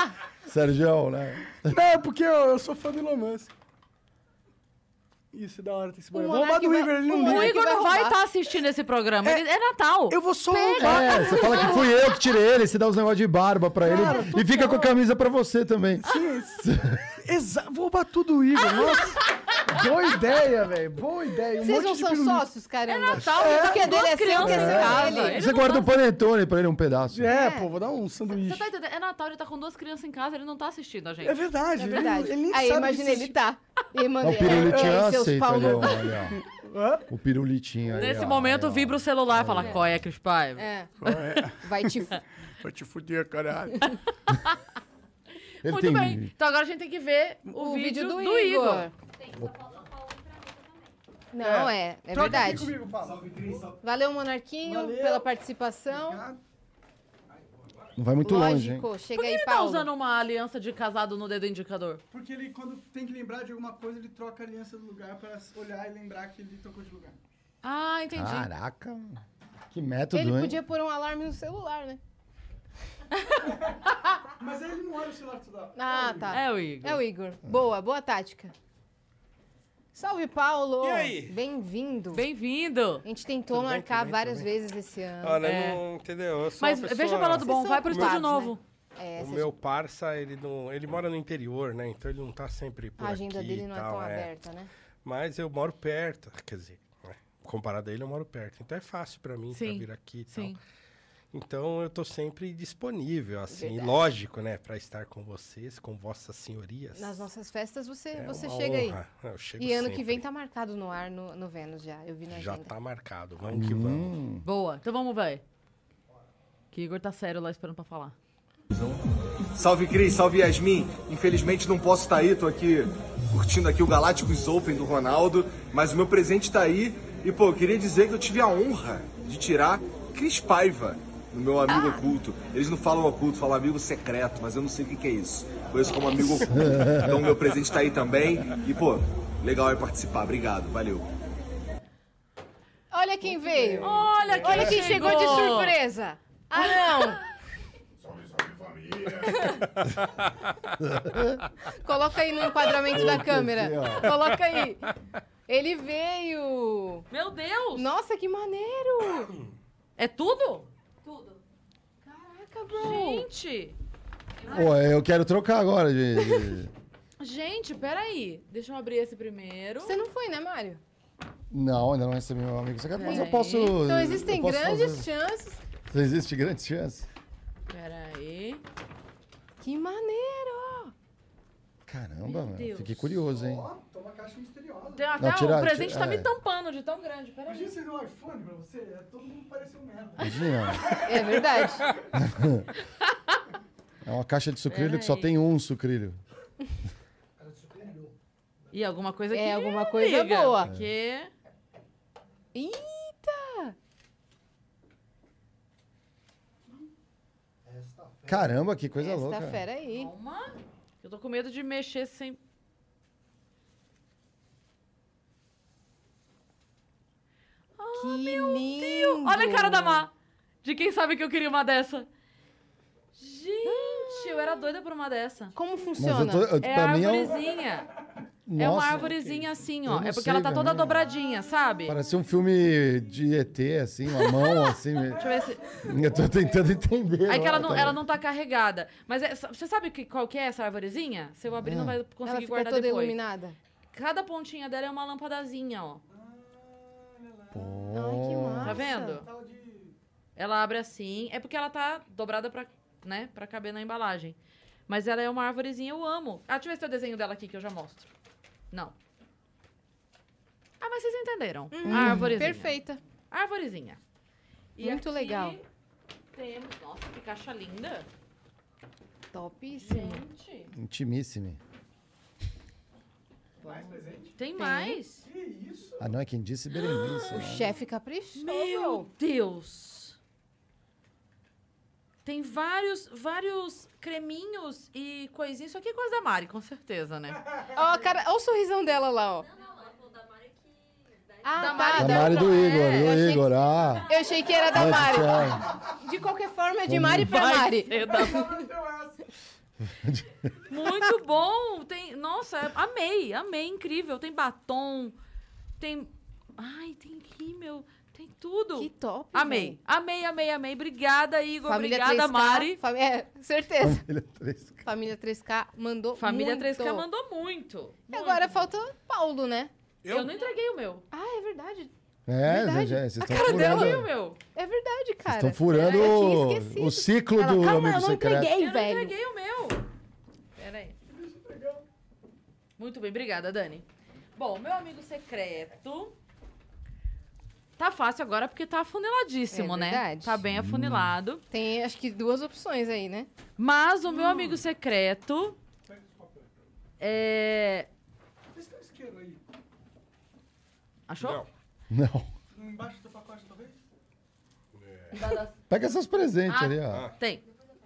I: Sergião, né?
D: Não, é porque eu, eu sou fã do Elon Musk. Isso, da hora, tem esse banho. Vou roubar do
C: vai-
D: Igor, ele não
C: o
B: O
D: liga.
B: Igor
C: vai
B: não vai
C: roubar.
B: estar assistindo esse programa. É, é Natal.
D: Eu vou só roubar.
I: É, você fala que fui eu que tirei ele, você dá uns negócios de barba pra ele e fica com a camisa pra você também.
D: Exato, vou roubar tudo do Igor. Nossa, boa ideia, velho. Boa ideia. Um
C: Vocês não
D: monte de
C: são
D: pirulito.
C: sócios, caramba?
B: É Natal,
C: É,
B: ele tá
C: porque
B: com
C: dele
B: duas
C: é seu, que é
B: crianças
C: seu
B: em casa.
C: dele.
B: Ele
I: Você
B: não
I: guarda
B: tá-
I: um panetone pra ele um pedaço.
D: É, pô, vou dar um sanduíche.
B: Você tá entendendo? É Natal, ele tá com duas crianças em casa, ele não tá assistindo a gente.
D: É verdade.
C: É
D: ele-
C: verdade.
D: Ele, nem
C: Aí,
D: sabe
C: imagina,
D: que
C: ele
D: existe.
C: tá. E
I: Ó,
C: mandei,
I: o pirulitinho
C: "Ei, seus
I: aceita
C: pau
I: ali,
C: no
I: ó,
C: cu."
I: olha, ó.
D: Hã?
I: O pirulitinho ali,
B: Nesse
I: ó,
B: momento,
I: aí, ó.
B: vibra o celular e fala, qual é, Cris Paiva?
C: É,
D: É,
C: vai te...
D: vai te fuder, caralho.
I: Ele
B: Muito
I: tem...
B: bem. Então agora a gente tem que ver o,
C: O
B: vídeo,
C: vídeo do,
B: do, Igor.
C: Igor. Não, é, é
D: Troca aqui
C: verdade.
D: comigo, Paulo.
C: Valeu, Monarquinho,
D: Valeu.
C: pela participação.
I: Não vai muito longe, hein?
C: Lógico, chega
B: Por que
C: aí,
B: ele tá
C: Paulo.
B: usando uma aliança de casado no dedo indicador?
D: Porque ele, quando tem que lembrar de alguma coisa, ele troca a aliança do lugar pra olhar e lembrar que ele trocou de lugar.
B: Ah, entendi.
I: Caraca, que método,
C: Ele
I: hein?
C: podia pôr um alarme no celular, né?
D: Mas aí ele não olha o celular toda hora.
C: Ah, tá.
B: É o Igor.
C: É o Igor. Boa, boa tática. Salve, Paulo!
L: E aí?
C: Bem-vindo.
B: Bem-vindo.
C: A gente tentou
L: Tudo bem,
C: marcar
L: tudo bem,
C: várias
L: tudo bem.
C: vezes esse ano.
L: Olha,
B: É.
L: não entendeu? Eu sou
B: Mas
L: uma pessoa...
B: veja pelo lado bom,
C: Vocês
B: vai
C: são
B: pro estúdio
C: ocupados,
B: novo.
C: É,
L: O
C: vocês-
L: meu parça, ele não, ele mora no interior, né? Então ele não tá sempre por
C: a agenda
L: aqui
C: dele
L: e
C: não é
L: tal,
C: tão aberta, né?
L: Mas eu moro perto, quer dizer, né? Comparado a ele, eu moro perto. Então é fácil pra mim pra
B: Sim,
L: vir aqui e
B: sim.
L: tal. Então eu tô sempre disponível, assim,
C: Verdade.
L: lógico, né? Pra estar com vocês, com vossas senhorias.
C: Nas nossas festas você,
L: É
C: você
L: uma
C: chega aí.
L: honra. Eu chego
C: E ano que
L: sempre.
C: vem tá marcado no ar no, no Vênus já. Eu vi na
L: Já
C: agenda.
L: tá marcado, vamos que vamos.
I: Hum,
B: Boa. Então vamos ver. Que Igor tá sério lá esperando pra falar.
M: Salve Cris, salve Yasmin. Infelizmente não posso estar aí, tô aqui curtindo aqui o Galácticos Open do Ronaldo, mas o meu presente tá aí e pô, eu queria dizer que eu tive a honra de tirar Cris Paiva no meu amigo oculto. Eles não falam oculto, falam amigo secreto, mas eu não sei o que, que é isso. Conheço como amigo oculto. Então o meu presente tá aí também e pô, legal é participar. Obrigado, valeu.
C: Olha quem veio.
B: Olha quem
C: Olha quem chegou de
B: chegou.
C: surpresa. Ah, não. Coloca aí no enquadramento da câmera.
I: aqui, ó.
C: Coloca aí. Ele veio.
B: Meu Deus!
C: Nossa, que maneiro.
B: É tudo?
C: Caraca, bro.
B: Gente!
I: Pô, eu quero trocar agora, gente.
B: Gente, peraí. Deixa eu abrir esse primeiro.
C: Você não foi, né, Mário?
I: Não, ainda não recebi meu amigo secreto, mas eu
B: Peraí.
I: posso...
C: Então existem
I: eu posso
C: grandes
I: fazer-
C: chances.
I: Existe grandes chances.
B: Peraí.
C: Que maneiro.
I: Caramba, meu,
B: Deus.
I: fiquei curioso, hein?
D: Ó, tá uma caixa misteriosa.
B: Tem até
I: Não, tira-
B: o presente
I: tira-
B: tá me
I: é.
B: tampando de tão grande. Peraí.
D: Imagina você deu um iPhone pra você, é, todo mundo pareceu merda.
I: Imagina.
C: É verdade.
I: É uma caixa de sucrilho
B: Pera
I: que só
B: aí.
I: tem um sucrilho.
B: E alguma coisa
C: É,
B: que
C: alguma coisa
B: liga,
C: boa.
B: Porque...
C: Eita.
I: Caramba, que coisa
C: Esta
I: louca.
C: fera aí.
B: Calma. Eu tô com medo de mexer sem...
C: Que lindo.
B: Olha a cara da Má. De quem sabe que eu queria uma dessa. Gente, eu era doida por uma dessa.
C: Como
I: Mas
C: funciona?
I: eu tô, eu,
B: É
I: pra mim é um...
B: arvorezinha.
I: Nossa,
B: É uma arvorezinha assim,
I: Eu
B: ó.
I: não
B: É porque
I: sei,
B: ela tá
I: velho.
B: toda dobradinha, sabe?
I: Parece um filme de E T, assim, uma mão, assim.
B: Deixa eu ver se...
I: Eu tô tentando entender.
B: Aí que ela
I: lá,
B: não,
I: tá
B: ela
I: vendo?
B: não tá carregada. Mas é- você sabe que, qual que é essa arvorezinha? Se eu abrir, não vai
C: Ela
B: conseguir
C: fica
B: guardar
C: toda
B: depois.
C: iluminada.
B: Cada pontinha dela é uma lampadazinha, ó.
I: Pô.
C: Ai, que massa.
B: Tá vendo? Ela abre assim. É porque ela tá dobrada pra, né, pra caber na embalagem. Mas ela é uma árvorezinha, eu amo. Ah, deixa eu ver se tem o desenho dela aqui que eu já mostro. Não. Ah, mas vocês entenderam.
C: Uhum.
B: A árvorezinha.
C: Perfeita.
B: Árvorezinha. E
C: Muito
B: aqui
C: legal.
B: Temos... Nossa, que caixa linda.
C: Topíssimo.
B: Gente,
I: Intimíssimo.
B: tem mais.
D: Que isso?
I: Ah, não, é quem disse Berenice.
C: O
I: né?
C: chefe caprichou.
B: Meu Deus! Tem vários, vários creminhos e coisinhas. Isso aqui é coisa da Mari, com certeza, né?
C: Ó, a cara, ó o sorrisão dela lá, ó. Ah,
B: Da
C: tá,
B: Mari
I: Da
C: da-
I: Mari do Igor,
C: É, eu
I: do
C: achei-
I: Igor. Ah,
C: Eu achei que era da
I: Antes,
C: Mari.
I: tchau.
C: De qualquer forma, é de Mari pra
B: Vai
C: Mari.
B: ser da- Muito bom. Tem, nossa, amei, amei, incrível. Tem batom, tem... Ai, tem rímel, tem tudo.
C: Que top,
B: Amei,
C: véi.
B: amei, amei, amei. Obrigada, Igor.
C: Família
B: Obrigada,
C: três K,
B: Mari.
C: fami- É, certeza.
I: Família três K.
C: Família três K mandou
B: Família
C: muito.
B: três K mandou muito.
C: E agora falta Paulo, né?
B: Eu, não entreguei o meu.
C: Ah, é verdade.
I: É,
C: Verdade.
I: já, vocês
C: A
I: estão
C: cara dela
I: furando.
B: o meu.
C: É verdade, cara.
I: Estão furando
C: Eu tinha
I: o,
C: esquecido.
I: o ciclo
C: Ela,
I: do
C: calma,
I: amigo
C: eu não
I: secreto.
C: entreguei,
B: Eu não
C: velho.
B: entreguei o meu. Pera aí. Muito bem, obrigada, Dani. Bom, meu amigo secreto... Tá fácil agora porque tá afuniladíssimo,
C: É
B: né?
C: verdade.
B: Tá bem afunilado.
C: Tem, acho que, duas opções aí, né?
B: Mas o meu amigo secreto é...
D: Esse tem um isqueiro aí.
B: Achou?
I: Não.
D: Embaixo do pacote, talvez?
I: Pega seus presentes
B: Ah,
I: ali, ó.
B: Tem.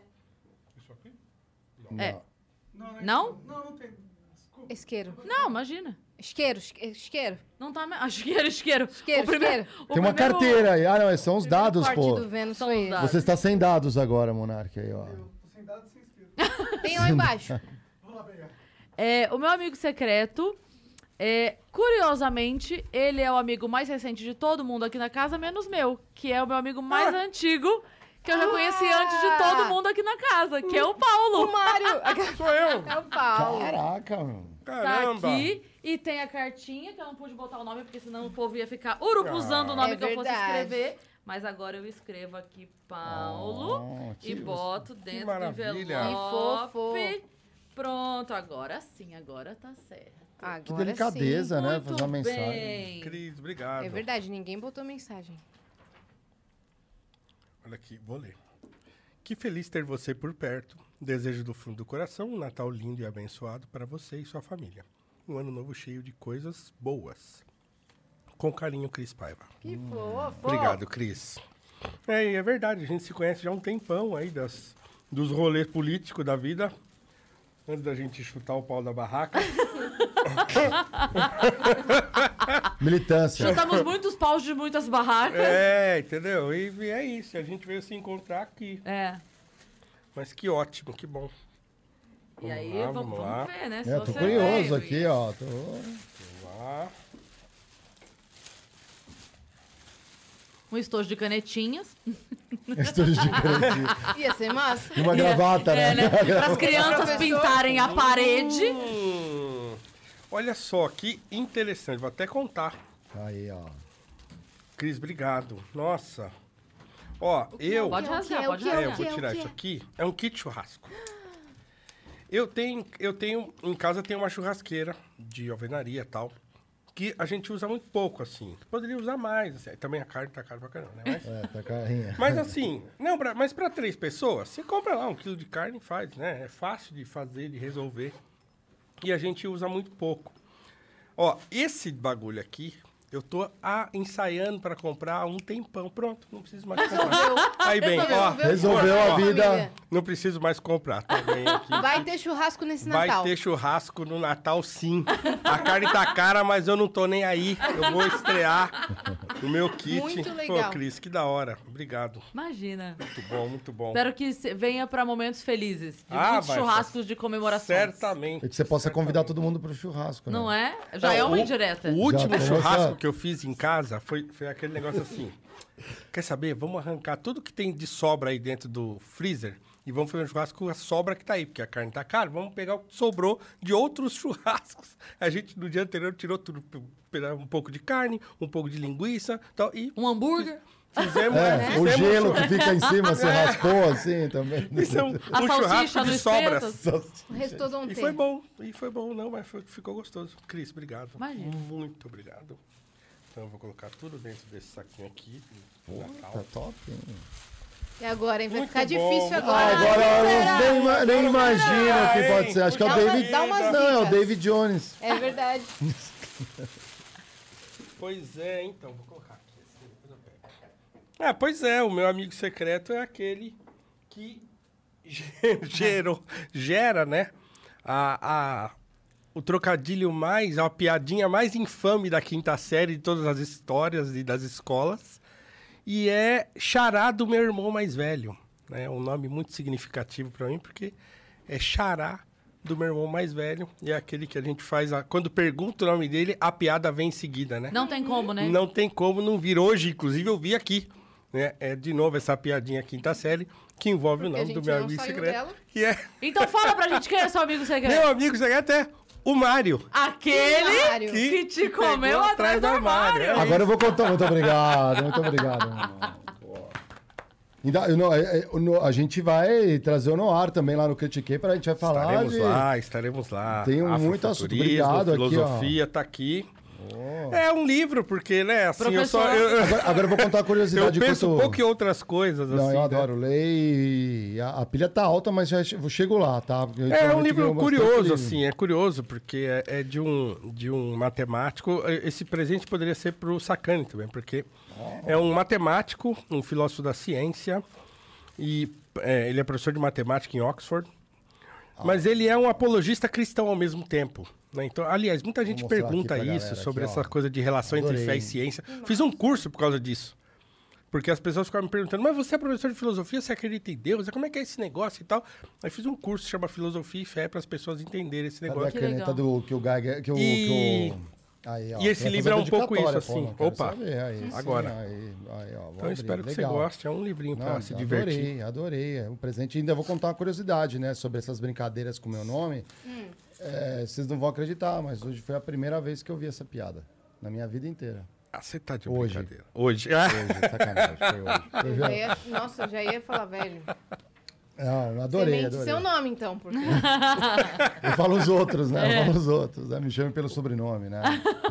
B: É.
D: Não?
B: Não?
D: Não, não tem. Desculpa.
C: Isqueiro.
B: Não, imagina.
C: Isqueiro, isque- isqueiro.
B: Não tá... Ah, isqueiro, isqueiro.
C: Isqueiro,
B: O primeiro-
C: isqueiro.
B: o
I: Tem uma
B: primeiro-
I: carteira aí. Ah, não, são os dados,
C: Corte
I: pô.
C: do Vênus
B: São
C: foi
B: os
C: esse.
B: dados.
I: Você está sem dados agora, Monark, aí, ó.
D: Sem dado, sem isqueiro.
C: Tem lá embaixo.
D: Vou lá pegar.
B: É, o meu amigo secreto, é, curiosamente, ele é o amigo mais recente de todo mundo aqui na casa, menos meu, que é o meu amigo mais antigo, que eu já conheci
C: Ah!
B: antes de todo mundo aqui na casa, que é o Paulo.
C: O Mário.
L: Sou eu.
C: É o Paulo.
I: Caraca, meu.
B: Tá
L: Caramba.
B: aqui e tem a cartinha, que eu não pude botar o nome, porque senão o povo ia ficar urubuzando o nome
C: É
B: que eu fosse
C: verdade.
B: escrever. Mas agora eu escrevo aqui Paulo
I: Oh, que
B: e boto dentro do
L: maravilha.
B: envelope.
C: Que fofo.
B: Pronto, agora sim, agora tá certo.
C: Agora
I: Que delicadeza, né?
B: Muito
I: Fazer uma mensagem.
B: bem.
L: Cris, obrigado.
C: Sim. É verdade, ninguém botou mensagem.
L: Olha aqui, vou ler. Que feliz ter você por perto. Desejo do fundo do coração um Natal lindo e abençoado para você e sua família. Um ano novo cheio de coisas boas. Com carinho, Cris Paiva.
C: Que fofo.
L: Obrigado, Cris. É, e é verdade, a gente se conhece já há um tempão aí das, dos rolês políticos da vida. Antes da gente chutar o pau da barraca.
I: Militância.
B: Chutamos muitos paus de muitas barracas.
L: É, entendeu? E, e é isso, a gente veio se encontrar aqui.
B: É.
L: Mas que ótimo, que bom.
B: E aí,
L: lá,
B: vamos,
L: vamos
B: vamos
L: lá.
B: ver, né? Se
I: É, tô
B: você
I: curioso
B: veio.
I: aqui, ó. Tô...
L: Vamos lá.
B: Um estojo de canetinhas.
I: Estúdio de garantia.
C: Ia ser massa.
I: E uma gravata,
B: É,
I: né?
B: né? Para as crianças pintarem a parede.
L: Hum, olha só, que interessante. Vou até contar.
I: Aí, ó.
L: Cris, obrigado. Nossa. Ó, eu...
B: Pode
C: O que é,
B: rasgar,
C: o
B: pode
C: que é,
L: É,
C: o
L: eu
B: rasgar.
C: que
L: vou
C: é, o
L: tirar
C: que
L: isso
C: é?
L: aqui. É um kit churrasco. Eu tenho, eu tenho, em casa tem uma churrasqueira de alvenaria e tal, que a gente usa muito pouco, assim. Poderia usar mais, assim. Também a carne tá cara pra caramba, né? Mas,
I: É, tá carrinha.
L: mas assim, não, pra, mas pra três pessoas, você compra lá um quilo de carne e faz, né? É fácil de fazer, de resolver. E a gente usa muito pouco. Ó, esse bagulho aqui, eu tô ah, ensaiando pra comprar há um tempão. Pronto, não preciso mais comprar. Aí bem, ó.
I: Resolveu a vida.
L: Não preciso mais comprar, tá bem aqui.
C: Vai ter churrasco nesse
L: Vai
C: Natal.
L: ter churrasco no Natal, sim. A carne tá cara, mas eu não tô nem aí. Eu vou estrear o meu kit.
C: Muito legal.
L: Pô, Cris, que da hora. Obrigado.
B: Imagina.
L: Muito bom, muito bom.
B: Espero que se- venha para momentos felizes. De
L: Ah,
B: muitos
L: vai,
B: churrascos de comemoração.
L: Certamente.
I: E que você possa convidar todo mundo pro churrasco, né?
B: Não é? Já
L: Não,
B: é uma
L: o-
B: indireta.
L: O último
I: Já
L: churrasco
I: começa-
L: que eu fiz em casa foi, foi aquele negócio assim. Quer saber? Vamos arrancar tudo que tem de sobra aí dentro do freezer e vamos fazer um churrasco com a sobra que tá aí, porque a carne tá cara. Vamos pegar o que sobrou de outros churrascos. A gente, no dia anterior, tirou tudo, pegar um pouco de carne, um pouco de linguiça tal, e
B: Um hambúrguer.
L: fizemos...
I: É,
L: fizemos
I: o gelo
L: um
I: que fica em cima, você raspou assim também.
L: Fizemos
B: A
L: um
B: salsicha
L: churrasco
B: no
L: de
B: espeto.
L: sobras.
C: Restou de
L: E
C: ontem.
L: foi bom, e foi bom, não, mas foi- ficou gostoso. Cris, obrigado.
B: Imagina.
L: Muito obrigado. Então eu vou colocar tudo dentro desse saquinho aqui. no Natal.
I: Tá top, hein?
C: E agora, hein? Vai
L: Muito
C: ficar
L: bom,
C: difícil
L: muito
C: agora.
I: Ah, agora
C: Quem
I: eu
C: será?
I: nem, ima- nem imagino o que pode ser. Acho que é o
C: Dá uma-
I: David...
C: dá umas
I: Não, é o
C: dicas.
I: David Jones.
C: É verdade.
L: Pois é, então, vou colocar aqui. assim, depois eu pego. Ah, pois é, o meu amigo secreto é aquele que ge- gerou, gera, né, a, a, o trocadilho mais, a piadinha mais infame da quinta série de todas as histórias e das escolas, e é Xará do meu irmão mais velho. É um nome muito significativo para mim, porque é xará do meu irmão mais velho. E é aquele que a gente faz... A... Quando pergunta o nome dele, a piada vem em seguida, né?
B: Não tem como, né?
L: Não tem como não vir. Hoje, inclusive, eu vi aqui. Né? É, de novo, essa piadinha quinta série, que envolve
C: Porque
L: o nome do meu amigo secreto. Dela. Que é...
B: Então fala pra gente quem é seu amigo secreto.
L: Meu amigo secreto é o Mário.
B: Aquele Mário. Que, que te comeu atrás do armário.
I: armário. Agora eu vou contar. Muito obrigado, muito obrigado. Ainda, eu não, eu não, a gente vai trazer o Noir também lá no Critiquei, para a gente vai falar.
L: Estaremos
I: de...
L: lá, estaremos lá.
I: Tem muito assunto. Obrigado.
L: Filosofia
I: aqui,
L: tá aqui. Oh. É um livro, porque, né, assim,
B: Professor.
L: eu só... Eu,
I: agora, agora eu vou contar a curiosidade.
L: Eu penso
I: quanto...
L: um pouco em outras coisas,
I: não,
L: assim.
I: eu adoro
L: né?
I: ler e a, a pilha tá alta, mas já eu chego lá, tá? Porque
L: é um livro curioso, assim, é curioso, porque é, é de, um, de um matemático. Esse presente poderia ser pro Sacani também, porque oh. é um matemático, um filósofo da ciência, e é, ele é professor de matemática em Oxford, oh. mas ele é um apologista cristão ao mesmo tempo. Né? Então, aliás, muita gente pergunta isso galera, sobre aqui, essa coisa de relação Adorei. entre fé e ciência. Fiz um curso por causa disso. Porque as pessoas ficavam me perguntando, mas você é professor de filosofia, você acredita em Deus? Como é que é esse negócio e tal? Aí fiz um curso que chama Filosofia e Fé para as pessoas entenderem esse negócio.
I: Cadê a caneta do que o Geiger... Que o,
L: e...
I: que o... Aí, ó,
L: e esse livro é um pouco isso, assim.
I: Pô,
L: Opa,
I: aí,
L: agora.
I: Sim, aí, aí, ó,
L: então, eu espero que legal. você goste. É um livrinho para se
I: adorei,
L: divertir.
I: Adorei, adorei. É um presente. Ainda vou contar uma curiosidade, né? Sobre essas brincadeiras com o meu nome. Hum. É, vocês não vão acreditar, mas hoje foi a primeira vez que eu vi essa piada. Na minha vida inteira.
L: Ah, você tá de
I: hoje.
L: brincadeira. Hoje.
I: Hoje, sacanagem. Foi hoje.
C: Eu já ia, nossa, eu já ia falar, velho.
I: Não, adorei,
C: Você
I: adorei.
C: seu nome, então, porque...
I: Eu falo os outros, né? É. Eu falo os outros, né? Me chamem pelo sobrenome, né?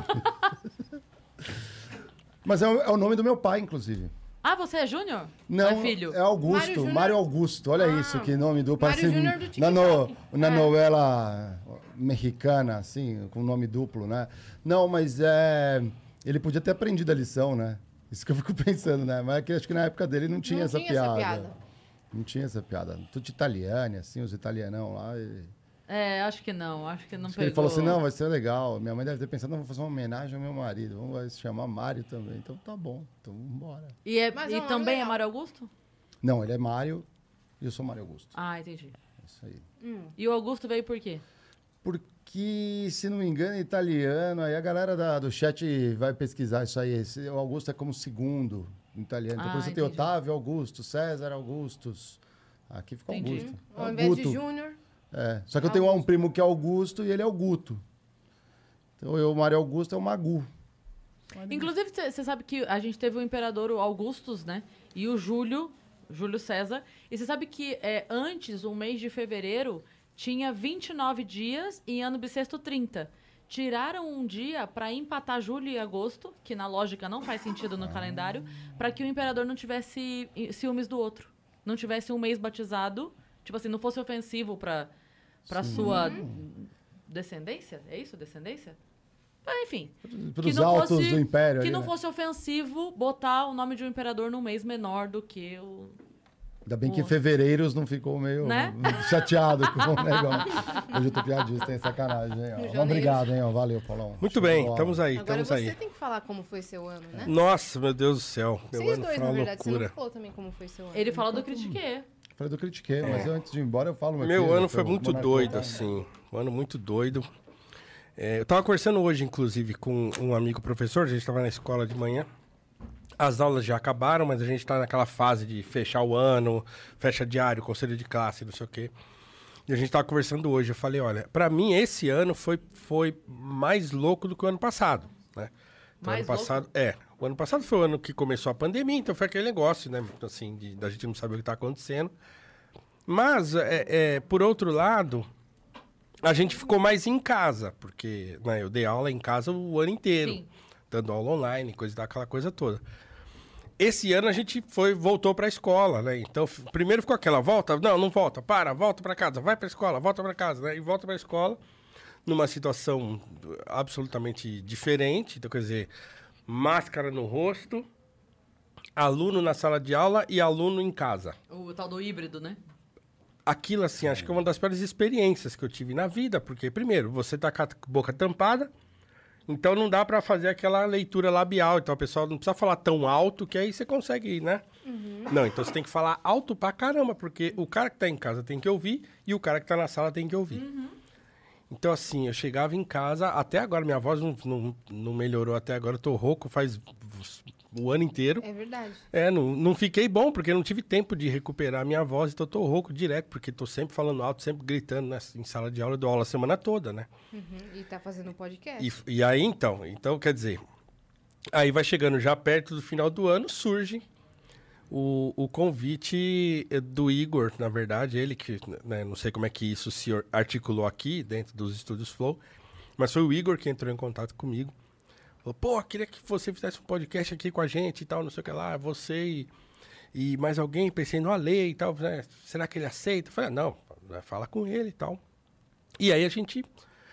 I: Mas é o, é o nome do meu pai, inclusive.
B: Ah, você é Júnior?
I: Não,
B: é filho?
I: é Augusto,
C: Mário,
I: Mário Augusto. Olha
C: ah,
I: isso, que nome do...
C: Mário Júnior do
I: na, no, na
C: é.
I: novela mexicana, assim, com nome duplo, né? Não, mas é... Ele podia ter aprendido a lição, né? Isso que eu fico pensando, né? Mas é que acho que na época dele não tinha,
C: não
I: essa,
C: tinha
I: piada.
C: essa piada.
I: Não tinha essa piada. Tudo italiano, assim, os italianão lá. E...
B: É, acho que não. Acho que não
I: acho
B: pegou.
I: Que ele falou assim, não, vai ser legal. Minha mãe deve ter pensado, não, vou fazer uma homenagem ao meu marido. Vamos se chamar Mário também. Então tá bom, então vamos embora.
B: E, é,
C: Mas
B: e
C: é
B: também
C: legal.
B: é Mário Augusto?
I: Não, ele é Mário e eu sou Mário Augusto.
B: Ah, entendi.
I: Isso aí.
B: Hum. E o Augusto veio por quê?
I: Porque, se não me engano, é italiano. Aí a galera da, do chat vai pesquisar isso aí. Esse, o Augusto é como segundo em italiano. Então,
B: Ah,
I: por isso tem Otávio Augusto, César Augustus. Aqui ficou
B: Entendi.
I: Augusto.
C: Ao invés de Júnior.
I: É. Só que eu tenho um primo que é Augusto e ele é o Guto. Então, eu, o Mário Augusto, é o Magu.
B: Inclusive, você sabe que a gente teve o imperador Augustus, né? E o Júlio, Júlio César. E você sabe que é, antes, o mês de fevereiro, tinha vinte e nove dias e ano bissexto trinta. Tiraram um dia para empatar julho e agosto, que na lógica não faz sentido no calendário, para que o imperador não tivesse ciúmes do outro. Não tivesse um mês batizado, tipo assim, não fosse ofensivo para para sua descendência? É isso, descendência? Ah, enfim.
I: Para os altos
B: fosse,
I: do império.
B: Que
I: ali,
B: não
I: né?
B: fosse ofensivo botar o nome de um imperador num mês menor do que o...
I: Ainda bem
B: o...
I: que fevereiros não ficou meio
B: né?
I: chateado com o negócio. Hoje eu tô piadista, hein? Sacanagem, hein? Ó. Mas obrigado, hein? Ó. Valeu, Paulão.
L: Muito
I: Show
L: bem,
I: bola.
L: estamos aí,
C: Agora
L: estamos
C: você
L: aí.
C: tem que falar como foi seu ano, né?
L: Nossa, meu Deus do céu. Meu
C: Vocês
L: ano
C: dois,
L: foi
C: na
L: uma
C: verdade,
L: loucura.
C: você não falou também como foi seu ano.
B: Ele fala do Critiquei.
I: Falei do Critiquei, mas eu, antes de ir embora eu falo...
L: Meu
I: aqui,
L: ano
I: eu
L: foi
I: tô-
L: muito
I: Monarca
L: doido,
I: Online.
L: assim. Um ano muito doido. É, eu tava conversando hoje, inclusive, com um amigo professor. A gente tava na escola de manhã. As aulas já acabaram, mas a gente tá naquela fase de fechar o ano, fecha diário, conselho de classe, não sei o quê. E a gente tava conversando hoje. Eu falei, olha, pra mim esse ano foi, foi mais louco do que o ano passado, né? Então,
B: Mais
L: ano passado, é. O ano passado foi o ano que começou a pandemia, então foi aquele negócio, né? Assim, de, da gente não saber o que tá acontecendo. Mas, é, é, por outro lado, a gente ficou mais em casa, porque né, eu dei aula em casa o ano inteiro.
B: Sim.
L: Dando aula online, coisa daquela coisa toda. Esse ano a gente foi, voltou para a escola, né? Então, f- primeiro ficou aquela volta, não, não volta, para, volta para casa, vai para a escola, volta para casa, né? E volta para a escola numa situação absolutamente diferente, então, quer dizer, máscara no rosto, aluno na sala de aula e aluno em casa.
B: O tal do híbrido, né?
L: Aquilo, assim, acho que é uma das piores experiências que eu tive na vida, porque, primeiro, você tá com a boca tampada Então não dá pra fazer aquela leitura labial. Então a pessoa não precisa falar tão alto que aí você consegue, né?
C: Uhum.
L: Não, então você tem que falar alto pra caramba, porque o cara que tá em casa tem que ouvir e o cara que tá na sala tem que ouvir.
C: Uhum.
L: Então, assim, eu chegava em casa, até agora, minha voz não, não, não melhorou até agora, eu tô rouco faz o ano inteiro.
C: É verdade.
L: É, não, não fiquei bom, porque não tive tempo de recuperar a minha voz, então eu tô rouco direto, porque tô sempre falando alto, sempre gritando né, em sala de aula, eu dou aula a semana toda, né?
C: Uhum. E tá fazendo um podcast.
L: E, e aí, então, então, quer dizer, aí vai chegando já perto do final do ano, surge o, o convite do Igor, na verdade, ele que, né, não sei como é que isso se articulou aqui, dentro dos Estúdios Flow, mas foi o Igor que entrou em contato comigo. Falou, pô, queria que você fizesse um podcast aqui com a gente e tal, não sei o que lá, você e, e mais alguém, pensei no Ale e tal, né? Será que ele aceita? Eu falei, ah, não, fala com ele e tal. E aí a gente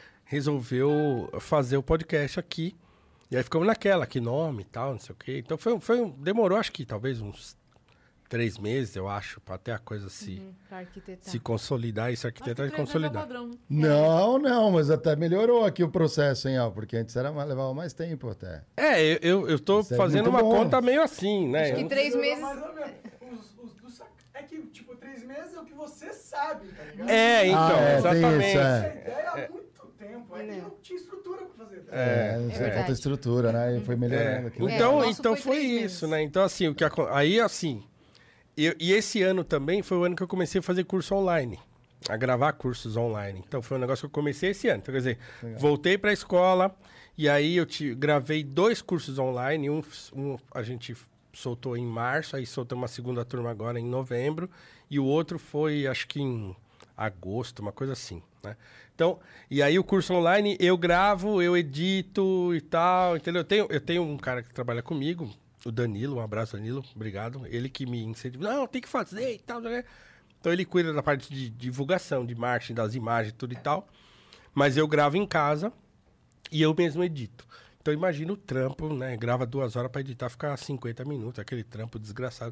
L: resolveu fazer o podcast aqui, e aí ficamos naquela, que nome e tal, não sei o que. Então foi, foi um, demorou acho que talvez uns três meses, eu acho, pra até a coisa se,
C: Uhum, pra arquitetar.
L: se consolidar, e se arquitetar e consolidar.
I: Não, não, mas até melhorou aqui o processo, hein, ó, porque antes era, mais- levava mais tempo até.
L: É, eu, eu, eu tô
I: Isso é
L: fazendo
I: muito
L: uma
I: bom.
L: conta meio assim, né?
C: Acho que
L: Eu-
C: três meses...
D: Mais ou menos. Os, os do sac... É que, tipo, três meses é o que você sabe, tá ligado?
L: É, então,
I: Ah, é, tem
L: exatamente.
I: isso,
D: Essa
I: é.
D: ideia há muito tempo. É que não tinha estrutura pra fazer. Tá?
L: É,
I: É,
C: verdade.
I: falta estrutura, né? E foi melhorando
L: É,
I: aqui.
L: então,
C: É, o nosso
L: então
C: foi
L: foi,
C: três
L: isso,
C: meses.
L: né? Então, assim, o que acon- aí, assim, eu- e esse ano também foi o ano que eu comecei a fazer curso online, a gravar cursos online. Então, foi um negócio que eu comecei esse ano. Então, quer dizer, voltei pra escola e aí eu te, gravei dois cursos online. Um, um a gente soltou em março, aí soltamos uma segunda turma agora em novembro. E o outro foi, acho que em agosto, uma coisa assim, né? Então, e aí o curso online eu gravo, eu edito e tal, entendeu? Eu tenho, eu tenho um cara que trabalha comigo, o Danilo, um abraço, Danilo, obrigado. Ele que me incentiva, não, tem que fazer e tal, né? Então ele cuida da parte de divulgação, de marketing, das imagens, tudo e tal. Mas eu gravo em casa e eu mesmo edito. Então imagina o trampo, né? Grava duas horas pra editar, fica cinquenta minutos, aquele trampo desgraçado.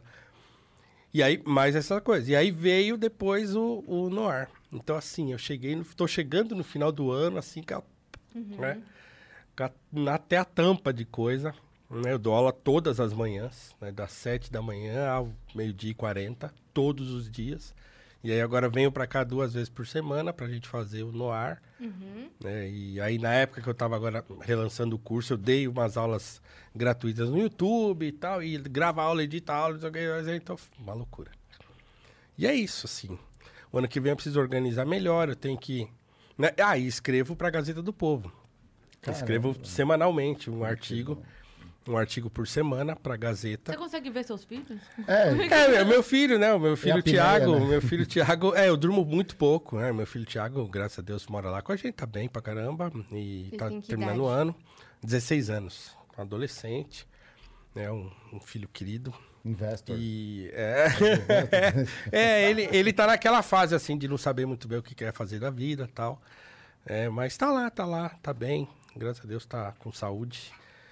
L: E aí, mais essa coisa. E aí veio depois o, o Noir. Então, assim, eu cheguei, no, tô chegando no final do ano, assim, com a,
C: Uhum.
L: né? Com a- até a tampa de coisa. Né? Eu dou aula todas as manhãs, né? Das sete da manhã ao meio-dia e quarenta, todos os dias. E aí agora venho pra cá duas vezes por semana pra gente fazer o Noir.
C: Uhum.
L: Né? E aí, na época que eu tava agora relançando o curso, eu dei umas aulas gratuitas no YouTube e tal, e grava aula, edita aula, não sei o que, mas aí, então, uma loucura. E é isso, assim. O ano que vem eu preciso organizar melhor, eu tenho que... Né? Ah, e escrevo pra Gazeta do Povo. Eu escrevo semanalmente um artigo, um artigo por semana pra Gazeta.
B: Você consegue ver seus filhos?
L: É, é meu filho, né? O meu filho
I: a piranha,
L: Thiago,
I: né?
L: meu filho Thiago, é, eu durmo muito pouco, né? Meu filho Thiago, graças a Deus, mora lá com a gente, tá bem pra caramba e
C: Ele
L: tá
C: tem que
L: terminando o
C: idade?
L: ano, dezesseis anos, um adolescente, né? Um, um filho querido.
I: Investor.
L: E é, é ele, ele tá naquela fase assim de não saber muito bem o que quer fazer da vida e tal. É, mas tá lá, tá lá, tá bem. Graças a Deus tá com saúde.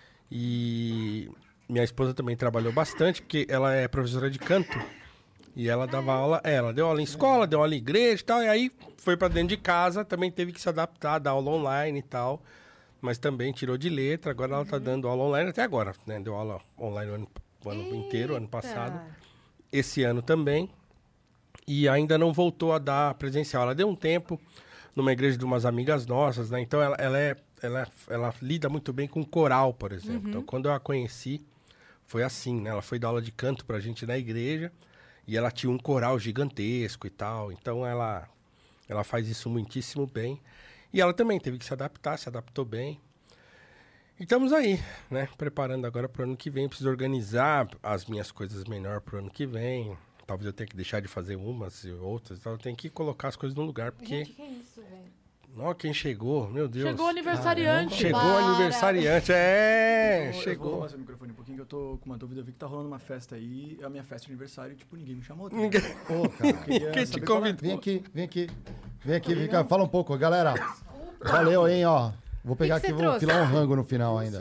L: E minha esposa também trabalhou bastante, porque ela é professora de canto. E ela dava aula, é, ela deu aula em escola, deu aula em igreja e tal. E aí foi pra dentro de casa, também teve que se adaptar, dar aula online e tal. Mas também tirou de letra, agora ela tá dando aula online até agora, né? Deu aula online o ano, o ano inteiro, ano passado. Esse ano também. E ainda não voltou a dar presencial. Ela deu um tempo numa igreja de umas amigas nossas, né? Então ela, ela, é, ela, ela lida muito bem com coral, por exemplo.
C: Uhum.
L: Então quando eu a conheci, foi assim, né? Ela foi dar aula de canto pra gente na igreja e ela tinha um coral gigantesco e tal. Então ela, ela faz isso muitíssimo bem. E ela também teve que se adaptar, se adaptou bem. E estamos aí, né? Preparando agora pro ano que vem. Preciso organizar as minhas coisas melhor pro ano que vem. Talvez eu tenha que deixar de fazer umas e outras. Então eu tenho que colocar as coisas no lugar, porque...
C: Gente, que é isso, velho?
L: Ó, quem chegou, meu Deus.
B: Chegou o aniversariante.
L: Caramba. Chegou o
B: Para.
L: aniversariante, é,
N: Eu vou- Eu
L: chegou.
N: vou arrumar seu microfone um pouquinho, que eu tô com uma dúvida. Eu vi que tá rolando uma festa aí, é a minha festa de aniversário, tipo, ninguém me chamou. tá
L: Ninguém-
N: ligado?
I: Pô, cara.
N: Queria
L: Quem te
N: saber
L: convidou?
I: Vem aqui, vem aqui. Vem aqui, vem cá. Fala um pouco, galera. Valeu, hein, ó. Vou pegar
C: que
I: aqui,
C: você
I: vou
C: trouxe?
I: filar um rango no final ainda.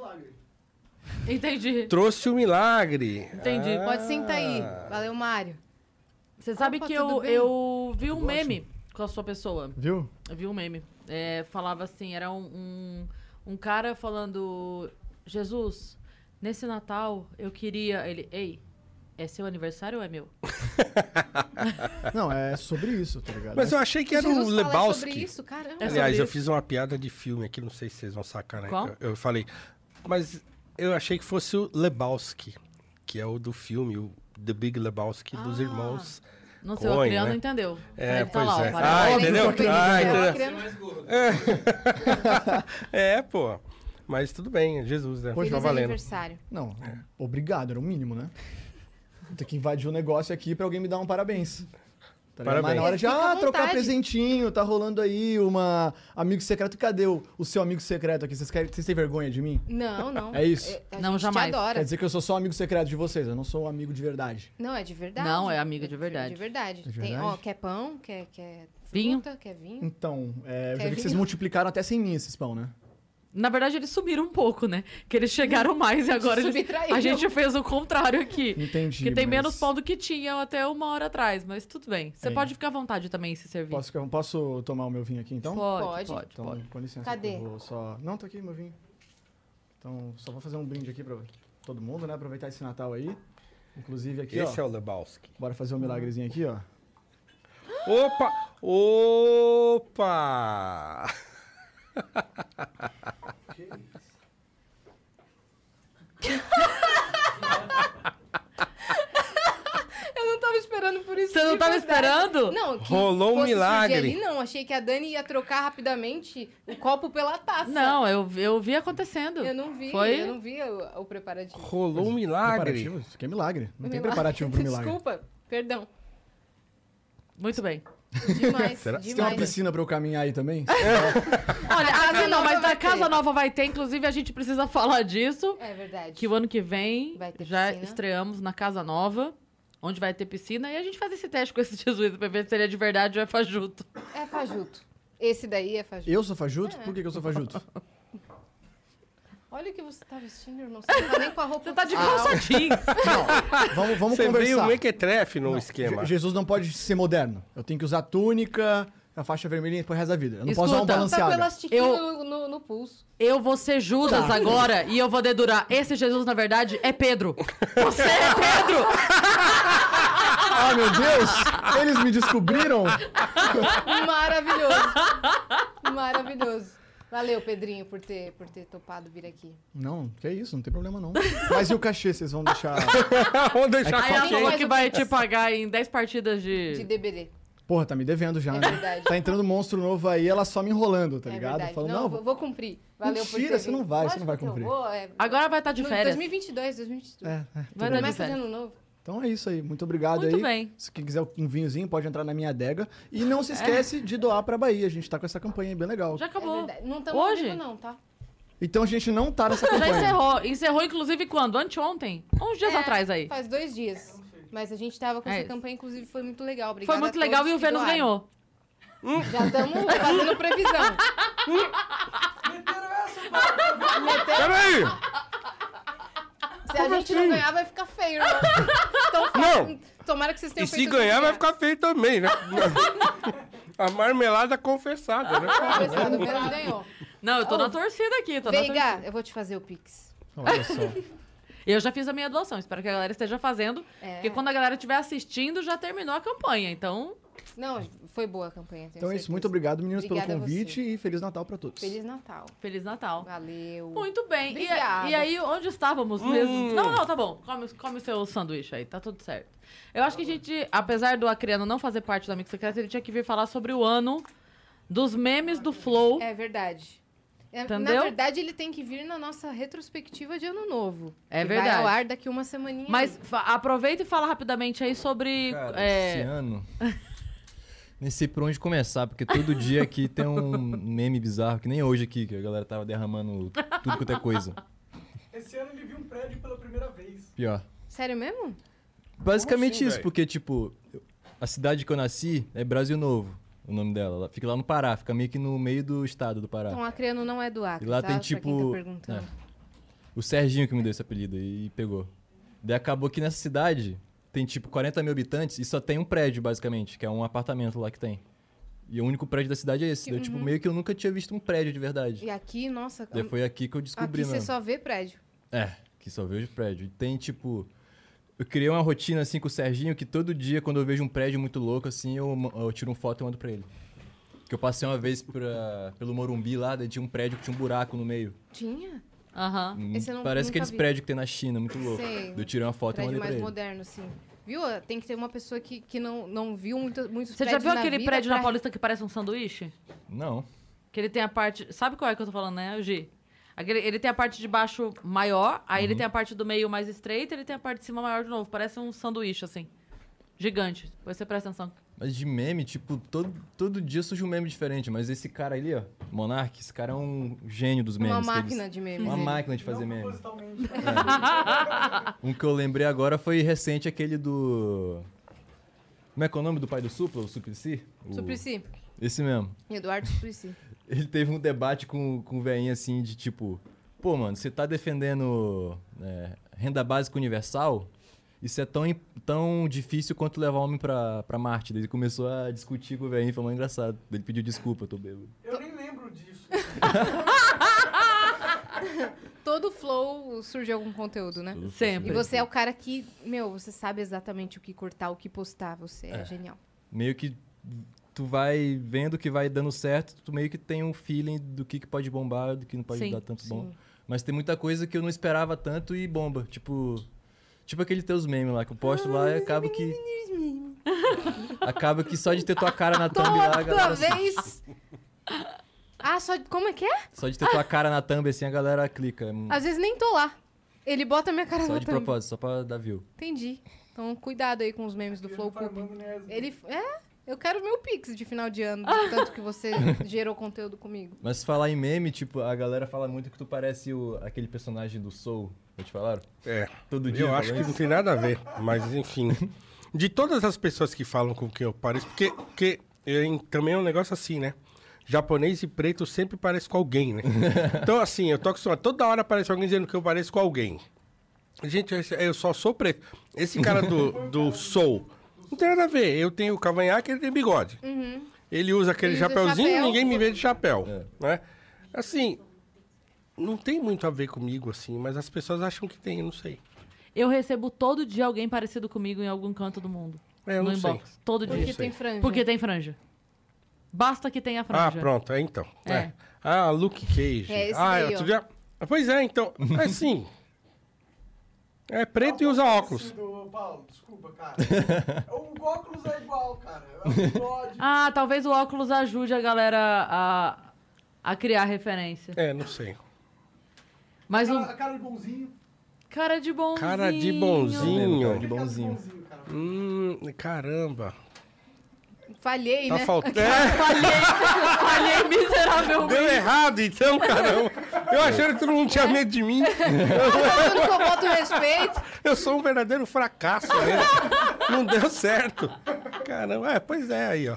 B: Entendi.
L: Trouxe o milagre.
B: Entendi.
L: Ah.
C: Pode sentar aí. Valeu, Mário.
B: Você sabe
C: Opa,
B: que
C: tudo
B: eu,
C: bem?
B: eu vi um meme com a sua pessoa.
N: Viu?
B: Eu vi um meme. É, falava assim, era um, um, um cara falando, Jesus, nesse Natal eu queria... Ele, ei, é seu aniversário ou é meu?
N: Não, é sobre isso, tá ligado?
L: Mas eu achei que era o
C: Jesus fala
L: Lebowski.
C: sobre isso, caramba.
B: É
L: Aliás,
B: sobre
L: eu
B: isso.
L: fiz uma piada de filme aqui, não sei se vocês vão sacar, né?
B: Qual?
L: Eu, eu falei, mas eu achei que fosse o Lebowski, que é o do filme, o The Big Lebowski dos
B: Ah.
L: irmãos.
B: Não sei, o
L: Coen,
B: Acreano
L: né?
B: entendeu.
L: É,
B: Ele tá
L: pois
B: lá, ó,
L: é.
B: parece-
L: Ah, entendeu?
C: Acreano.
L: Ah,
C: É, o
L: entendeu?
C: Acreano.
L: É, pô. Mas tudo bem, Jesus, né?
C: Feliz
L: Tá valendo.
C: aniversário.
N: Não, obrigado, era o mínimo, né? Tem que invadir o negócio aqui pra alguém me dar um parabéns. Tá ligado? Mas na hora de,
C: Fica à
N: ah, trocar
C: vontade.
N: presentinho, tá rolando aí uma amigo secreto. Cadê o, o seu amigo secreto aqui? Vocês, querem, vocês têm vergonha de mim?
C: Não, não.
N: É isso?
C: É, a
B: Não,
C: gente
B: jamais.
C: te adora.
N: Quer dizer que eu sou só amigo secreto de vocês, eu não sou um amigo de verdade.
C: Não, é de verdade.
B: Não, é amiga de verdade.
C: É de verdade.
N: De
C: Tem,
N: verdade?
C: ó, quer pão, quer, quer
B: Vinho?
C: fruta, quer vinho.
N: Então, é, eu
C: Quer
N: já vi que vocês
C: vinho?
N: multiplicaram até sem mim esses pão, né?
B: Na verdade, eles subiram um pouco, né? Que eles chegaram mais e agora eles...
C: Subtraíram.
B: a gente fez o contrário aqui.
N: Entendi.
B: Que tem
N: mas
B: menos pão do que tinha até uma hora atrás, mas tudo bem. Você
N: É.
B: pode ficar à vontade também se servir.
N: Posso, posso tomar o meu vinho aqui, então?
B: Pode,
C: Pode.
B: pode,
N: Então,
B: pode.
N: com licença.
C: Cadê?
N: Eu vou só... Não, tá aqui meu vinho. Então, só vou fazer um brinde aqui pra todo mundo, né? Aproveitar esse Natal aí. Inclusive aqui,
L: Esse
N: ó.
L: é o Lebowski.
N: Bora fazer um milagrezinho aqui, ó.
L: Opa! Opa!
C: Eu não tava esperando por isso.
B: Você não
C: de
B: tava
C: verdade.
B: esperando?
C: Não, que
L: Rolou um
C: fosse surgir
L: milagre.
C: Ali, não, achei que a Dani ia trocar rapidamente o copo pela taça.
B: Não, eu, eu vi acontecendo.
C: Eu não vi,
B: Foi?
C: eu não vi o, o preparativo.
L: Rolou um milagre.
N: Preparativo? Isso aqui é milagre. Não tem
C: Milagre.
N: preparativo pro milagre.
C: Desculpa, perdão.
B: Muito bem.
C: Demais,
L: Será?
N: Você tem uma
C: demais.
N: piscina pra eu caminhar aí também?
B: Olha,
C: Na casa
B: ah, não,
C: nova
B: mas
C: vai
B: na casa
C: ter.
B: nova vai ter, inclusive a gente precisa falar disso.
C: É verdade.
B: Que o ano que vem
C: Vai ter
B: já
C: piscina.
B: estreamos na casa nova, onde vai ter piscina, e a gente faz esse teste com esse jesuíta pra ver se ele é de verdade ou é fajuto.
C: É fajuto. Esse daí é fajuto.
N: Eu sou fajuto?
C: É.
N: Por que, que eu sou fajuto?
C: Olha o que você tá vestindo, irmão. Você não tá nem com a roupa.
B: Você tá de
C: oficial.
B: calça jeans.
N: Vamos, vamos
L: Você veio
N: conversar.
L: mequetrefe no
N: Não,
L: esquema.
N: Je- Jesus não pode ser moderno. Eu tenho que usar túnica, a faixa vermelhinha pro resto da vida. Eu não posso usar um
B: Escuta,
C: Tá com
N: balanceado.
C: elastiquinho
B: Eu-
C: no, no, no pulso.
B: Eu vou ser Judas
N: Tá.
B: agora e eu vou dedurar. Esse Jesus, na verdade, é Pedro. Você é Pedro!
N: Ah, meu Deus! Eles me descobriram?
C: Maravilhoso. Maravilhoso. Valeu, Pedrinho, por ter, por ter topado vir aqui.
N: Não, que isso, não tem problema não. Mas e o cachê, vocês vão deixar...
L: Vamos deixar
B: Aí ela
C: Quem
B: falou
C: faz
B: que
C: o
B: vai
C: Pix?
B: te pagar em dez partidas
C: De
B: de...
C: D B D.
N: Porra, tá me devendo já,
C: É
N: né?
C: verdade.
N: Tá entrando monstro novo aí, ela só me enrolando, tá
C: É
N: ligado?
C: verdade.
N: Falando,
C: não,
N: não,
C: vou, vou cumprir. Valeu por
N: Mentira,
C: ter
N: você não
C: vindo.
N: vai, você
C: Lógico
N: não vai
C: que eu
N: cumprir.
C: vou, é,
B: Agora vai estar de
C: no
B: férias.
C: dois mil e vinte e dois, dois mil e vinte e dois.
N: É, é, tudo
B: Vai
N: bem.
B: dar de
C: Começa de
B: férias.
C: ano novo.
N: Então é isso aí, muito obrigado
B: Muito
N: aí.
B: bem.
N: Se quem quiser um vinhozinho, pode entrar na minha adega. E não se esquece de doar pra Bahia, a gente tá com essa campanha aí bem legal.
B: Já
C: É
B: acabou.
C: verdade. Não estamos
B: Hoje?
C: vivo não, tá?
N: Então a gente não tá nessa
B: Já
N: campanha.
B: encerrou. Encerrou, inclusive, quando? Anteontem? Uns dias
C: É,
B: atrás aí.
C: Faz dois dias. Mas a gente tava com
B: É
C: essa
B: isso.
C: campanha, inclusive foi muito legal. Obrigada
B: Foi muito
C: a
B: legal
C: todos
B: e o
C: que
B: Vênus
C: doaram.
B: ganhou.
C: Já estamos fazendo previsão.
L: Peraí!
C: Se a gente não ganhar, vai ficar feio, irmão. Então,
L: Não.
C: tomara que vocês tenham
L: E se
C: feito
L: ganhar, vai
C: tudo
L: ficar feio também, né? A marmelada confessada, né?
C: certo. Pensando, o Vênus ganhou.
B: Não, eu tô
C: Ô,
B: na torcida aqui. Tô na
C: Veiga,
B: torcida.
C: eu vou te fazer o Pix.
N: Olha só.
B: Eu já fiz a minha doação. Espero que a galera esteja fazendo.
C: É.
B: Porque quando a galera estiver assistindo, já terminou a campanha. Então,
C: Não, foi boa a campanha. tenho
N: Então é isso,
C: certeza.
N: muito obrigado, meninos,
C: Obrigada
N: pelo
C: a
N: convite
C: você.
N: e Feliz Natal pra todos.
C: Feliz Natal.
B: Feliz Natal.
C: Valeu.
B: Muito bem. E,
C: Obrigada.
B: e aí, onde estávamos mesmo? Não, não, tá bom. Come, come o seu sanduíche aí, tá tudo certo. Eu acho que a gente, apesar do Acreano não fazer parte do Amigo Secreto, ele tinha que vir falar sobre o ano dos memes do Flow.
C: É verdade. É,
B: Entendeu?
C: Na verdade, ele tem que vir na nossa retrospectiva de ano novo.
B: É
C: que
B: verdade.
C: Vai ao ar daqui uma semaninha.
B: Mas
C: aí.
B: fa- aproveita e fala rapidamente aí sobre...
O: Cara,
B: é,
O: esse ano... Nem sei por onde começar, porque todo dia aqui tem um meme bizarro, que nem hoje aqui, que a galera tava derramando tudo quanto é coisa.
D: Esse ano ele viu um prédio pela primeira vez.
O: Pior.
C: Sério mesmo?
O: Basicamente
L: assim,
O: isso,
L: velho?
O: porque, tipo, a cidade que eu nasci é Brasil Novo, o nome dela. Ela fica lá no Pará, fica meio que no meio do estado do Pará.
C: Então, Acreano não é do Acre,
O: E lá
C: tá?
O: tem
C: Pra quem
O: tipo.
C: tá perguntando.
O: é, o Serginho que me deu esse apelido e pegou. Daí acabou que nessa cidade tem tipo quarenta mil habitantes e só tem um prédio, basicamente, que é um apartamento lá que tem. E o único prédio da cidade é esse.
C: Que-
O: Daí, tipo,
C: uhum.
O: meio que eu nunca tinha visto um prédio de verdade.
C: E aqui, nossa...
O: Daí foi aqui que eu descobri,
C: Aqui você
O: mesmo.
C: só vê prédio.
O: É, que só vejo prédio. E tem, tipo... Eu criei uma rotina, assim, com o Serginho, que todo dia, quando eu vejo um prédio muito louco, assim, eu, ma- eu tiro uma foto e mando pra ele. Que eu passei uma vez pra, pelo Morumbi lá, daí tinha um prédio que tinha um buraco no meio.
C: Tinha?
B: Aham.
O: Hum,
C: Esse eu não-
O: Parece
C: nunca
O: aqueles
C: vi.
O: prédios que tem na China, muito louco.
C: Sei.
O: Daí Eu tirei uma foto e
C: Prédio
O: mandei pra
C: mais
O: ele.
C: moderno, sim. Viu? Tem que ter uma pessoa que, que não, não viu muito, muitos
B: Você já
C: prédios
B: viu
C: na
B: aquele
C: vida
B: prédio
C: pra...
B: na Paulista que parece um sanduíche?
O: Não.
B: Que ele tem a parte... Sabe qual é que eu tô falando, né, Gi? Aquele, ele tem a parte de baixo maior, aí ele
O: Uhum.
B: tem a parte do meio mais estreita, ele tem a parte de cima maior de novo. Parece um sanduíche, assim. Gigante. Depois você presta atenção.
O: Mas de meme, tipo, todo, todo dia surge um meme diferente. Mas esse cara ali, ó, Monark, esse cara é um gênio dos
C: Uma
O: memes. que
C: máquina
O: eles-
C: de memes,
O: Uma
C: ele.
O: máquina de fazer
C: Não
O: meme.
C: propositalmente.
O: É. Um que eu lembrei agora foi recente, aquele do... Como é que é o nome do pai do Supla? O Suplicy? O-
C: Suplicy.
O: Esse mesmo.
C: Eduardo Suplicy.
O: Ele teve um debate com, com o velhinho assim de tipo... Pô, mano, você tá defendendo é, renda básica universal? Isso é tão, im- tão difícil quanto levar homem pra, pra Marte. Daí ele começou a discutir com o velhinho, foi muito engraçado. Daí Ele pediu desculpa, eu tô bêbado.
D: Eu nem lembro disso.
C: Todo flow surge algum conteúdo, né?
O: Todo flow
B: Sempre.
C: E você é o cara que, meu, você sabe exatamente o que cortar, o que postar. Você é,
O: É.
C: genial.
O: Meio que tu vai vendo que vai dando certo, tu meio que tem um feeling do que, que pode bombar, do que não pode
B: Sim,
O: dar tanto
C: sim.
O: bom. Mas tem muita coisa que eu não esperava tanto e bomba. Tipo, tipo aquele teus memes lá, que eu posto lá e acaba que... acaba que só de ter tua cara na thumb lá, a
C: Toda
O: galera... assim,
C: vez... Ah, só... Como é que é?
O: só de ter tua cara na thumb assim, a galera clica. É
C: Às vezes nem tô lá. Ele bota minha cara
O: Só
C: na
O: de
C: thumb.
O: propósito, só pra dar view.
C: Entendi. Então, cuidado aí com os memes do Flow Poop. Ele... É... Eu quero meu Pix de final de ano, do tanto que você gerou conteúdo comigo.
O: Mas se falar em meme, tipo, a galera fala muito que tu parece o, aquele personagem do Soul. Já te falaram?
L: É.
O: Todo dia
L: Eu acho
O: falam
L: que
O: isso?
L: não tem nada a ver, mas enfim. De todas as pessoas que falam com quem eu pareço, porque, porque eu, também é um negócio assim, né? Japonês e preto sempre parece com alguém, né? Então, assim, eu tô acostumado. Toda hora aparece alguém dizendo que eu pareço com alguém. Gente, eu só sou preto. Esse cara do, do Soul, não tem nada a ver. Eu tenho cavanhaque e ele tem bigode.
C: Uhum.
L: Ele usa aquele
C: Ele usa
L: chapéuzinho e
C: chapéu.
L: ninguém me vê de chapéu, né? Assim, não tem muito a ver comigo, assim, mas as pessoas acham que tem, eu não sei.
B: Eu recebo todo dia alguém parecido comigo em algum canto do mundo.
L: É, eu
B: no
L: não sei.
B: inbox. Todo
L: Eu
B: dia.
L: não sei. tem
C: franja.
B: Porque tem franja. Basta que tenha franja.
L: Ah, pronto, é então.
B: É.
L: É. Ah, Luke Cage.
B: É, esse
L: ah,
B: daí,
L: outro
B: ó.
L: dia... Pois é, então, é assim. É preto e usa óculos.
D: Do Paulo, desculpa, cara. O óculos é igual, cara. É o bigode.
B: Ah, talvez o óculos ajude a galera a, a criar referência.
L: É, não sei.
B: Mas
D: a,
B: o...
D: cara, a cara de bonzinho.
B: Cara de bonzinho.
L: Cara de bonzinho.
O: Cara de bonzinho.
L: Hum, caramba.
C: Falhei,
L: Tá
C: né?
L: faltando.
B: Falhei, falhei miseravelmente.
L: Deu errado, então, caramba. Eu achando que todo mundo tinha medo de mim.
C: Achando que eu boto respeito.
L: Eu sou um verdadeiro fracasso mesmo. Não deu certo. Caramba, é, pois é, aí, ó.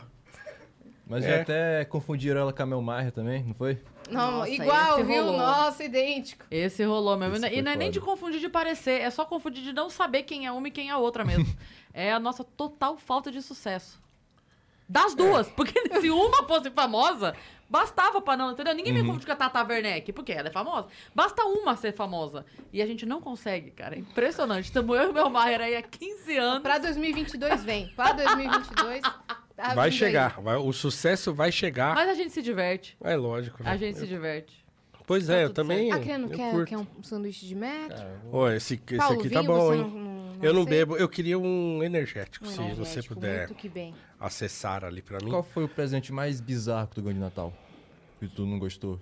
O: Mas
L: É.
O: já até confundiram ela com a Mel Maher também, não foi?
C: Não,
B: Nossa,
C: igual,
B: esse
C: viu?
B: rolou.
C: Nossa, idêntico.
B: Esse rolou mesmo.
O: Esse
B: E
O: foi
B: não é nem
O: foda.
B: de confundir de parecer, é só confundir de não saber quem é uma e quem é a outra mesmo. É a nossa total falta de sucesso. Das duas, porque se uma fosse famosa, bastava pra não, entendeu? Ninguém me
O: Uhum.
B: confunde com a Tata Werneck, porque ela é famosa. Basta uma ser famosa. E a gente não consegue, cara. É impressionante. Estamos eu e o meu Maier aí há quinze anos.
C: Pra dois mil e vinte e dois vem. Pra dois mil e vinte e dois... tá
L: Vai
C: vindo
L: chegar. vai- o sucesso vai chegar.
B: Mas a gente se diverte.
L: É lógico.
B: A
L: né?
B: gente se
L: Eu-
B: diverte.
L: Pois é, eu também.
C: aí. Ah, querendo,
L: eu
C: quer,
L: curto.
C: quer um sanduíche de metro?
L: Ó, esse, esse
C: Paulo,
L: aqui tá
C: vinho
L: bom,
C: você
L: hein?
C: não- não- não
L: eu não
C: aceita?
L: bebo. Eu queria um energético,
C: Um
L: se você
C: energético,
L: puder
C: muito que bem.
L: acessar ali pra mim.
O: Qual foi o presente mais bizarro que tu ganhou de Natal? Que tu não gostou?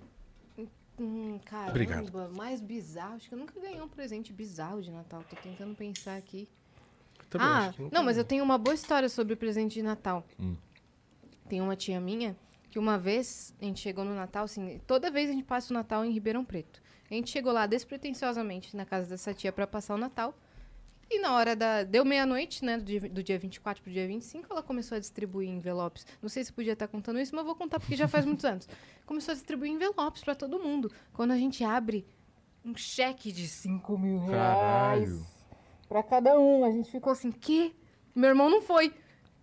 C: Hum, caramba,
L: Obrigado.
C: mais bizarro. Acho que eu nunca ganhei um presente bizarro de Natal. Tô tentando pensar aqui.
L: Também
C: ah,
L: acho que nunca
C: não, mas
L: ganhei.
C: eu tenho uma boa história sobre presente de Natal.
O: Hum.
C: Tem uma tia minha que uma vez a gente chegou no Natal, assim, toda vez a gente passa o Natal em Ribeirão Preto. A gente chegou lá despretensiosamente na casa dessa tia pra passar o Natal. E na hora da... Deu meia-noite, né? Do dia, do dia vinte e quatro pro dia vinte e cinco, ela começou a distribuir envelopes. Não sei se podia estar contando isso, mas eu vou contar porque já faz muitos anos. Começou a distribuir envelopes pra todo mundo. Quando a gente abre um cheque de cinco mil reais
O: Caralho.
C: pra cada um, a gente ficou assim, quê? Meu irmão não foi.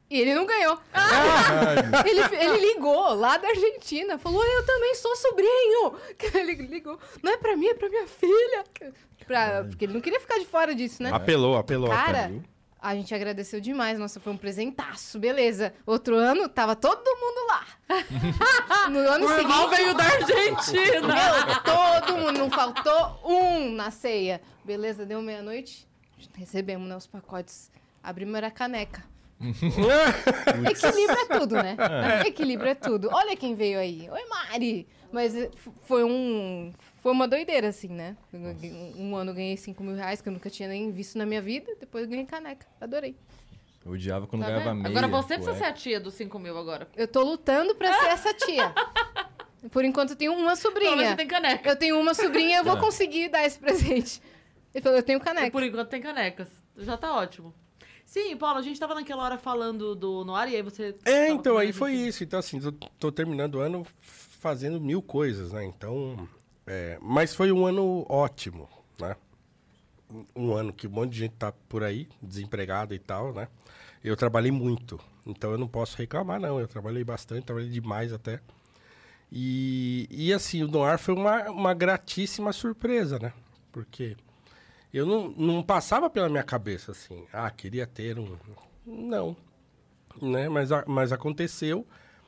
C: E ele não ganhou. ele, ele ligou lá da Argentina. Falou, eu também sou sobrinho. Ele ligou. Não é pra mim, é pra minha filha. Pra, porque ele não queria ficar de fora disso, né?
L: Apelou, apelou.
C: Cara,
L: apelou.
C: a gente agradeceu demais. Nossa, foi um presentaço. Beleza. Outro ano, tava todo mundo lá. No ano
B: O
C: seguinte...
B: irmão veio da Argentina.
C: Meu, todo mundo. Não faltou um na ceia. Beleza, deu meia-noite. Recebemos, né, os pacotes. Abrimos, era caneca. Equilíbrio é tudo, né?
O: É.
C: Equilíbrio é tudo. Olha quem veio aí. Oi, Mari! Mas eh, f- foi um... Foi uma doideira, assim, né? Um, um ano eu ganhei cinco mil reais, que eu nunca tinha nem visto na minha vida. Depois eu ganhei caneca. Adorei.
O: Eu odiava quando
C: Tá
O: ganhava
C: vendo?
O: meia.
B: Agora você precisa
O: cueca.
B: ser a tia dos cinco mil agora.
C: Eu tô lutando pra ser essa tia. Por enquanto eu tenho uma sobrinha.
B: Pelo menos você tem caneca.
C: Eu tenho uma sobrinha, eu vou
O: É.
C: conseguir dar esse presente. Ele falou, eu tenho caneca.
B: Por enquanto tem canecas. Já tá ótimo. Sim, Paulo, a gente tava naquela hora falando do Noir e aí você...
L: É,
B: tava
L: então, aí
B: falando
L: foi
B: de-
L: isso. Então, assim, eu tô terminando o ano fazendo mil coisas, né? Então, é, mas foi um ano ótimo, né? Um ano que um monte de gente tá por aí, desempregado e tal, né? Eu trabalhei muito, então eu não posso reclamar, não. Eu trabalhei bastante, trabalhei demais até. E, e assim, o Noir foi uma, uma gratíssima surpresa, né? Porque eu não, não passava pela minha cabeça, assim, ah, queria ter um... Não, né? Mas, a- mas aconteceu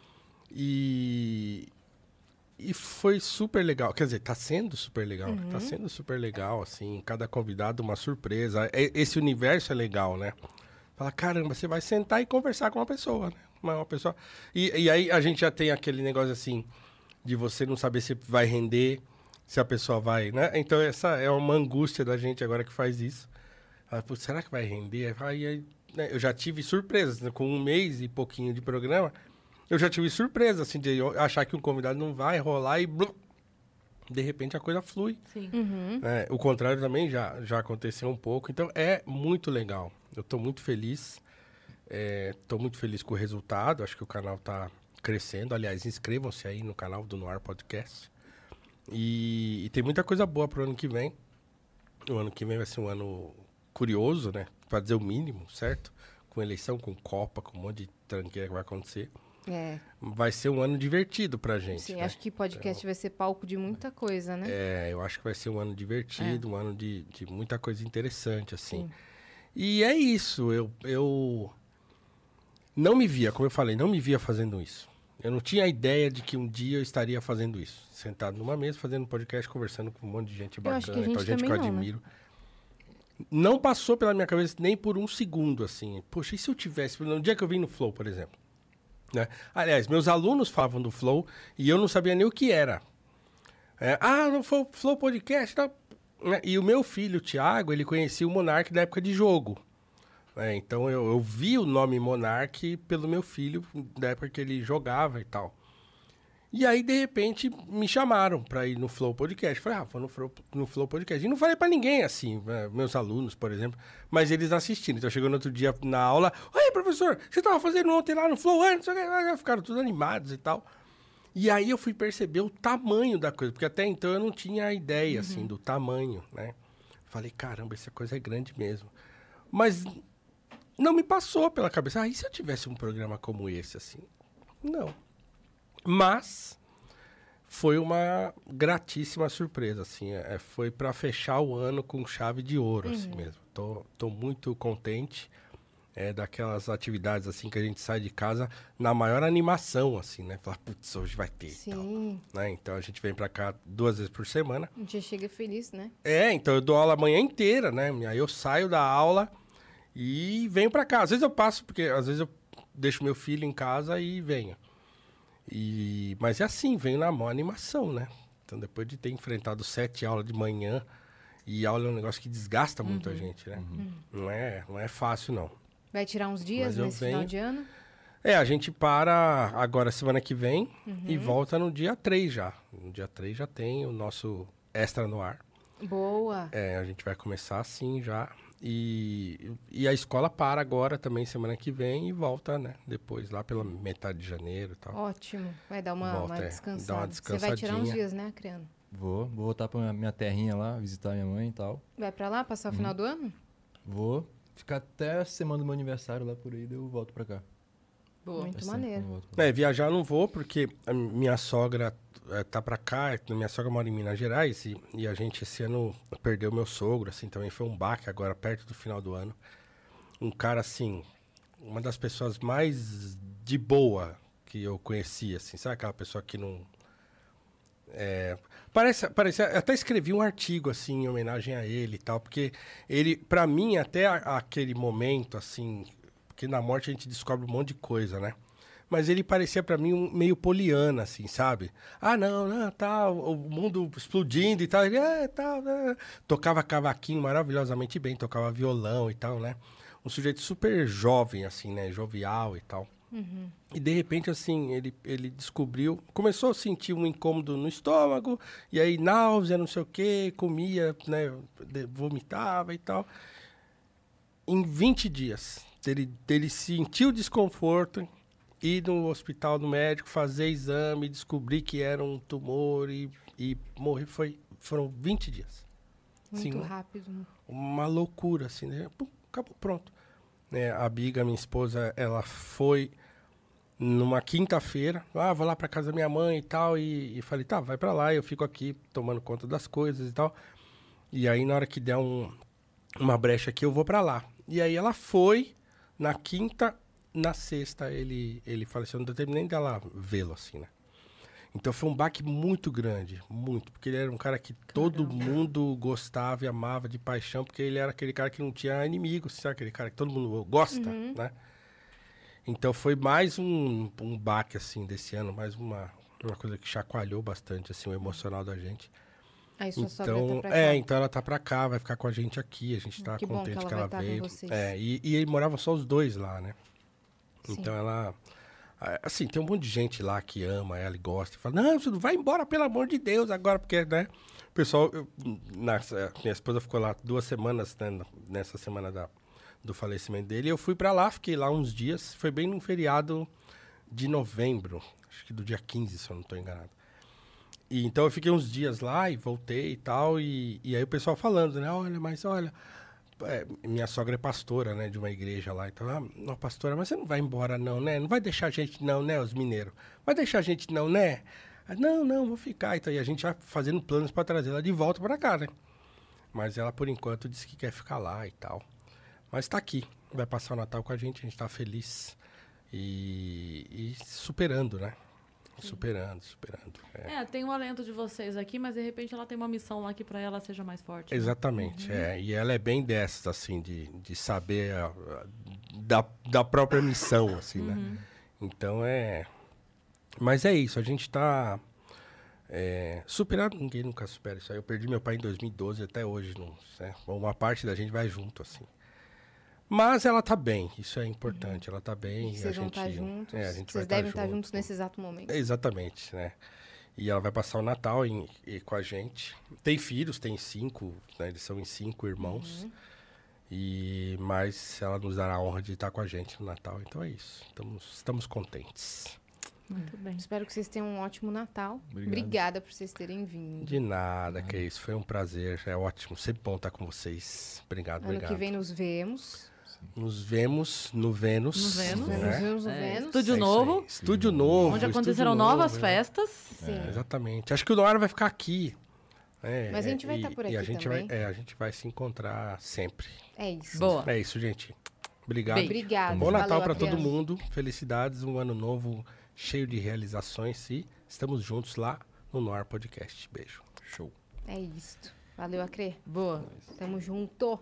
L: e... E foi super legal. Quer dizer, tá sendo super legal.
P: Uhum.
L: Tá sendo super legal, assim. Cada convidado uma surpresa. E- Esse universo é legal, né? Fala, caramba, você vai sentar e conversar com uma pessoa, né? Uma, uma pessoa... E, e aí a gente já tem aquele negócio, assim, de você não saber se vai render, se a pessoa vai, né? Então essa é uma angústia da gente agora que faz isso. Fala, "Putz, será que vai render?" Aí, aí, né, eu já tive surpresas, né? Com um mês e pouquinho de programa... Eu já tive surpresa, assim, de eu achar que um convidado não vai rolar e... blum, de repente a coisa flui.
B: Sim.
C: Uhum.
L: É, o contrário também já, já aconteceu um pouco. Então, é muito legal. Eu estou muito feliz. Estou muito feliz com o resultado. Acho que o canal está crescendo. Aliás, inscrevam-se aí no canal do Noir Podcast. E, e tem muita coisa boa para o ano que vem. O ano que vem vai ser um ano curioso, né? Para dizer o mínimo, certo? Com eleição, com Copa, com um monte de tranqueira que vai acontecer.
C: É.
L: Vai ser um ano divertido pra gente.
C: Sim,
L: né?
C: acho que podcast vai ser palco de muita coisa, né?
L: É, eu acho que vai ser um ano divertido,
C: É.
L: um ano de, de muita coisa interessante, assim.
C: Sim.
L: E é isso, eu, eu não me via, como eu falei, não me via fazendo isso. Eu não tinha a ideia de que um dia eu estaria fazendo isso. Sentado numa mesa, fazendo um podcast, conversando com um monte de gente
C: Eu acho que a
L: bacana, então,
C: gente
L: gente que eu
C: também não, né?
L: admiro. Não passou pela minha cabeça nem por um segundo, assim. Poxa, e se eu tivesse... No dia que eu vim no Flow, por exemplo. Né? Aliás, meus alunos falavam do Flow e eu não sabia nem o que era. É, ah, não foi o Flow Podcast, não. Né? E o meu filho, o Thiago, ele conhecia o Monark da época de jogo. É, então eu, eu vi o nome Monark pelo meu filho, da época que ele jogava e tal. E aí, de repente, me chamaram pra ir no Flow Podcast. Falei, ah, vou no Flow, no Flow Podcast. E não falei pra ninguém, assim, né, meus alunos, por exemplo, mas eles assistindo. Então, chegou no outro dia na aula, oi, professor, você tava fazendo ontem lá no Flow, antes, ficaram todos animados e tal. E aí eu fui perceber o tamanho da coisa, porque até então eu não tinha ideia,
P: Uhum.
L: assim, do tamanho, né? Falei, caramba, essa coisa é grande mesmo. Mas não me passou pela cabeça, ah, e se eu tivesse um programa como esse, assim? Não. Mas foi uma gratíssima surpresa, assim, é, foi para fechar o ano com chave de ouro, assim
P: Uhum.
L: mesmo. Tô, tô muito contente, é daquelas atividades, assim, que a gente sai de casa na maior animação, assim, né? Falar, putz, hoje vai ter,
C: Sim.
L: né? Então a gente vem para cá duas vezes por semana.
C: A gente já chega feliz, né?
L: É, então eu dou aula a manhã inteira, né? Aí eu saio da aula e venho para cá. Às vezes eu passo, porque às vezes eu deixo meu filho em casa e venho. E, mas é assim, venho na maior animação, né? Então, depois de ter enfrentado sete aulas de manhã, e aula é um negócio que desgasta muito a
C: Uhum.
L: gente, né?
C: Uhum.
L: Não, é, não é fácil, não.
C: Vai tirar uns dias
L: Mas eu
C: nesse final
L: venho-
C: de ano?
L: É, a gente para agora semana que vem e
C: Uhum.
L: volta no dia três já. No dia três já tem o nosso Extra no Ar.
C: Boa.
L: É, a gente vai começar assim já. E, e a escola para agora também semana que vem e volta, né? Depois, lá pela metade de janeiro e tal.
C: Ótimo. Vai dar uma,
L: Volta,
C: uma
L: é,
C: descansada.
L: dá uma
C: Você vai tirar uns
L: descansadinha.
C: dias, né, Criano?
O: Vou, vou voltar pra minha- minha terrinha lá, visitar minha mãe e tal.
C: Vai pra lá passar o
O: Uhum.
C: final do ano?
O: Vou ficar até a semana do meu aniversário lá por aí, daí eu volto pra cá.
C: Muito maneiro.
L: É, viajar eu não vou, porque a minha sogra é, tá pra cá, minha sogra mora em Minas Gerais, e, e a gente esse ano perdeu meu sogro, assim, também foi um baque agora, perto do final do ano. Um cara, assim, uma das pessoas mais de boa que eu conheci, assim, sabe aquela pessoa que não... É, parece, parece, até escrevi um artigo, assim, em homenagem a ele e tal, porque ele, pra mim, até a, aquele momento, assim, porque na morte a gente descobre um monte de coisa, né? Mas ele parecia pra mim um, meio poliana, assim, sabe? Ah, não, não, tá, o mundo explodindo e tal. Ele, é, tá, tá. Tocava cavaquinho maravilhosamente bem, tocava violão e tal, né? Um sujeito super jovem, assim, né? Jovial e tal.
C: Uhum.
L: E de repente, assim, ele, ele descobriu, começou a sentir um incômodo no estômago, e aí náusea, não sei o quê, comia, né, vomitava e tal. Em vinte dias, ele, ele sentiu desconforto, ir no hospital do médico, fazer exame, descobrir que era um tumor e, e morrer, foi, foram vinte dias.
C: Muito
L: assim,
C: rápido.
L: Uma loucura, assim, né? Pum, acabou, pronto. Né, a Biga, minha esposa, ela foi numa quinta-feira, ah, vou lá pra casa da minha mãe e tal, e, e falei, tá, vai pra lá, eu fico aqui tomando conta das coisas e tal. E aí, na hora que der um, uma brecha aqui, eu vou pra lá. E aí ela foi, na quinta, na sexta, ele, ele faleceu, não deu tempo nem dela vê-lo, assim, né? Então foi um baque muito grande, muito, porque ele era um cara que todo mundo gostava e amava de paixão, porque ele era aquele cara que não tinha inimigos, sabe? Aquele cara que todo mundo gosta,
C: Uhum.
L: né? Então foi mais um, um baque, assim, desse ano, mais uma, uma coisa que chacoalhou bastante, assim, o emocional da gente.
C: Aí sua sogra
L: Então,
C: tá pra cá.
L: é, então ela tá pra cá, vai ficar com a gente aqui, a gente tá
C: Que bom
L: contente
C: que ela
L: que
C: vai
L: ela
C: tá com
L: veio.
C: vocês.
L: É, e, e moravam só os dois lá, né?
C: Sim.
L: Então ela... Assim, tem um monte de gente lá que ama ela e gosta. E fala, não, você não vai embora, pelo amor de Deus, agora, porque, né? O pessoal, eu, nessa, minha esposa ficou lá duas semanas, né, nessa semana da, do falecimento dele. E eu fui pra lá, fiquei lá uns dias. Foi bem num feriado de novembro, acho que do dia quinze, se eu não tô enganado. E, então eu fiquei uns dias lá e voltei e tal. E, e aí o pessoal falando, né? Olha, mas olha... É, minha sogra é pastora, né, de uma igreja lá. Então, ah, não, pastora, mas você não vai embora não, né? Não vai deixar a gente não, né, os mineiros? Vai deixar a gente não, né? Ah, não, não, vou ficar. Então, e a gente já fazendo planos para trazer ela de volta para cá, né? Mas ela, por enquanto, disse que quer ficar lá e tal. Mas tá aqui, vai passar o Natal com a gente, a gente tá feliz. E, e superando, né? Superando, superando. É.
B: É, tem o alento de vocês aqui, mas de repente ela tem uma missão lá que pra ela seja mais forte. Né?
L: Exatamente,
B: Uhum.
L: é. E ela é bem dessas, assim, de, de saber a, a, da, da própria missão, assim, né?
B: Uhum.
L: Então é... Mas é isso, a gente tá... É, superando, ninguém nunca supera isso aí. Eu perdi meu pai em dois mil e doze, até hoje, não, né? Uma parte da gente vai junto, assim. Mas ela tá bem, isso é importante, ela tá bem.
C: E vocês vão estar juntos,
L: é, a gente
C: vocês
L: vai
C: devem
L: estar
C: estar
L: junto.
C: juntos nesse exato momento.
L: É, exatamente, né? E ela vai passar o Natal em, em, com a gente. Tem filhos, tem cinco, né? Eles são em cinco irmãos.
C: Uhum.
L: E, mas ela nos dará a honra de estar com a gente no Natal. Então é isso, estamos, estamos contentes.
B: Muito bem.
C: Espero que vocês tenham um ótimo Natal.
L: Obrigado.
C: Obrigada por vocês terem vindo.
L: De nada, que isso, foi um prazer, é ótimo, sempre bom estar com vocês. Obrigado,
C: Ano
L: obrigado.
C: que vem nos vemos.
L: Nos vemos no Vênus.
B: No Vênus.
L: né?
C: Nos vemos no
B: É,
C: Vênus.
B: Estúdio
L: É isso
B: novo.
L: aí. Estúdio novo.
B: Onde acontecerão
L: estúdio
B: novas
L: novo, é.
B: festas.
C: Sim.
L: É, exatamente. Acho que o Noara vai ficar aqui. É,
C: Mas a gente vai
L: e-
C: estar por
L: e
C: aqui
L: a gente
C: também.
L: Vai, é, a gente vai se encontrar sempre.
C: É isso.
B: Boa.
L: É isso, gente. Obrigado.
C: Beijo. Obrigado.
L: Bom Natal
C: Valeu,
L: para todo
C: Adriano.
L: mundo. Felicidades. Um ano novo cheio de realizações. E estamos juntos lá no Noir Podcast. Beijo. Show.
C: É isso. Valeu, Acre.
B: Boa.
C: Tamo junto.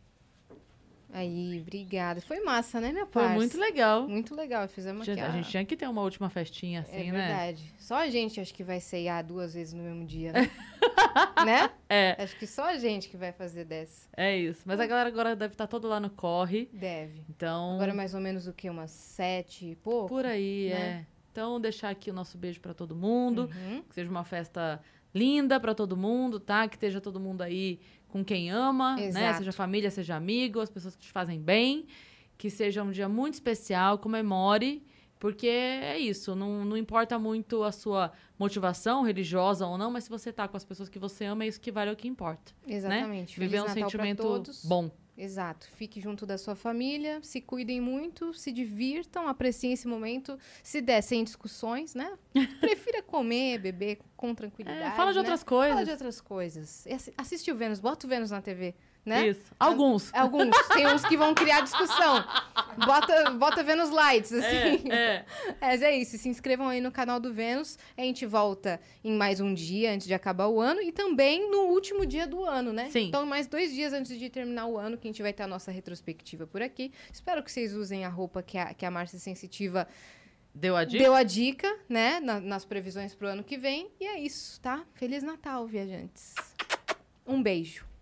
C: Aí, obrigada. Foi massa, né, minha
B: Foi
C: parça?
B: muito legal.
C: Muito legal. Fizemos aqui
B: Gente, a gente tinha que ter uma última festinha assim,
C: É
B: né?
C: verdade. Só a gente acho que vai ceiar duas vezes no mesmo dia, né? né?
B: É.
C: Acho que só a gente que vai fazer dessa.
B: É isso. Mas a galera agora deve estar toda lá no corre.
C: Deve.
B: Então.
C: Agora mais ou menos o quê? Umas sete e pouco?
B: Por aí,
C: né?
B: é. Então, deixar aqui o nosso beijo pra todo mundo.
C: Uhum.
B: Que seja uma festa linda pra todo mundo, tá? Que esteja todo mundo aí com quem ama, né?
C: Exato.
B: Seja família, seja amigo, as pessoas que te fazem bem. Que seja um dia muito especial, comemore. Porque é isso, não, não importa muito a sua motivação religiosa ou não, mas se você tá com as pessoas que você ama, é isso que vale o que importa.
C: Exatamente.
B: Né? Viver
C: Feliz
B: um
C: Natal pra
B: sentimento
C: todos.
B: bom.
C: Exato. Fique junto da sua família, se cuidem muito, se divirtam, apreciem esse momento. Se der sem discussões, né? Prefira comer, beber com tranquilidade.
B: É, fala de
C: né?
B: outras coisas.
C: Fala de outras coisas. Assi- Assiste o Vênus, bota o Vênus na T V, né?
B: Isso. Alguns.
C: Al- Alguns. Tem uns que vão criar discussão. Bota, bota Vênus Lights, assim.
B: É, é.
C: Mas é isso. Se inscrevam aí no canal do Vênus. A gente volta em mais um dia antes de acabar o ano e também no último dia do ano, né?
B: Sim.
C: Então, mais dois dias antes de terminar o ano, que a gente vai ter a nossa retrospectiva por aqui. Espero que vocês usem a roupa que a, que a Márcia Sensitiva
B: Deu a dica?
C: deu a dica, né? Na- nas previsões pro ano que vem. E é isso, tá? Feliz Natal, viajantes. Um beijo.